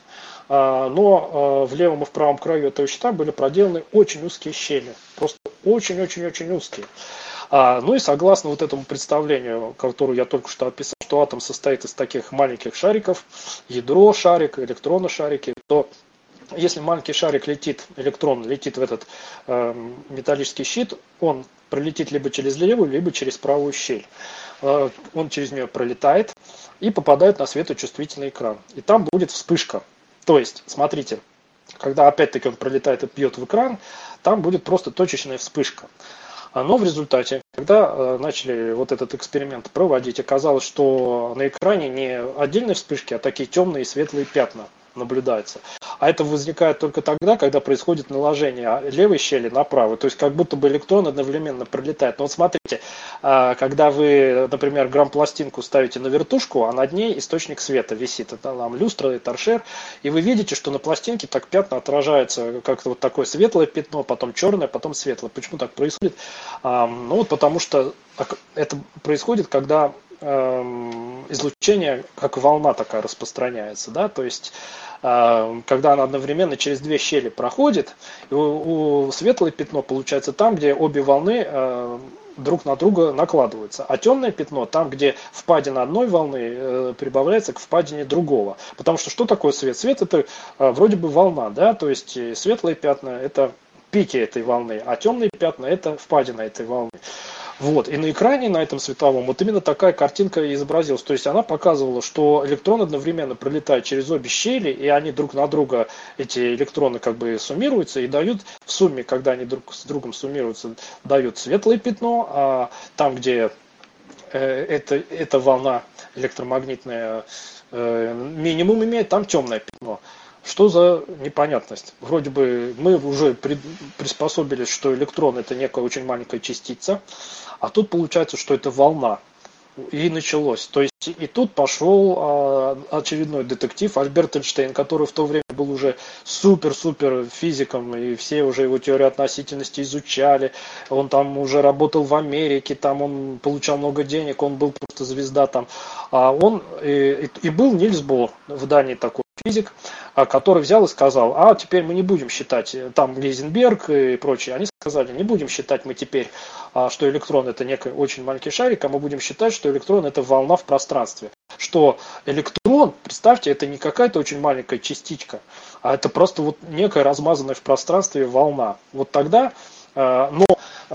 но в левом и в правом краю этого щита были проделаны очень узкие щели, просто очень-очень-очень узкие. Ну и согласно вот этому представлению, которое я только что описал, что атом состоит из таких маленьких шариков, ядро шарик, электроны шарики, то если маленький шарик летит, электрон летит в этот металлический щит, он пролетит либо через левую, либо через правую щель. Он через нее пролетает и попадает на светочувствительный экран. И там будет вспышка. То есть, смотрите, когда опять-таки он пролетает и бьет в экран, там будет просто точечная вспышка. Но в результате, когда начали вот этот эксперимент проводить, оказалось, что на экране не отдельные вспышки, а такие темные и светлые пятна наблюдается. А это возникает только тогда, когда происходит наложение левой щели на правую. То есть как будто бы электрон одновременно пролетает. Но вот смотрите, когда вы, например, грампластинку ставите на вертушку, а над ней источник света висит. Это там люстра, торшер. И вы видите, что на пластинке так пятна отражаются, как-то вот такое светлое пятно, потом черное, потом светлое. Почему так происходит? Ну вот потому что это происходит, когда излучение как волна такая распространяется, да, то есть когда она одновременно через 2 щели проходит, у светлое пятно получается там, где обе волны друг на друга накладываются. А темное пятно, там, где впадина одной волны, прибавляется к впадине другого. Потому что такое свет? Свет это вроде бы волна, да, то есть светлые пятна это пики этой волны, а темные пятна это впадина этой волны. Вот. И на экране, на этом световом, вот именно такая картинка изобразилась. То есть она показывала, что электроны одновременно пролетают через обе щели, и они друг на друга, эти электроны как бы суммируются и дают в сумме, когда они друг с другом суммируются, дают светлое пятно, а там, где эта волна электромагнитная минимум имеет, там темное пятно. Что за непонятность? Вроде бы мы уже приспособились, что электрон это некая очень маленькая частица, а тут получается, что это волна. И началось. То есть и тут пошел очередной детектив Альберт Эйнштейн, который в то время был уже супер-супер физиком, и все уже его теорию относительности изучали. Он там уже работал в Америке, там он получал много денег, он был просто звезда там. А он и был Нильс Бор в Дании такой физик, который взял и сказал, теперь мы не будем считать, там Гейзенберг и прочие, они сказали, не будем считать мы теперь, что электрон это некий очень маленький шарик, а мы будем считать, что электрон это волна в пространстве. Что электрон, представьте, это не какая-то очень маленькая частичка, а это просто вот некая размазанная в пространстве волна. Вот тогда, но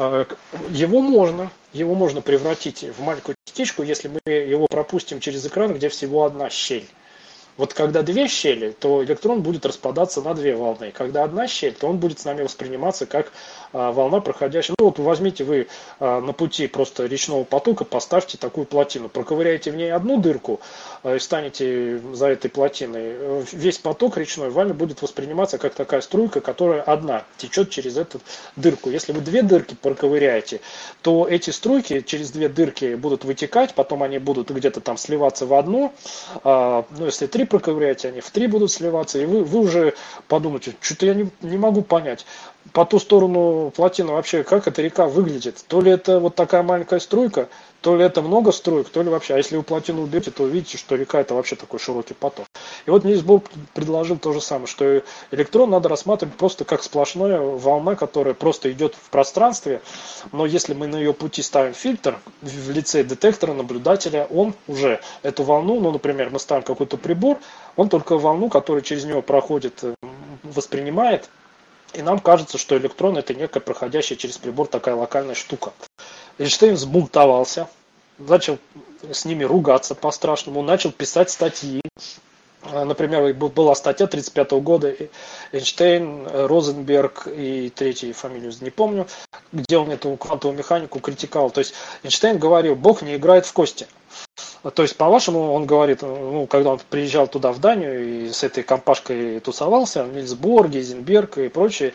его можно превратить в маленькую частичку, если мы его пропустим через экран, где всего одна щель. Вот когда две щели, то электрон будет распадаться на две волны. Когда одна щель, то он будет с нами восприниматься как волна, проходящая. Ну вот возьмите вы на пути просто речного потока, поставьте такую плотину, проковыряете в ней одну дырку и станете за этой плотиной. Весь поток речной вами будет восприниматься как такая струйка, которая одна течет через эту дырку. Если вы две дырки проковыряете, то эти струйки через две дырки будут вытекать, потом они будут где-то там сливаться в одну. Если три проковыряете, они в три будут сливаться, и вы уже подумаете, что-то я не могу понять. По ту сторону плотины вообще, как эта река выглядит? То ли это вот такая маленькая струйка, то ли это много струек, то ли вообще. А если вы плотину убьете, то увидите, что река это вообще такой широкий поток. И вот Нильс Бор предложил то же самое, что электрон надо рассматривать просто как сплошная волна, которая просто идет в пространстве, но если мы на ее пути ставим фильтр в лице детектора, наблюдателя, он уже эту волну, например, мы ставим какой-то прибор, он только волну, которая через него проходит, воспринимает, и нам кажется, что электрон это некая проходящая через прибор такая локальная штука. Эйнштейн взбунтовался, начал с ними ругаться по-страшному, начал писать статьи. Например, была статья 1935 года, Эйнштейн, Розенберг и третью фамилию не помню, где он эту квантовую механику критиковал. То есть Эйнштейн говорил, Бог не играет в кости. То есть, по-вашему, он говорит, когда он приезжал туда, в Данию, и с этой компашкой тусовался, Нильс Бор, Гейзенберг и прочие,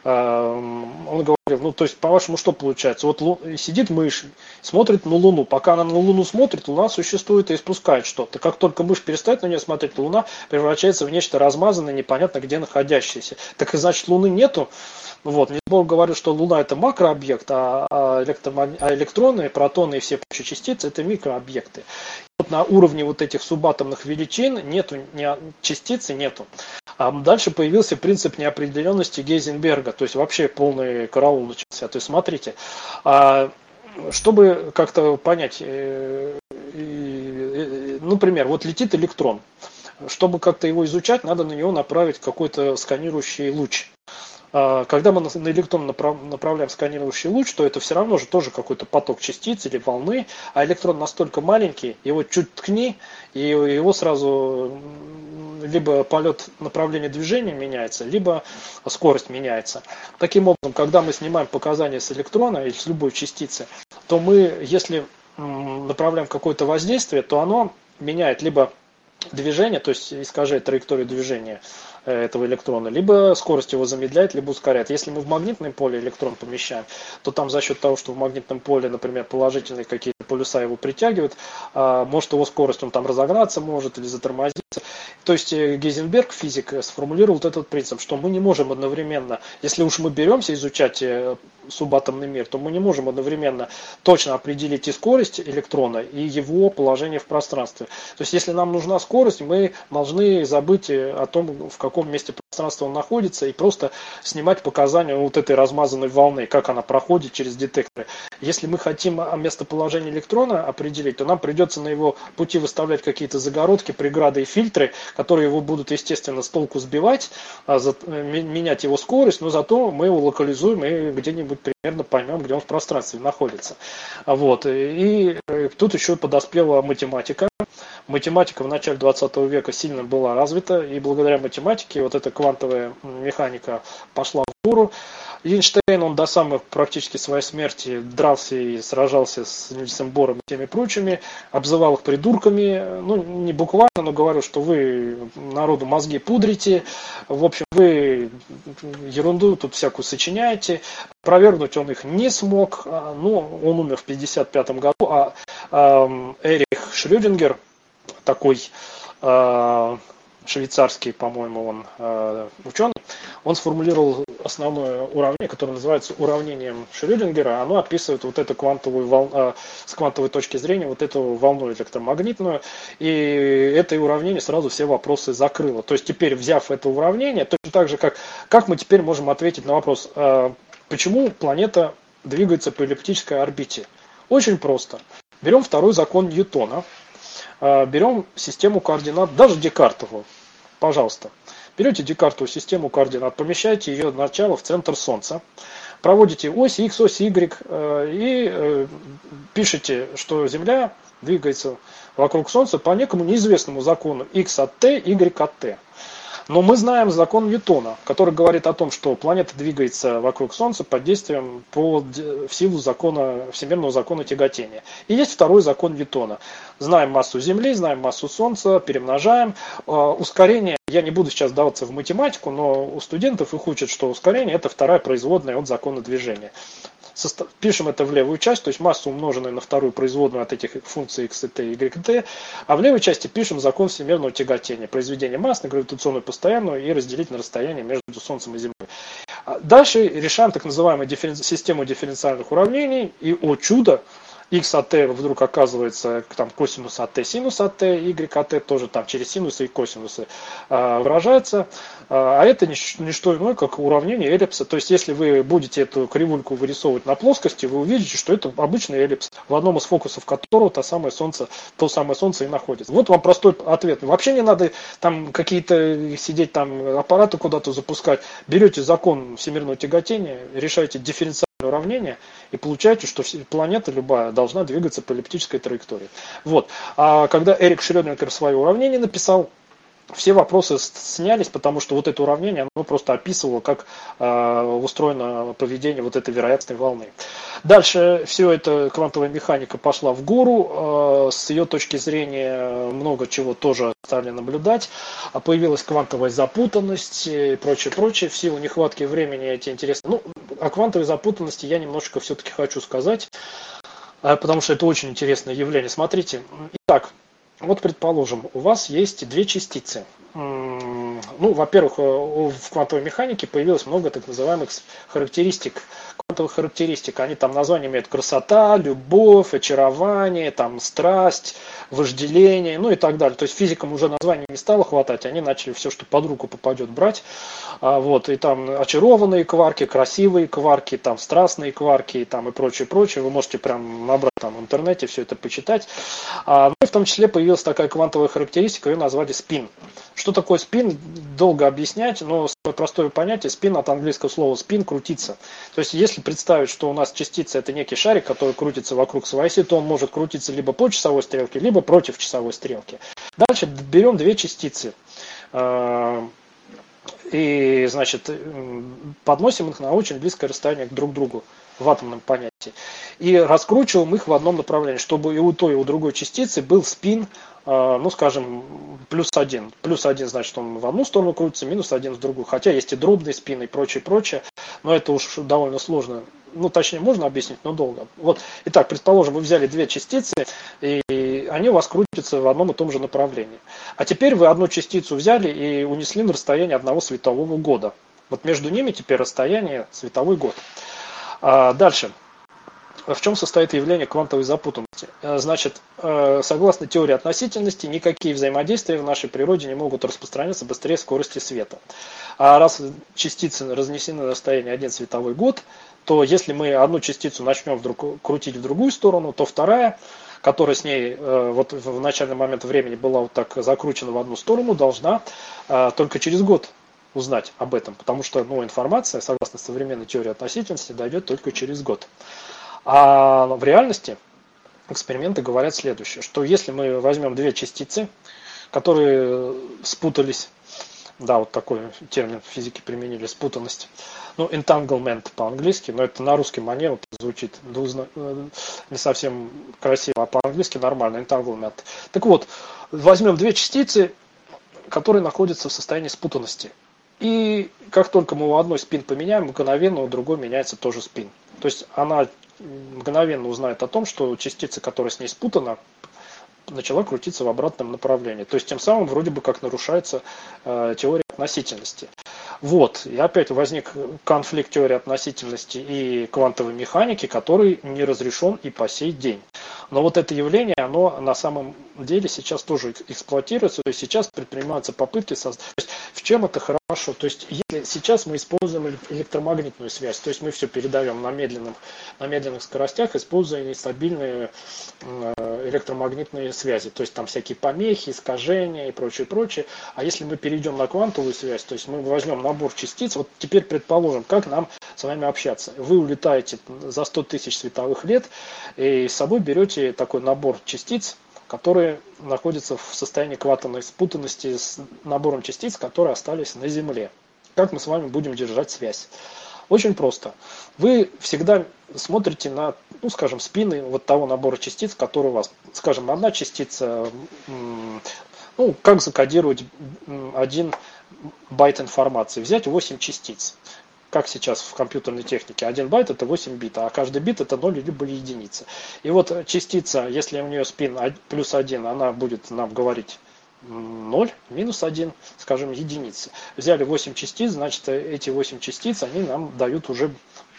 он говорил, то есть, по-вашему, что получается? Вот сидит мышь, смотрит на Луну. Пока она на Луну смотрит, Луна существует и испускает что-то. Как только мышь перестает на нее смотреть, Луна превращается в нечто размазанное, непонятно где находящееся. Так и значит, Луны нету. Нильс Бор говорит, что Луна это макрообъект, а электроны, протоны и все прочие частицы это микрообъекты. Вот на уровне вот этих субатомных величин частицы нету. А дальше появился принцип неопределенности Гейзенберга, то есть вообще полный караул начался. То есть смотрите, чтобы как-то понять, например, вот летит электрон, чтобы как-то его изучать, надо на него направить какой-то сканирующий луч. Когда мы на электрон направляем сканирующий луч, то это все равно же тоже какой-то поток частиц или волны, а электрон настолько маленький, его чуть ткни, и его сразу либо полет направления движения меняется, либо скорость меняется. Таким образом, когда мы снимаем показания с электрона или с любой частицы, то мы, если направляем какое-то воздействие, то оно меняет либо движение, то есть искажает траекторию движения этого электрона, либо скорость его замедляет, либо ускоряет. Если мы в магнитное поле электрон помещаем, то там за счет того, что в магнитном поле, например, положительные какие-то полюса его притягивают, может его скорость, он там разогнаться может или затормозиться. То есть Гейзенберг, физик, сформулировал вот этот принцип, что мы не можем одновременно, если уж мы беремся изучать субатомный мир, то мы не можем одновременно точно определить и скорость электрона, и его положение в пространстве. То есть если нам нужна скорость, мы должны забыть о том, в каком месте пространства он находится, и просто снимать показания вот этой размазанной волны, как она проходит через детекторы. Если мы хотим местоположение электрона определить, то нам придется на его пути выставлять какие-то загородки, преграды и фильтры, которые его будут, естественно, с толку сбивать, менять его скорость, но зато мы его локализуем и где-нибудь примерно поймем, где он в пространстве находится. Вот. И тут еще подоспела математика. Математика в начале 20 века сильно была развита, и благодаря математике вот эта квантовая механика пошла в гору. Эйнштейн, он до самой практически своей смерти дрался и сражался с Нильсом Бором и теми прочими, обзывал их придурками, ну не буквально, но говорил, что вы народу мозги пудрите, в общем, вы ерунду тут всякую сочиняете. Опровергнуть он их не смог, но он умер в 1955 году, а Эрих Шрёдингер, такой швейцарский, по-моему, он ученый, он сформулировал основное уравнение, которое называется уравнением Шрёдингера. Оно описывает вот эту квантовую волну, с квантовой точки зрения, вот эту волну электромагнитную. И это уравнение сразу все вопросы закрыло. То есть теперь, взяв это уравнение, точно так же, как мы теперь можем ответить на вопрос, почему планета двигается по эллиптической орбите? Очень просто. Берем второй закон Ньютона, берем систему координат, даже Декартову, пожалуйста. Берете Декартову систему координат, помещаете ее начало в центр Солнца, проводите ось X, ось Y и пишете, что Земля двигается вокруг Солнца по некому неизвестному закону X от T, Y от T. Но мы знаем закон Ньютона, который говорит о том, что планета двигается вокруг Солнца под действием в силу всемирного закона тяготения. И есть второй закон Ньютона. Знаем массу Земли, знаем массу Солнца, перемножаем. Ускорение, я не буду сейчас вдаваться в математику, но у студентов их учат, что ускорение это вторая производная от закона движения. Пишем это в левую часть, то есть массу, умноженную на вторую производную от этих функций x и t, y и t, а в левой части пишем закон всемирного тяготения, произведение масс на гравитационную постоянную и разделить на расстояние между Солнцем и Землей. Дальше решаем так называемую систему дифференциальных уравнений, и, о чудо, x от t вдруг оказывается там косинус от t, синус от t, y от t тоже там через синусы и косинусы выражается. А это не что иное, как уравнение эллипса. То есть, если вы будете эту кривульку вырисовывать на плоскости, вы увидите, что это обычный эллипс, в одном из фокусов которого то самое Солнце и находится. Вот вам простой ответ. Вообще не надо там какие-то сидеть там аппараты куда-то запускать. Берете закон всемирного тяготения, решаете дифференциальное уравнение и получаете, что планета любая должна двигаться по эллиптической траектории. Вот. А когда Эрик Шрёдингер свое уравнение написал, все вопросы снялись, потому что вот это уравнение, оно просто описывало, как устроено поведение вот этой вероятностной волны. Дальше все это квантовая механика пошла в гору, с ее точки зрения много чего тоже стали наблюдать. Появилась квантовая запутанность и прочее. В силу нехватки времени эти интересные. Ну, о квантовой запутанности я немножечко все-таки хочу сказать, потому что это очень интересное явление. Смотрите, итак, вот, предположим, у вас есть две частицы. Ну, во-первых, в квантовой механике появилось много так называемых характеристик, квантовых характеристик. Они там названия имеют красота, любовь, очарование, там, страсть, вожделение, ну и так далее. То есть физикам уже названий не стало хватать, они начали все, что под руку попадет, брать. Вот, и там очарованные кварки, красивые кварки, там, страстные кварки там, и прочее. Вы можете прям набрать там в интернете, все это почитать. Ну и в том числе появилась такая квантовая характеристика, ее назвали спин. Что такое спин, долго объяснять, но самое простое понятие, спин от английского слова спин, крутиться. То есть если представить, что у нас частица это некий шарик, который крутится вокруг своей оси, то он может крутиться либо по часовой стрелке, либо против часовой стрелки. Дальше берем две частицы и, значит, подносим их на очень близкое расстояние друг к другу в атомном понятии. и раскручиваем их в одном направлении, чтобы и у той, и у другой частицы был спин, ну, скажем, +1. +1 значит, он в одну сторону крутится, -1 в другую. Хотя есть и дробные спины и прочее, но это уж довольно сложно. Ну, точнее, можно объяснить, но долго. Вот, итак, предположим, вы взяли две частицы, и они у вас крутятся в одном и том же направлении. А теперь вы одну частицу взяли и унесли на расстояние 1 светового года. Вот между ними теперь расстояние световой год. Дальше. В чем состоит явление квантовой запутанности? Значит, согласно теории относительности, никакие взаимодействия в нашей природе не могут распространяться быстрее скорости света. А раз частицы разнесены на расстояние 1 световой год, то если мы одну частицу начнем вдруг крутить в другую сторону, то вторая, которая с ней вот в начальный момент времени была вот так закручена в одну сторону, должна только через год узнать об этом, потому что информация, согласно современной теории относительности, дойдет только через год. А в реальности эксперименты говорят следующее, что если мы возьмем две частицы, которые спутались, да, вот такой термин в физике применили, спутанность, entanglement по-английски, но это на русский манер вот звучит не совсем красиво, а по-английски нормально, entanglement. Так вот, возьмем две частицы, которые находятся в состоянии спутанности. И как только мы у одной спин поменяем, мгновенно у другой меняется тоже спин. То есть она мгновенно узнает о том, что частица, которая с ней спутана, начала крутиться в обратном направлении. То есть тем самым вроде бы как нарушается теория относительности. Вот, и опять возник конфликт теории относительности и квантовой механики, который не разрешен и по сей день. Но вот это явление, оно на самом деле сейчас тоже эксплуатируется, то есть сейчас предпринимаются попытки создать. То есть в чем это хорошо? То есть если сейчас мы используем электромагнитную связь, то есть мы все передаем на медленных скоростях, используя нестабильные электромагнитные связи, то есть там всякие помехи, искажения и прочее. А если мы перейдем на квантовую связь, то есть мы возьмем набор частиц, вот теперь предположим, как нам с вами общаться. Вы улетаете за 100 тысяч световых лет и с собой берете такой набор частиц, которые находятся в состоянии квантовой спутанности с набором частиц, которые остались на Земле. Как мы с вами будем держать связь? Очень просто. Вы всегда смотрите на, скажем, спины вот того набора частиц, который у вас, скажем, одна частица, как закодировать 1 байт информации, взять 8 частиц. Как сейчас в компьютерной технике, 1 байт это 8 бит, а каждый бит это 0 либо единица. И вот частица, если у нее спин +1, она будет нам говорить 0, -1, скажем, единицы. Взяли 8 частиц, значит эти 8 частиц, они нам дают уже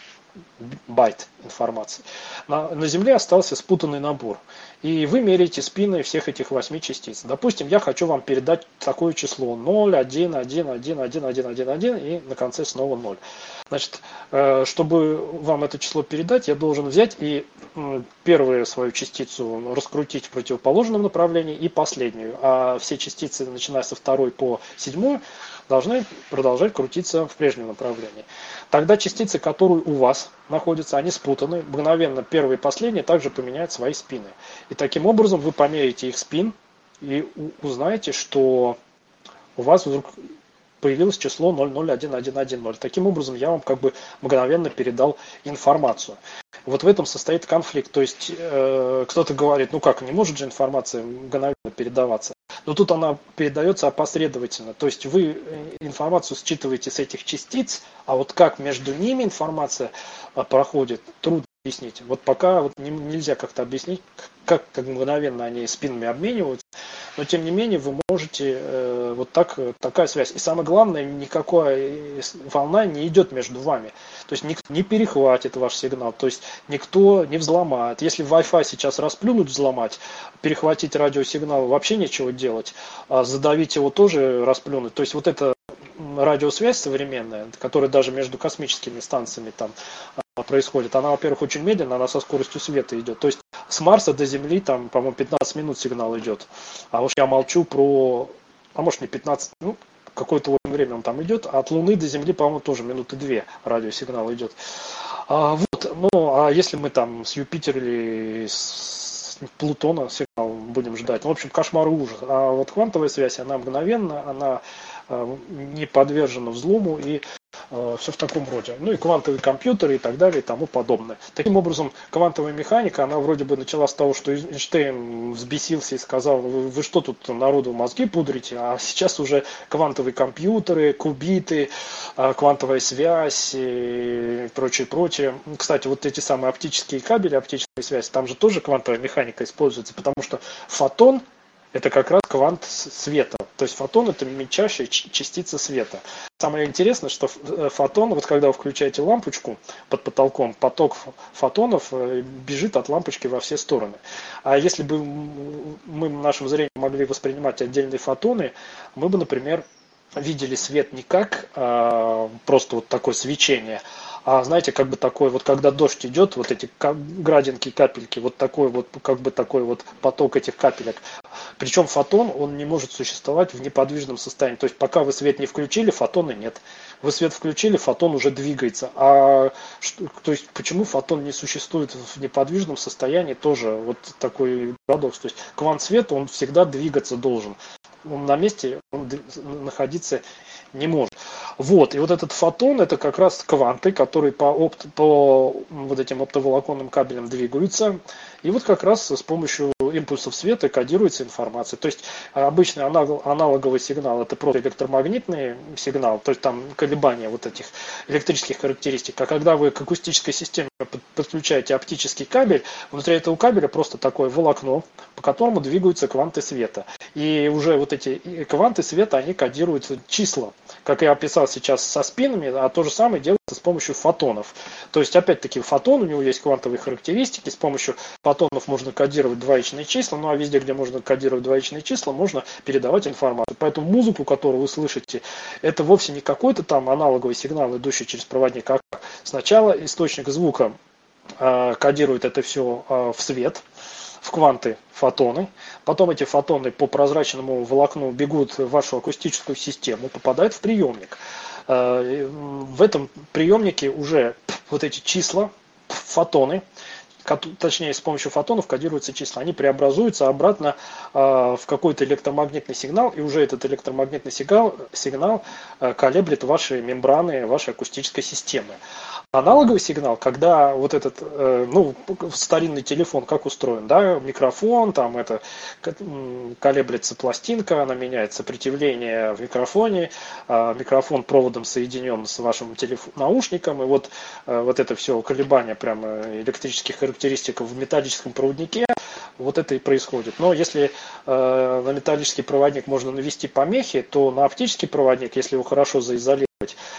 байт информации. На Земле остался спутанный набор. И вы меряете спины всех этих 8 частиц. Допустим, я хочу вам передать такое число 0, 1, 1, 1, 1, 1, 1, 1 и на конце снова 0. Значит, чтобы вам это число передать, я должен взять и первую свою частицу раскрутить в противоположном направлении и последнюю. А все частицы, начиная со 2 по 7, должны продолжать крутиться в прежнем направлении. Тогда частицы, которые у вас находятся, они спутаны. Мгновенно первые и последние также поменяют свои спины. И таким образом вы померяете их спин и узнаете, что у вас вдруг появилось число 0011110. Таким образом я вам как бы мгновенно передал информацию. Вот в этом состоит конфликт. То есть кто-то говорит, не может же информация мгновенно передаваться. Но тут она передается опосредовательно. То есть вы информацию считываете с этих частиц, а вот как между ними информация проходит, трудно объяснить. Вот пока нельзя как-то объяснить, как мгновенно они спинами обмениваются. Но тем не менее вы можете такая связь. И самое главное, никакая волна не идет между вами. То есть никто не перехватит ваш сигнал, то есть никто не взломает. Если Wi-Fi сейчас расплюнуть, взломать, перехватить радиосигнал, вообще нечего делать. А задавить его тоже расплюнуть. То есть вот эта радиосвязь современная, которая даже между космическими станциями там происходит, она, во-первых, очень медленно, она со скоростью света идет. То есть с Марса до Земли там, по-моему, 15 минут сигнал идет. А уж я молчу про, может не 15, какое-то время он там идет, а от Луны до Земли, по-моему, тоже минуты 2 радиосигнал идет. А если мы там с Юпитера или с Плутона сигнал будем ждать, в общем, кошмар и ужас. А вот квантовая связь, она мгновенно, она не подвержена взлому, и Все в таком роде. Ну и квантовые компьютеры и так далее и тому подобное. Таким образом, квантовая механика, она вроде бы начала с того, что Эйнштейн взбесился и сказал, вы что тут народу мозги пудрите, а сейчас уже квантовые компьютеры, кубиты, квантовая связь и прочее, прочее. Кстати, вот эти самые оптические кабели, оптическая связь, там же тоже квантовая механика используется, потому что фотон это как раз квант света. То есть фотон это мельчайшая частица света. Самое интересное, что фотон, вот когда вы включаете лампочку под потолком, поток фотонов бежит от лампочки во все стороны. А если бы мы нашим зрением могли воспринимать отдельные фотоны, мы бы, например, видели свет не как просто вот такое свечение, а знаете, как бы такой вот, когда дождь идет, вот эти градинки, капельки, вот такой вот, как бы такой вот поток этих капелек. Причем фотон, он не может существовать в неподвижном состоянии. То есть пока вы свет не включили, фотона нет. Вы свет включили, фотон уже двигается. То есть почему фотон не существует в неподвижном состоянии, тоже вот такой парадокс. То есть квант света, он всегда двигаться должен. Он на месте находиться не может. Вот, и вот этот фотон, это как раз кванты, которые по вот этим оптоволоконным кабелям двигаются, и вот как раз с помощью импульсов света кодируется информация. То есть обычный аналоговый сигнал это просто электромагнитный сигнал, то есть там колебания вот этих электрических характеристик. А когда вы к акустической системе подключаете оптический кабель, внутри этого кабеля просто такое волокно, по которому двигаются кванты света. И уже вот эти кванты света, они кодируют числа, как я описал сейчас со спинами, а то же самое делается с помощью фотонов. То есть, опять-таки, фотон, у него есть квантовые характеристики, с помощью фотонов можно кодировать двоичные числа, ну а везде, где можно кодировать двоичные числа, можно передавать информацию. Поэтому музыку, которую вы слышите, это вовсе не какой-то там аналоговый сигнал, идущий через проводник, а сначала источник звука кодирует это все в свет, в кванты фотоны, потом эти фотоны по прозрачному волокну бегут в вашу акустическую систему, попадают в приемник. В этом приемнике уже вот эти числа, фотоны, точнее с помощью фотонов кодируются числа, они преобразуются обратно в какой-то электромагнитный сигнал, и уже этот электромагнитный сигнал колеблет ваши мембраны, вашей акустической системы. Аналоговый сигнал, когда вот этот, старинный телефон как устроен, да, микрофон, там это колеблется пластинка, она меняет сопротивление в микрофоне, микрофон проводом соединен с вашим наушником, и вот это все колебание прямо электрических характеристик в металлическом проводнике, вот это и происходит. Но если на металлический проводник можно навести помехи, то на оптический проводник, если его хорошо заизолировать,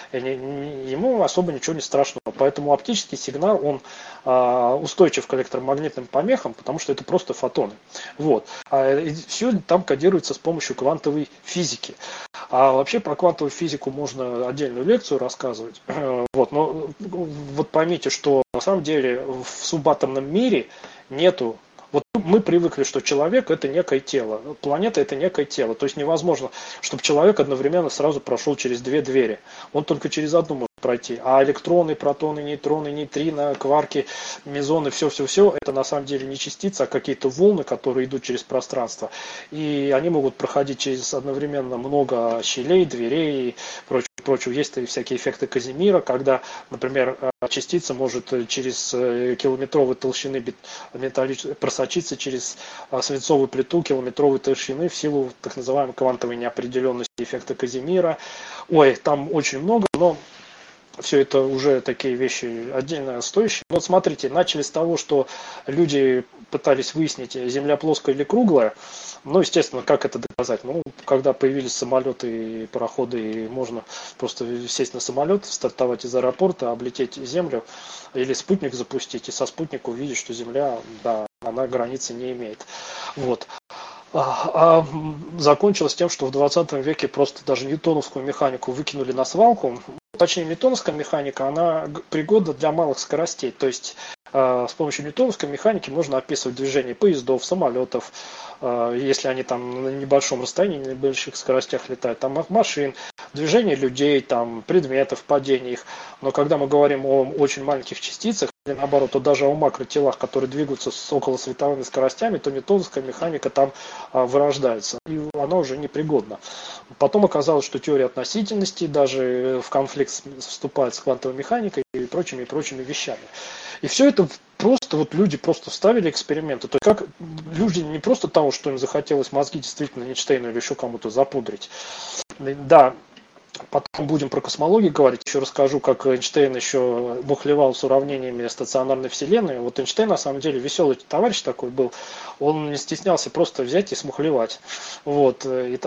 ему особо ничего не страшного. Поэтому оптический сигнал, он устойчив к электромагнитным помехам, потому что это просто фотоны. Вот. И все там кодируется с помощью квантовой физики. А вообще про квантовую физику можно отдельную лекцию рассказывать. Вот. Но вот поймите, что на самом деле в субатомном мире нету. Вот мы привыкли, что человек это некое тело, планета это некое тело. То есть невозможно, чтобы человек одновременно сразу прошел через две двери. Он только через одну может пройти. А электроны, протоны, нейтроны, нейтрино, кварки, мезоны, все это на самом деле не частицы, а какие-то волны, которые идут через пространство. И они могут проходить через одновременно много щелей, дверей и прочего. Есть и всякие эффекты Казимира, когда, например, частица может через километровой толщины просочиться через свинцовую плиту километровой толщины в силу так называемой квантовой неопределенности эффекта Казимира. Ой, там очень много, но все это уже такие вещи отдельно стоящие. Но вот смотрите, начали с того, что люди пытались выяснить, Земля плоская или круглая. Ну, естественно, как это доказать? Ну, когда появились самолеты и пароходы, и можно просто сесть на самолет, стартовать из аэропорта, облететь Землю или спутник запустить, и со спутника увидеть, что Земля, да, она границы не имеет. Вот. А закончилось тем, что в 20 веке просто даже ньютоновскую механику выкинули на свалку. Точнее, ньютоновская механика, она пригодна для малых скоростей. То есть с помощью ньютоновской механики можно описывать движение поездов, самолетов, если они там на небольшом расстоянии, на небольших скоростях летают, там машин, движение людей, там предметов, падений их. Но когда мы говорим о очень маленьких частицах, наоборот, то даже о макротелах, которые двигаются с околосветовыми скоростями, то ньютоновская механика там вырождается, и она уже непригодна. Потом оказалось, что теория относительности даже в конфликт вступает с квантовой механикой и прочими вещами. И все это просто вот люди просто вставили эксперименты. То есть как люди не просто того, что им захотелось мозги действительно Эйнштейну или еще кому-то запудрить. Да, потом будем про космологию говорить, еще расскажу, как Эйнштейн еще мухлевал с уравнениями стационарной Вселенной. Вот Эйнштейн на самом деле веселый товарищ такой был, он не стеснялся просто взять и смухлевать. Вот,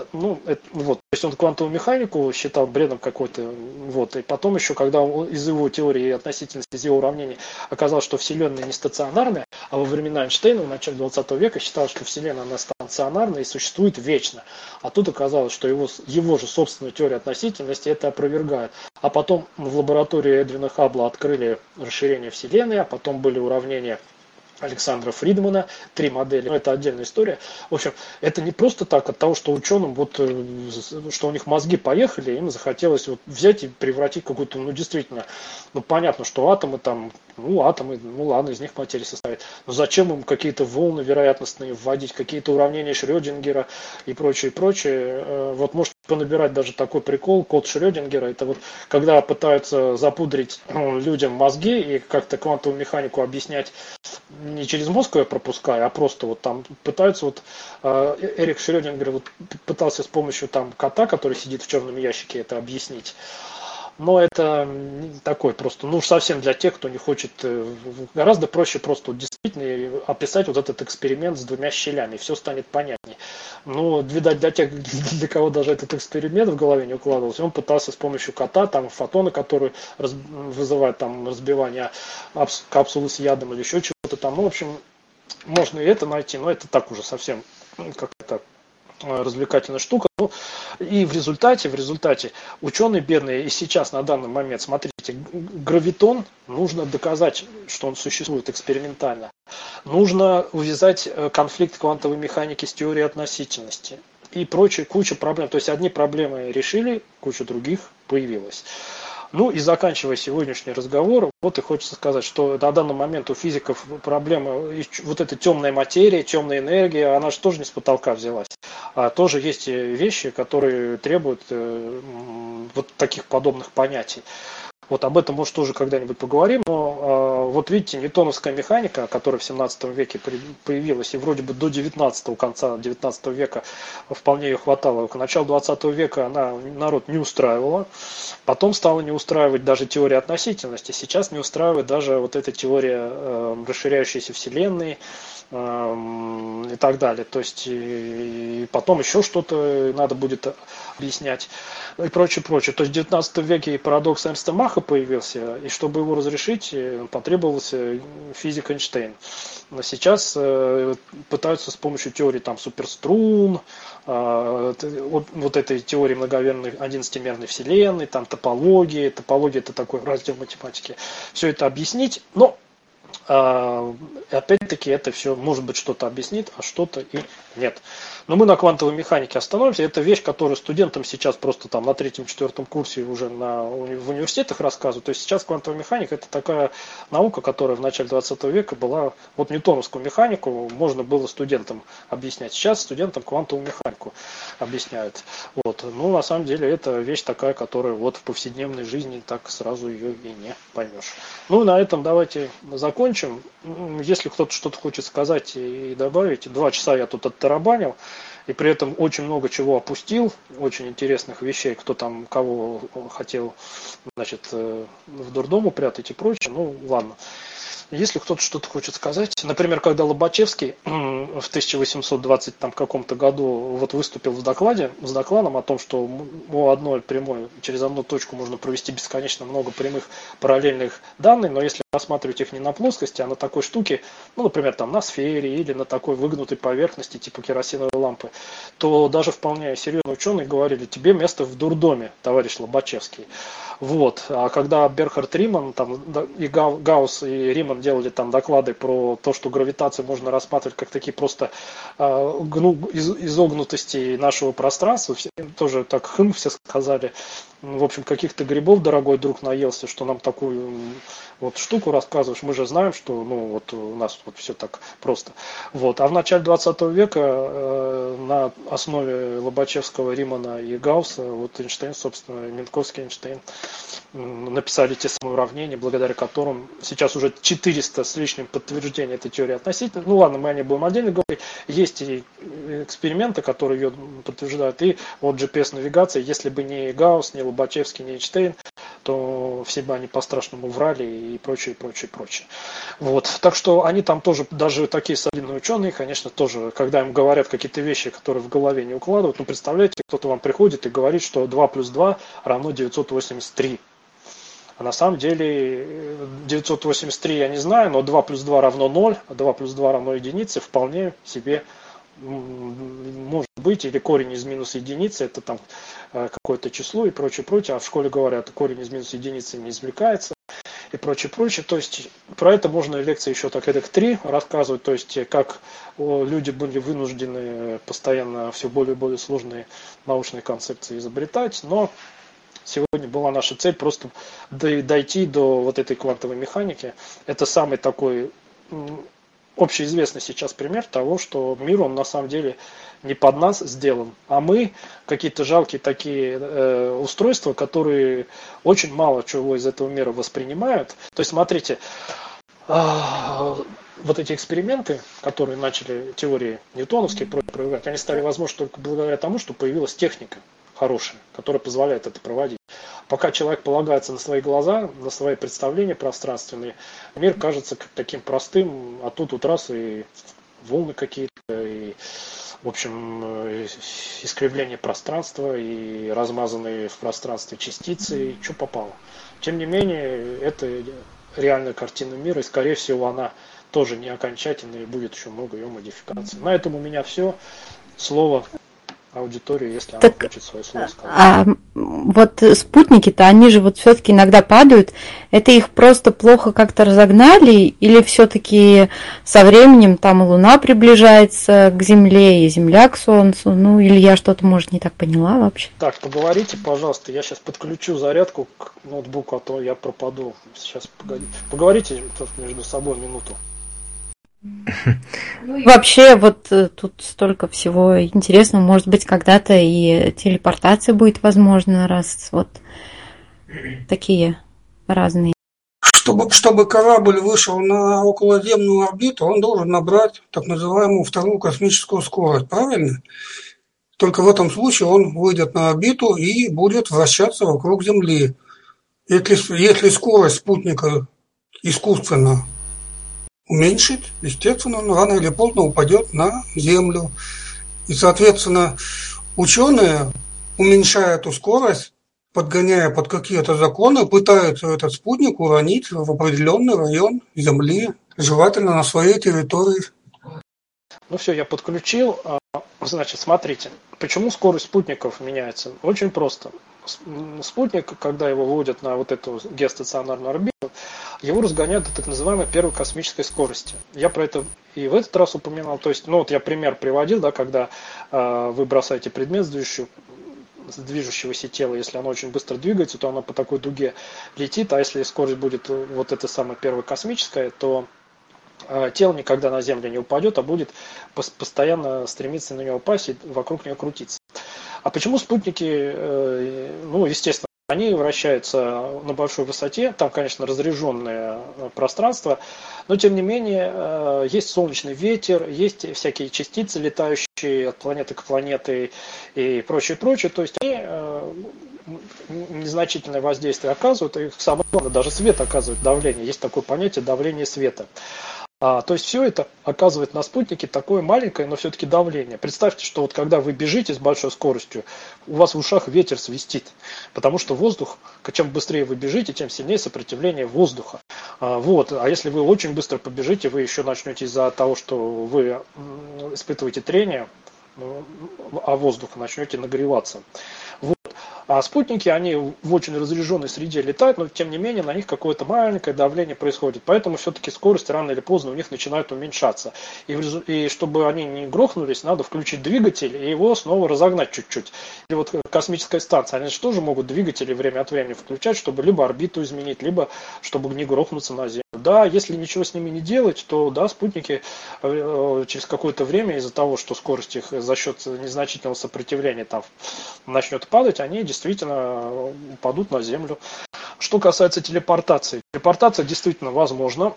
то есть он квантовую механику считал бредом какой-то, вот, и потом еще, когда из его теории относительности, из его уравнений оказалось, что Вселенная не стационарная, а во времена Эйнштейна в начале 20 века считалось, что Вселенная она стационарная и существует вечно. А тут оказалось, что его же собственная теория относительности это опровергает. А потом в лаборатории Эдвина Хаббла открыли расширение Вселенной, а потом были уравнения Александра Фридмана, 3 модели, но это отдельная история. В общем, это не просто так от того, что ученым, что у них мозги поехали, им захотелось взять и превратить какую-то, действительно, понятно, что атомы ладно, из них материя состоит. Но зачем им какие-то волны вероятностные вводить, какие-то уравнения Шрёдингера и прочее. Вот можете понабирать даже такой прикол, код Шрёдингера, это вот когда пытаются запудрить людям мозги и как-то квантовую механику объяснять не через мозг я пропускаю, а просто вот там пытаются Эрик Шрёдингер пытался с помощью кота, который сидит в черном ящике, это объяснить. Но это такой просто, совсем для тех, кто не хочет, гораздо проще просто действительно описать этот эксперимент с 2 щелями, и все станет понятнее. Видать, для тех, для кого даже этот эксперимент в голове не укладывался, он пытался с помощью кота, фотоны, которые вызывают разбивание капсулы с ядом или еще чего-то там. В общем, можно и это найти, но это так уже совсем как-то развлекательная штука. И в результате ученые бедные и сейчас на данный момент, смотрите, гравитон нужно доказать, что он существует экспериментально. Нужно увязать конфликт квантовой механики с теорией относительности и куча проблем. То есть одни проблемы решили, куча других появилась. И заканчивая сегодняшний разговор, и хочется сказать, что на данный момент у физиков проблема, эта темная материя, темная энергия, она же тоже не с потолка взялась. А тоже есть вещи, которые требуют таких подобных понятий. Об этом, может, тоже когда-нибудь поговорим, но видите, ньютоновская механика, которая в 17 веке появилась, и вроде бы до конца 19 века вполне ее хватало, к началу 20 века она народ не устраивала, потом стала не устраивать даже теория относительности, сейчас не устраивает даже эта теория расширяющейся Вселенной, и так далее. То есть и потом еще что-то надо будет объяснять и прочее. То есть в 19 веке парадокс Эрнста Маха появился, и чтобы его разрешить, потребовался физик Эйнштейн. Но сейчас пытаются с помощью теории суперструн, этой теории многомерной 11-мерной Вселенной, топологии. Топология это такой раздел математики. Все это объяснить, но опять-таки это все может быть что-то объяснит, а что-то и нет. Но мы на квантовой механике остановимся. Это вещь, которую студентам сейчас просто на 3-4 курсе уже в университетах рассказывают. То есть сейчас квантовая механика это такая наука, которая в начале 20 века была, ньютоновскую механику можно было студентам объяснять. Сейчас студентам квантовую механику объясняют. На самом деле это вещь такая, которая в повседневной жизни так сразу ее и не поймешь. На этом давайте закончим. Если кто-то что-то хочет сказать и добавить, 2 часа я тут оттарабанил, и при этом очень много чего опустил, очень интересных вещей, кто кого хотел, в дурдом упрятать и прочее, ладно. Если кто-то что-то хочет сказать, например, когда Лобачевский в 1820 каком-то году выступил с докладом о том, что через одну точку можно провести бесконечно много прямых параллельных данных, но если рассматривать их не на плоскости, а на такой штуке, например, на сфере или на такой выгнутой поверхности типа керосиновой лампы, то даже вполне серьезные ученые говорили: тебе место в дурдоме, товарищ Лобачевский. Вот. А когда Берхард Риман, там, и Гаусс, и Риман делали там доклады про то, что гравитацию можно рассматривать как такие просто изогнутости нашего пространства, все, тоже так все сказали, в общем, каких-то грибов дорогой друг наелся, что нам такую вот штуку рассказываешь, мы же знаем, что ну, вот у нас вот все так просто. Вот. А в начале 20 века на основе Лобачевского, Римана и Гаусса, вот Эйнштейн, собственно, Минковский Эйнштейн, написали те самые уравнения, благодаря которым сейчас уже 400 с лишним подтверждений этой теории относительно. Ну ладно, мы о ней будем отдельно говорить. Есть и эксперименты, которые ее подтверждают. И вот GPS-навигация, если бы не Гаусс, не Лобачевский, не Эйнштейн, то все бы они по-страшному врали и прочее, прочее, прочее. Вот. Так что они там тоже, даже такие солидные ученые, конечно, тоже, когда им говорят какие-то вещи, которые в голове не укладывают, ну, представляете, кто-то вам приходит и говорит, что 2 плюс 2 равно 983. А на самом деле 983 я не знаю, но 2 плюс 2 равно 0, а 2 плюс 2 равно единице вполне себе может быть, или корень из минус единицы, это там какое-то число и прочее, прочее, а в школе говорят, корень из минус единицы не извлекается и прочее, прочее, то есть про это можно лекции еще так эдак 3 рассказывать, то есть как люди были вынуждены постоянно все более и более сложные научные концепции изобретать, но сегодня была наша цель просто дойти до вот этой квантовой механики, это самый такой общеизвестный сейчас пример того, что мир, он на самом деле не под нас сделан, а мы какие-то жалкие такие устройства, которые очень мало чего из этого мира воспринимают. То есть, смотрите, вот эти эксперименты, которые начали теории ньютоновские проявлять, они стали возможны только благодаря тому, что появилась техника хорошая, которая позволяет это проводить. Пока человек полагается на свои глаза, на свои представления пространственные, мир кажется таким простым, а тут вот раз и волны какие-то, и, в общем, искривление пространства, и размазанные в пространстве частицы, и что попало. Тем не менее, это реальная картина мира, и, скорее всего, она тоже не окончательная, и будет еще много ее модификаций. На этом у меня все. Слово аудитории, если она хочет свое слово сказать. А вот спутники-то, они же вот все-таки иногда падают. Это их просто плохо как-то разогнали, или все-таки со временем там и Луна приближается к Земле, и Земля к Солнцу? Ну, или я что-то, может, не так поняла вообще? Так, поговорите, пожалуйста. Я сейчас подключу зарядку к ноутбуку, а то я пропаду. Сейчас поговорите между собой минуту. Вообще, вот тут столько всего интересного. Может быть, когда-то и телепортация будет возможна, раз вот такие разные. Чтобы корабль вышел на околоземную орбиту, он должен набрать так называемую вторую космическую скорость, правильно? Только в этом случае он выйдет на орбиту и будет вращаться вокруг Земли. Если скорость спутника искусственно уменьшить, естественно, он рано или поздно упадет на Землю. И, соответственно, ученые, уменьшая эту скорость, подгоняя под какие-то законы, пытаются этот спутник уронить в определенный район Земли, желательно на своей территории. Ну все, я подключил. Значит, смотрите, почему скорость спутников меняется? Очень просто. Спутник, когда его выводят на вот эту геостационарную орбиту, его разгоняют до так называемой первой космической скорости. Я про это и в этот раз упоминал. То есть, ну вот я пример приводил, да, когда вы бросаете предмет с движущегося тела, если оно очень быстро двигается, то оно по такой дуге летит, а если скорость будет вот эта самая первая космическая, то тело никогда на Землю не упадет, а будет постоянно стремиться на него упасть и вокруг него крутиться. А почему спутники, ну, естественно, они вращаются на большой высоте, там, конечно, разряженное пространство, но, тем не менее, есть солнечный ветер, есть всякие частицы, летающие от планеты к планете и прочее, прочее. То есть они незначительное воздействие оказывают, и самое главное, даже свет оказывает давление. Есть такое понятие давление света. То есть все это оказывает на спутнике такое маленькое, но все-таки давление. Представьте, что вот когда вы бежите с большой скоростью, у вас в ушах ветер свистит, потому что воздух, чем быстрее вы бежите, тем сильнее сопротивление воздуха. А если вы очень быстро побежите, вы еще начнете из-за того, что вы испытываете трение, а воздух начнете нагреваться. А спутники, они в очень разряженной среде летают, но тем не менее на них какое-то маленькое давление происходит. Поэтому все-таки скорость рано или поздно у них начинает уменьшаться. И чтобы они не грохнулись, надо включить двигатель и его снова разогнать чуть-чуть. И вот космическая станция, они же тоже могут двигатели время от времени включать, чтобы либо орбиту изменить, либо чтобы не грохнуться на Землю. Да, если ничего с ними не делать, то да, спутники через какое-то время из-за того, что скорость их за счет незначительного сопротивления там начнет падать, они действительно упадут на Землю. Что касается телепортации. Телепортация действительно возможна.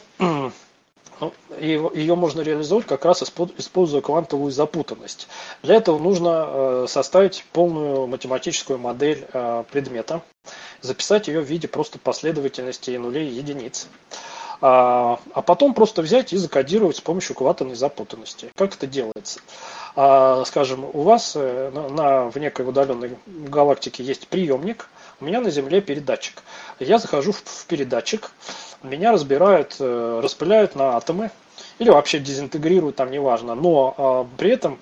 Ее можно реализовать как раз используя квантовую запутанность. Для этого нужно составить полную математическую модель предмета, записать ее в виде просто последовательности нулей и единиц. А потом просто взять и закодировать с помощью квантовой запутанности. Как это делается? Скажем, у вас в некой удаленной галактике есть приемник, у меня на Земле передатчик. Я захожу в передатчик, меня разбирают, распыляют на атомы, или вообще дезинтегрируют, там неважно, но при этом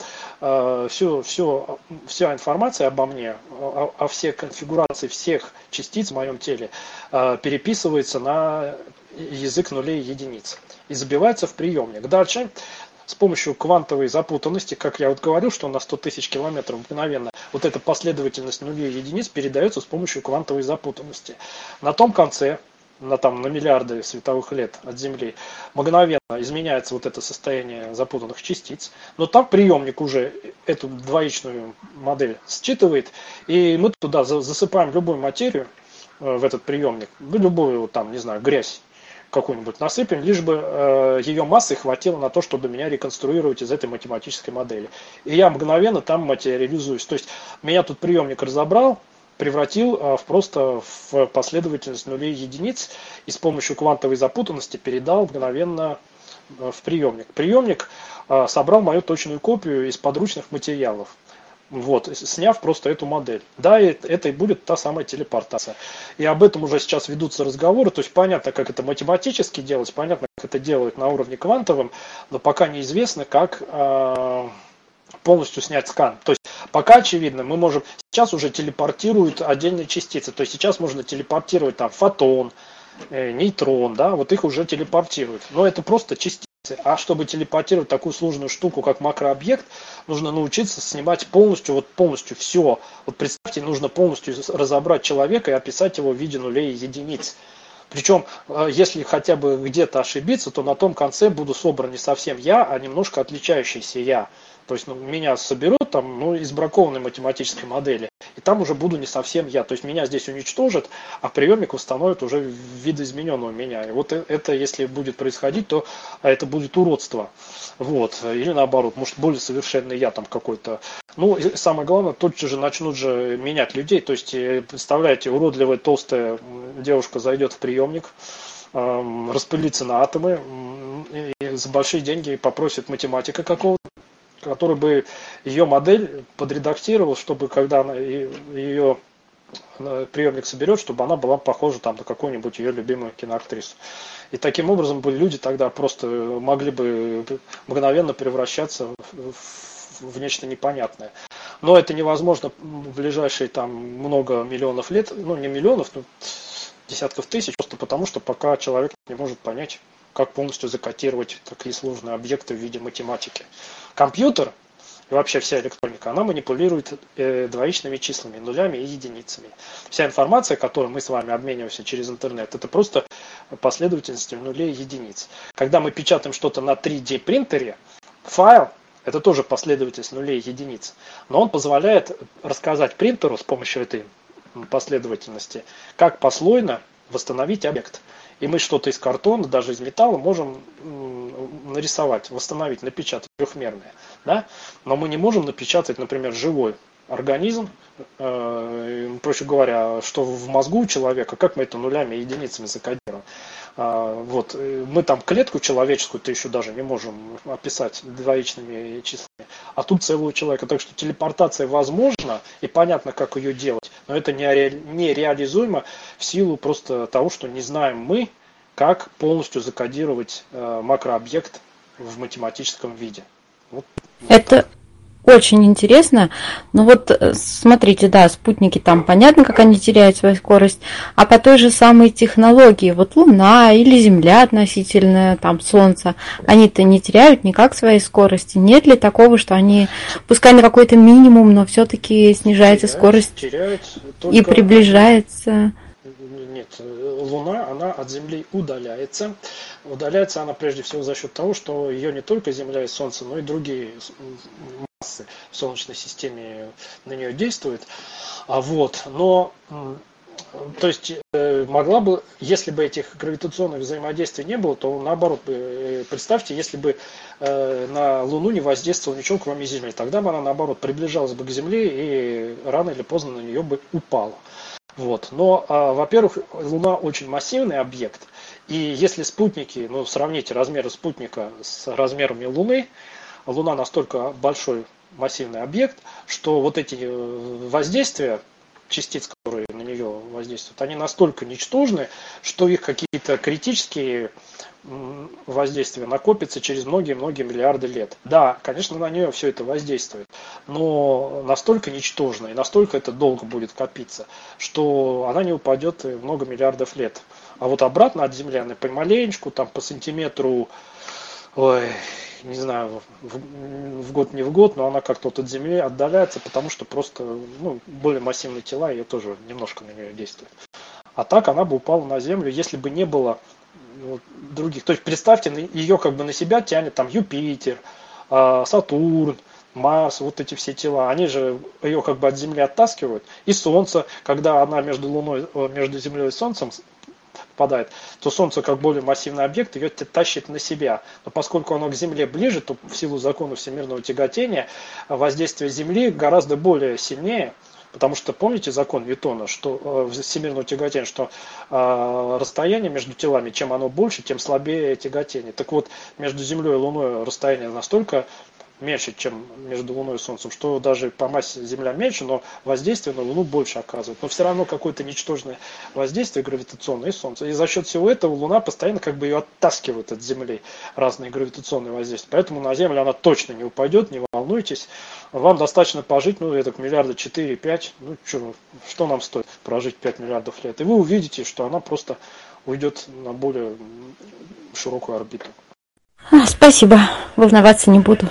вся информация обо мне, о всех конфигурации всех частиц в моем теле переписывается на язык нулей и единиц и забивается в приемник. Дальше с помощью квантовой запутанности, как я вот говорил, что на 100 тысяч километров мгновенно вот эта последовательность нулей и единиц передается с помощью квантовой запутанности. На том конце, на миллиарды световых лет от Земли, мгновенно изменяется вот это состояние запутанных частиц, но там приемник уже эту двоичную модель считывает, и мы туда засыпаем любую материю в этот приемник, любую грязь какую-нибудь насыпем, лишь бы ее массы хватило на то, чтобы меня реконструировать из этой математической модели. И я мгновенно там материализуюсь. То есть меня тут приемник разобрал, превратил просто в последовательность нулей и единиц и с помощью квантовой запутанности передал мгновенно в приемник. Приемник собрал мою точную копию из подручных материалов. Вот, сняв просто эту модель. Да, это и будет та самая телепортация. И об этом уже сейчас ведутся разговоры. То есть понятно, как это математически делать, понятно, как это делают на уровне квантовом, но пока неизвестно, как полностью снять скан. То есть пока очевидно, мы можем... Сейчас уже телепортируют отдельные частицы. То есть сейчас можно телепортировать фотон, нейтрон, да, вот их уже телепортируют. Но это просто частицы. А чтобы телепортировать такую сложную штуку, как макрообъект, нужно научиться снимать полностью все. Вот представьте, нужно полностью разобрать человека и описать его в виде нулей и единиц. Причем, если хотя бы где-то ошибиться, то на том конце буду собран не совсем я, а немножко отличающийся я. То есть меня соберут из бракованной математической модели, и там уже буду не совсем я. То есть меня здесь уничтожат, а приемник восстановит уже видоизмененного меня. И вот это, если будет происходить, то это будет уродство. Вот. Или наоборот, может более совершенный я какой-то. И самое главное, тут же начнут менять людей. То есть, представляете, уродливая толстая девушка зайдет в приемник, распылится на атомы, и за большие деньги попросит математика какого-то, который бы ее модель подредактировал, чтобы когда ее приемник соберет, чтобы она была похожа на какую-нибудь ее любимую киноактрису. И таким образом люди тогда просто могли бы мгновенно превращаться в нечто непонятное. Но это невозможно в ближайшие много миллионов лет, не миллионов, но десятков тысяч, просто потому что пока человек не может понять, как полностью закодировать такие сложные объекты в виде математики. Компьютер и вообще вся электроника, она манипулирует двоичными числами, нулями и единицами. Вся информация, которой мы с вами обмениваемся через интернет, это просто последовательность нулей и единиц. Когда мы печатаем что-то на 3D принтере, файл – это тоже последовательность нулей и единиц. Но он позволяет рассказать принтеру с помощью этой последовательности, как послойно восстановить объект. И мы что-то из картона, даже из металла можем нарисовать, восстановить, напечатать трехмерное. Да? Но мы не можем напечатать, например, живой организм, проще говоря, что в мозгу у человека, как мы это нулями и единицами закодируем. Вот. Мы клетку человеческую-то еще даже не можем описать двоичными числами, а тут целого человека. Так что телепортация возможна, и понятно, как ее делать, но это нереализуемо в силу просто того, что не знаем мы, как полностью закодировать макрообъект в математическом виде. Вот. очень интересно. Но вот смотрите, да, спутники там понятно, как они теряют свою скорость, а по той же самой технологии, вот Луна или Земля относительно там Солнца, они-то не теряют никак своей скорости. Нет ли такого, что они, пускай на какой-то минимум, но все-таки снижается скорость теряют и только... приближается? Нет, Луна, она от Земли удаляется. Удаляется она прежде всего за счет того, что ее не только Земля и Солнце, но и другие массы в Солнечной системе на нее действуют. Но, то есть, могла бы, если бы этих гравитационных взаимодействий не было, то наоборот, представьте, если бы на Луну не воздействовало ничего, кроме Земли, тогда бы она, наоборот, приближалась бы к Земле и рано или поздно на нее бы упала. Но, во-первых, Луна очень массивный объект, и если спутники, сравните размеры спутника с размерами Луны, Луна настолько большой массивный объект, что вот эти воздействия частиц, которые на нее воздействуют, они настолько ничтожны, что их какие-то критические воздействия накопятся через многие-многие миллиарды лет. Да, конечно, на нее все это воздействует, но настолько ничтожно и настолько это долго будет копиться, что она не упадет много миллиардов лет. А вот обратно от Земли она помаленечку, там по сантиметру, не знаю, в год не в год, но она как-то от Земли отдаляется, потому что просто более массивные тела ее тоже немножко на нее действуют. А так она бы упала на Землю, если бы не было других. То есть представьте, ее как бы на себя тянет там Юпитер, Сатурн, Марс, вот эти все тела. Они же ее как бы от Земли оттаскивают. И Солнце, когда она между Землей и Солнцем попадает, то Солнце, как более массивный объект, ее тащит на себя. Но поскольку оно к Земле ближе, то в силу закона всемирного тяготения воздействие Земли гораздо более сильнее. Потому что помните закон Ньютона, что всемирного тяготения, что расстояние между телами, чем оно больше, тем слабее тяготение. Так вот, между Землей и Луной расстояние настолько меньше, чем между Луной и Солнцем, что даже по массе Земля меньше, но воздействие на Луну больше оказывает. Но все равно какое-то ничтожное воздействие гравитационное и Солнце. И за счет всего этого Луна постоянно как бы ее оттаскивает от Земли, разные гравитационные воздействия. Поэтому на Землю она точно не упадет, не волнуйтесь. Вам достаточно пожить, миллиарда 4-5, что нам стоит прожить 5 миллиардов лет. И вы увидите, что она просто уйдет на более широкую орбиту. Спасибо, волноваться не буду.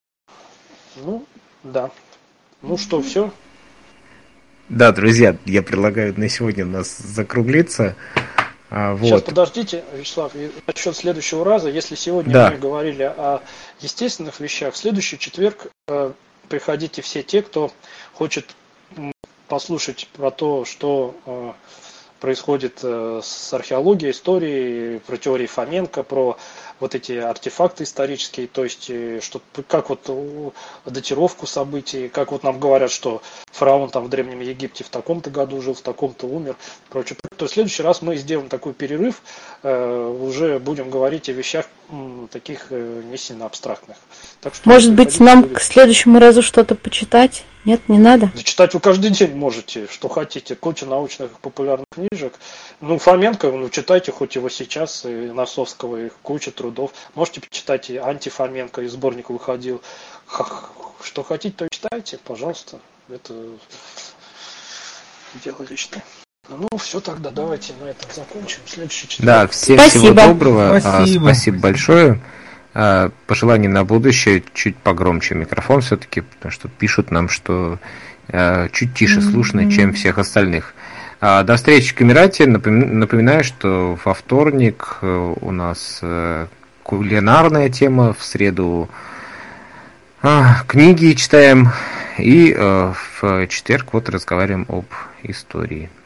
Да. Что, все? Да, друзья, я предлагаю на сегодня у нас закруглиться. Сейчас подождите, Вячеслав, насчет следующего раза. Если сегодня мы говорили о естественных вещах, в следующий четверг приходите все те, кто хочет послушать про то, что происходит с археологией, историей, про теории Фоменко, про вот эти артефакты исторические, то есть как датировку событий, как нам говорят, что фараон там в Древнем Египте в таком-то году жил, в таком-то умер, прочее. То есть в следующий раз мы сделаем такой перерыв, уже будем говорить о вещах таких не сильно абстрактных. Так что, может быть, нам к следующему разу что-то почитать? Нет, не надо? Читать вы каждый день можете, что хотите. Куча научных популярных книжек. Фоменко, читайте хоть его сейчас, и Носовского, и куча трудов. Можете почитать и антифоменко, и сборник выходил. Что хотите, то читайте, пожалуйста. Это дело личное. Все тогда, давайте на этом закончим. Следующий четверг. Да, всем всего доброго. Спасибо большое. Пожелания на будущее, чуть погромче микрофон все-таки, потому что пишут нам, что чуть тише слушно, чем всех остальных. До встречи в Эмирате. Напоминаю, что во вторник у нас кулинарная тема, в среду книги читаем, и в четверг разговариваем об истории.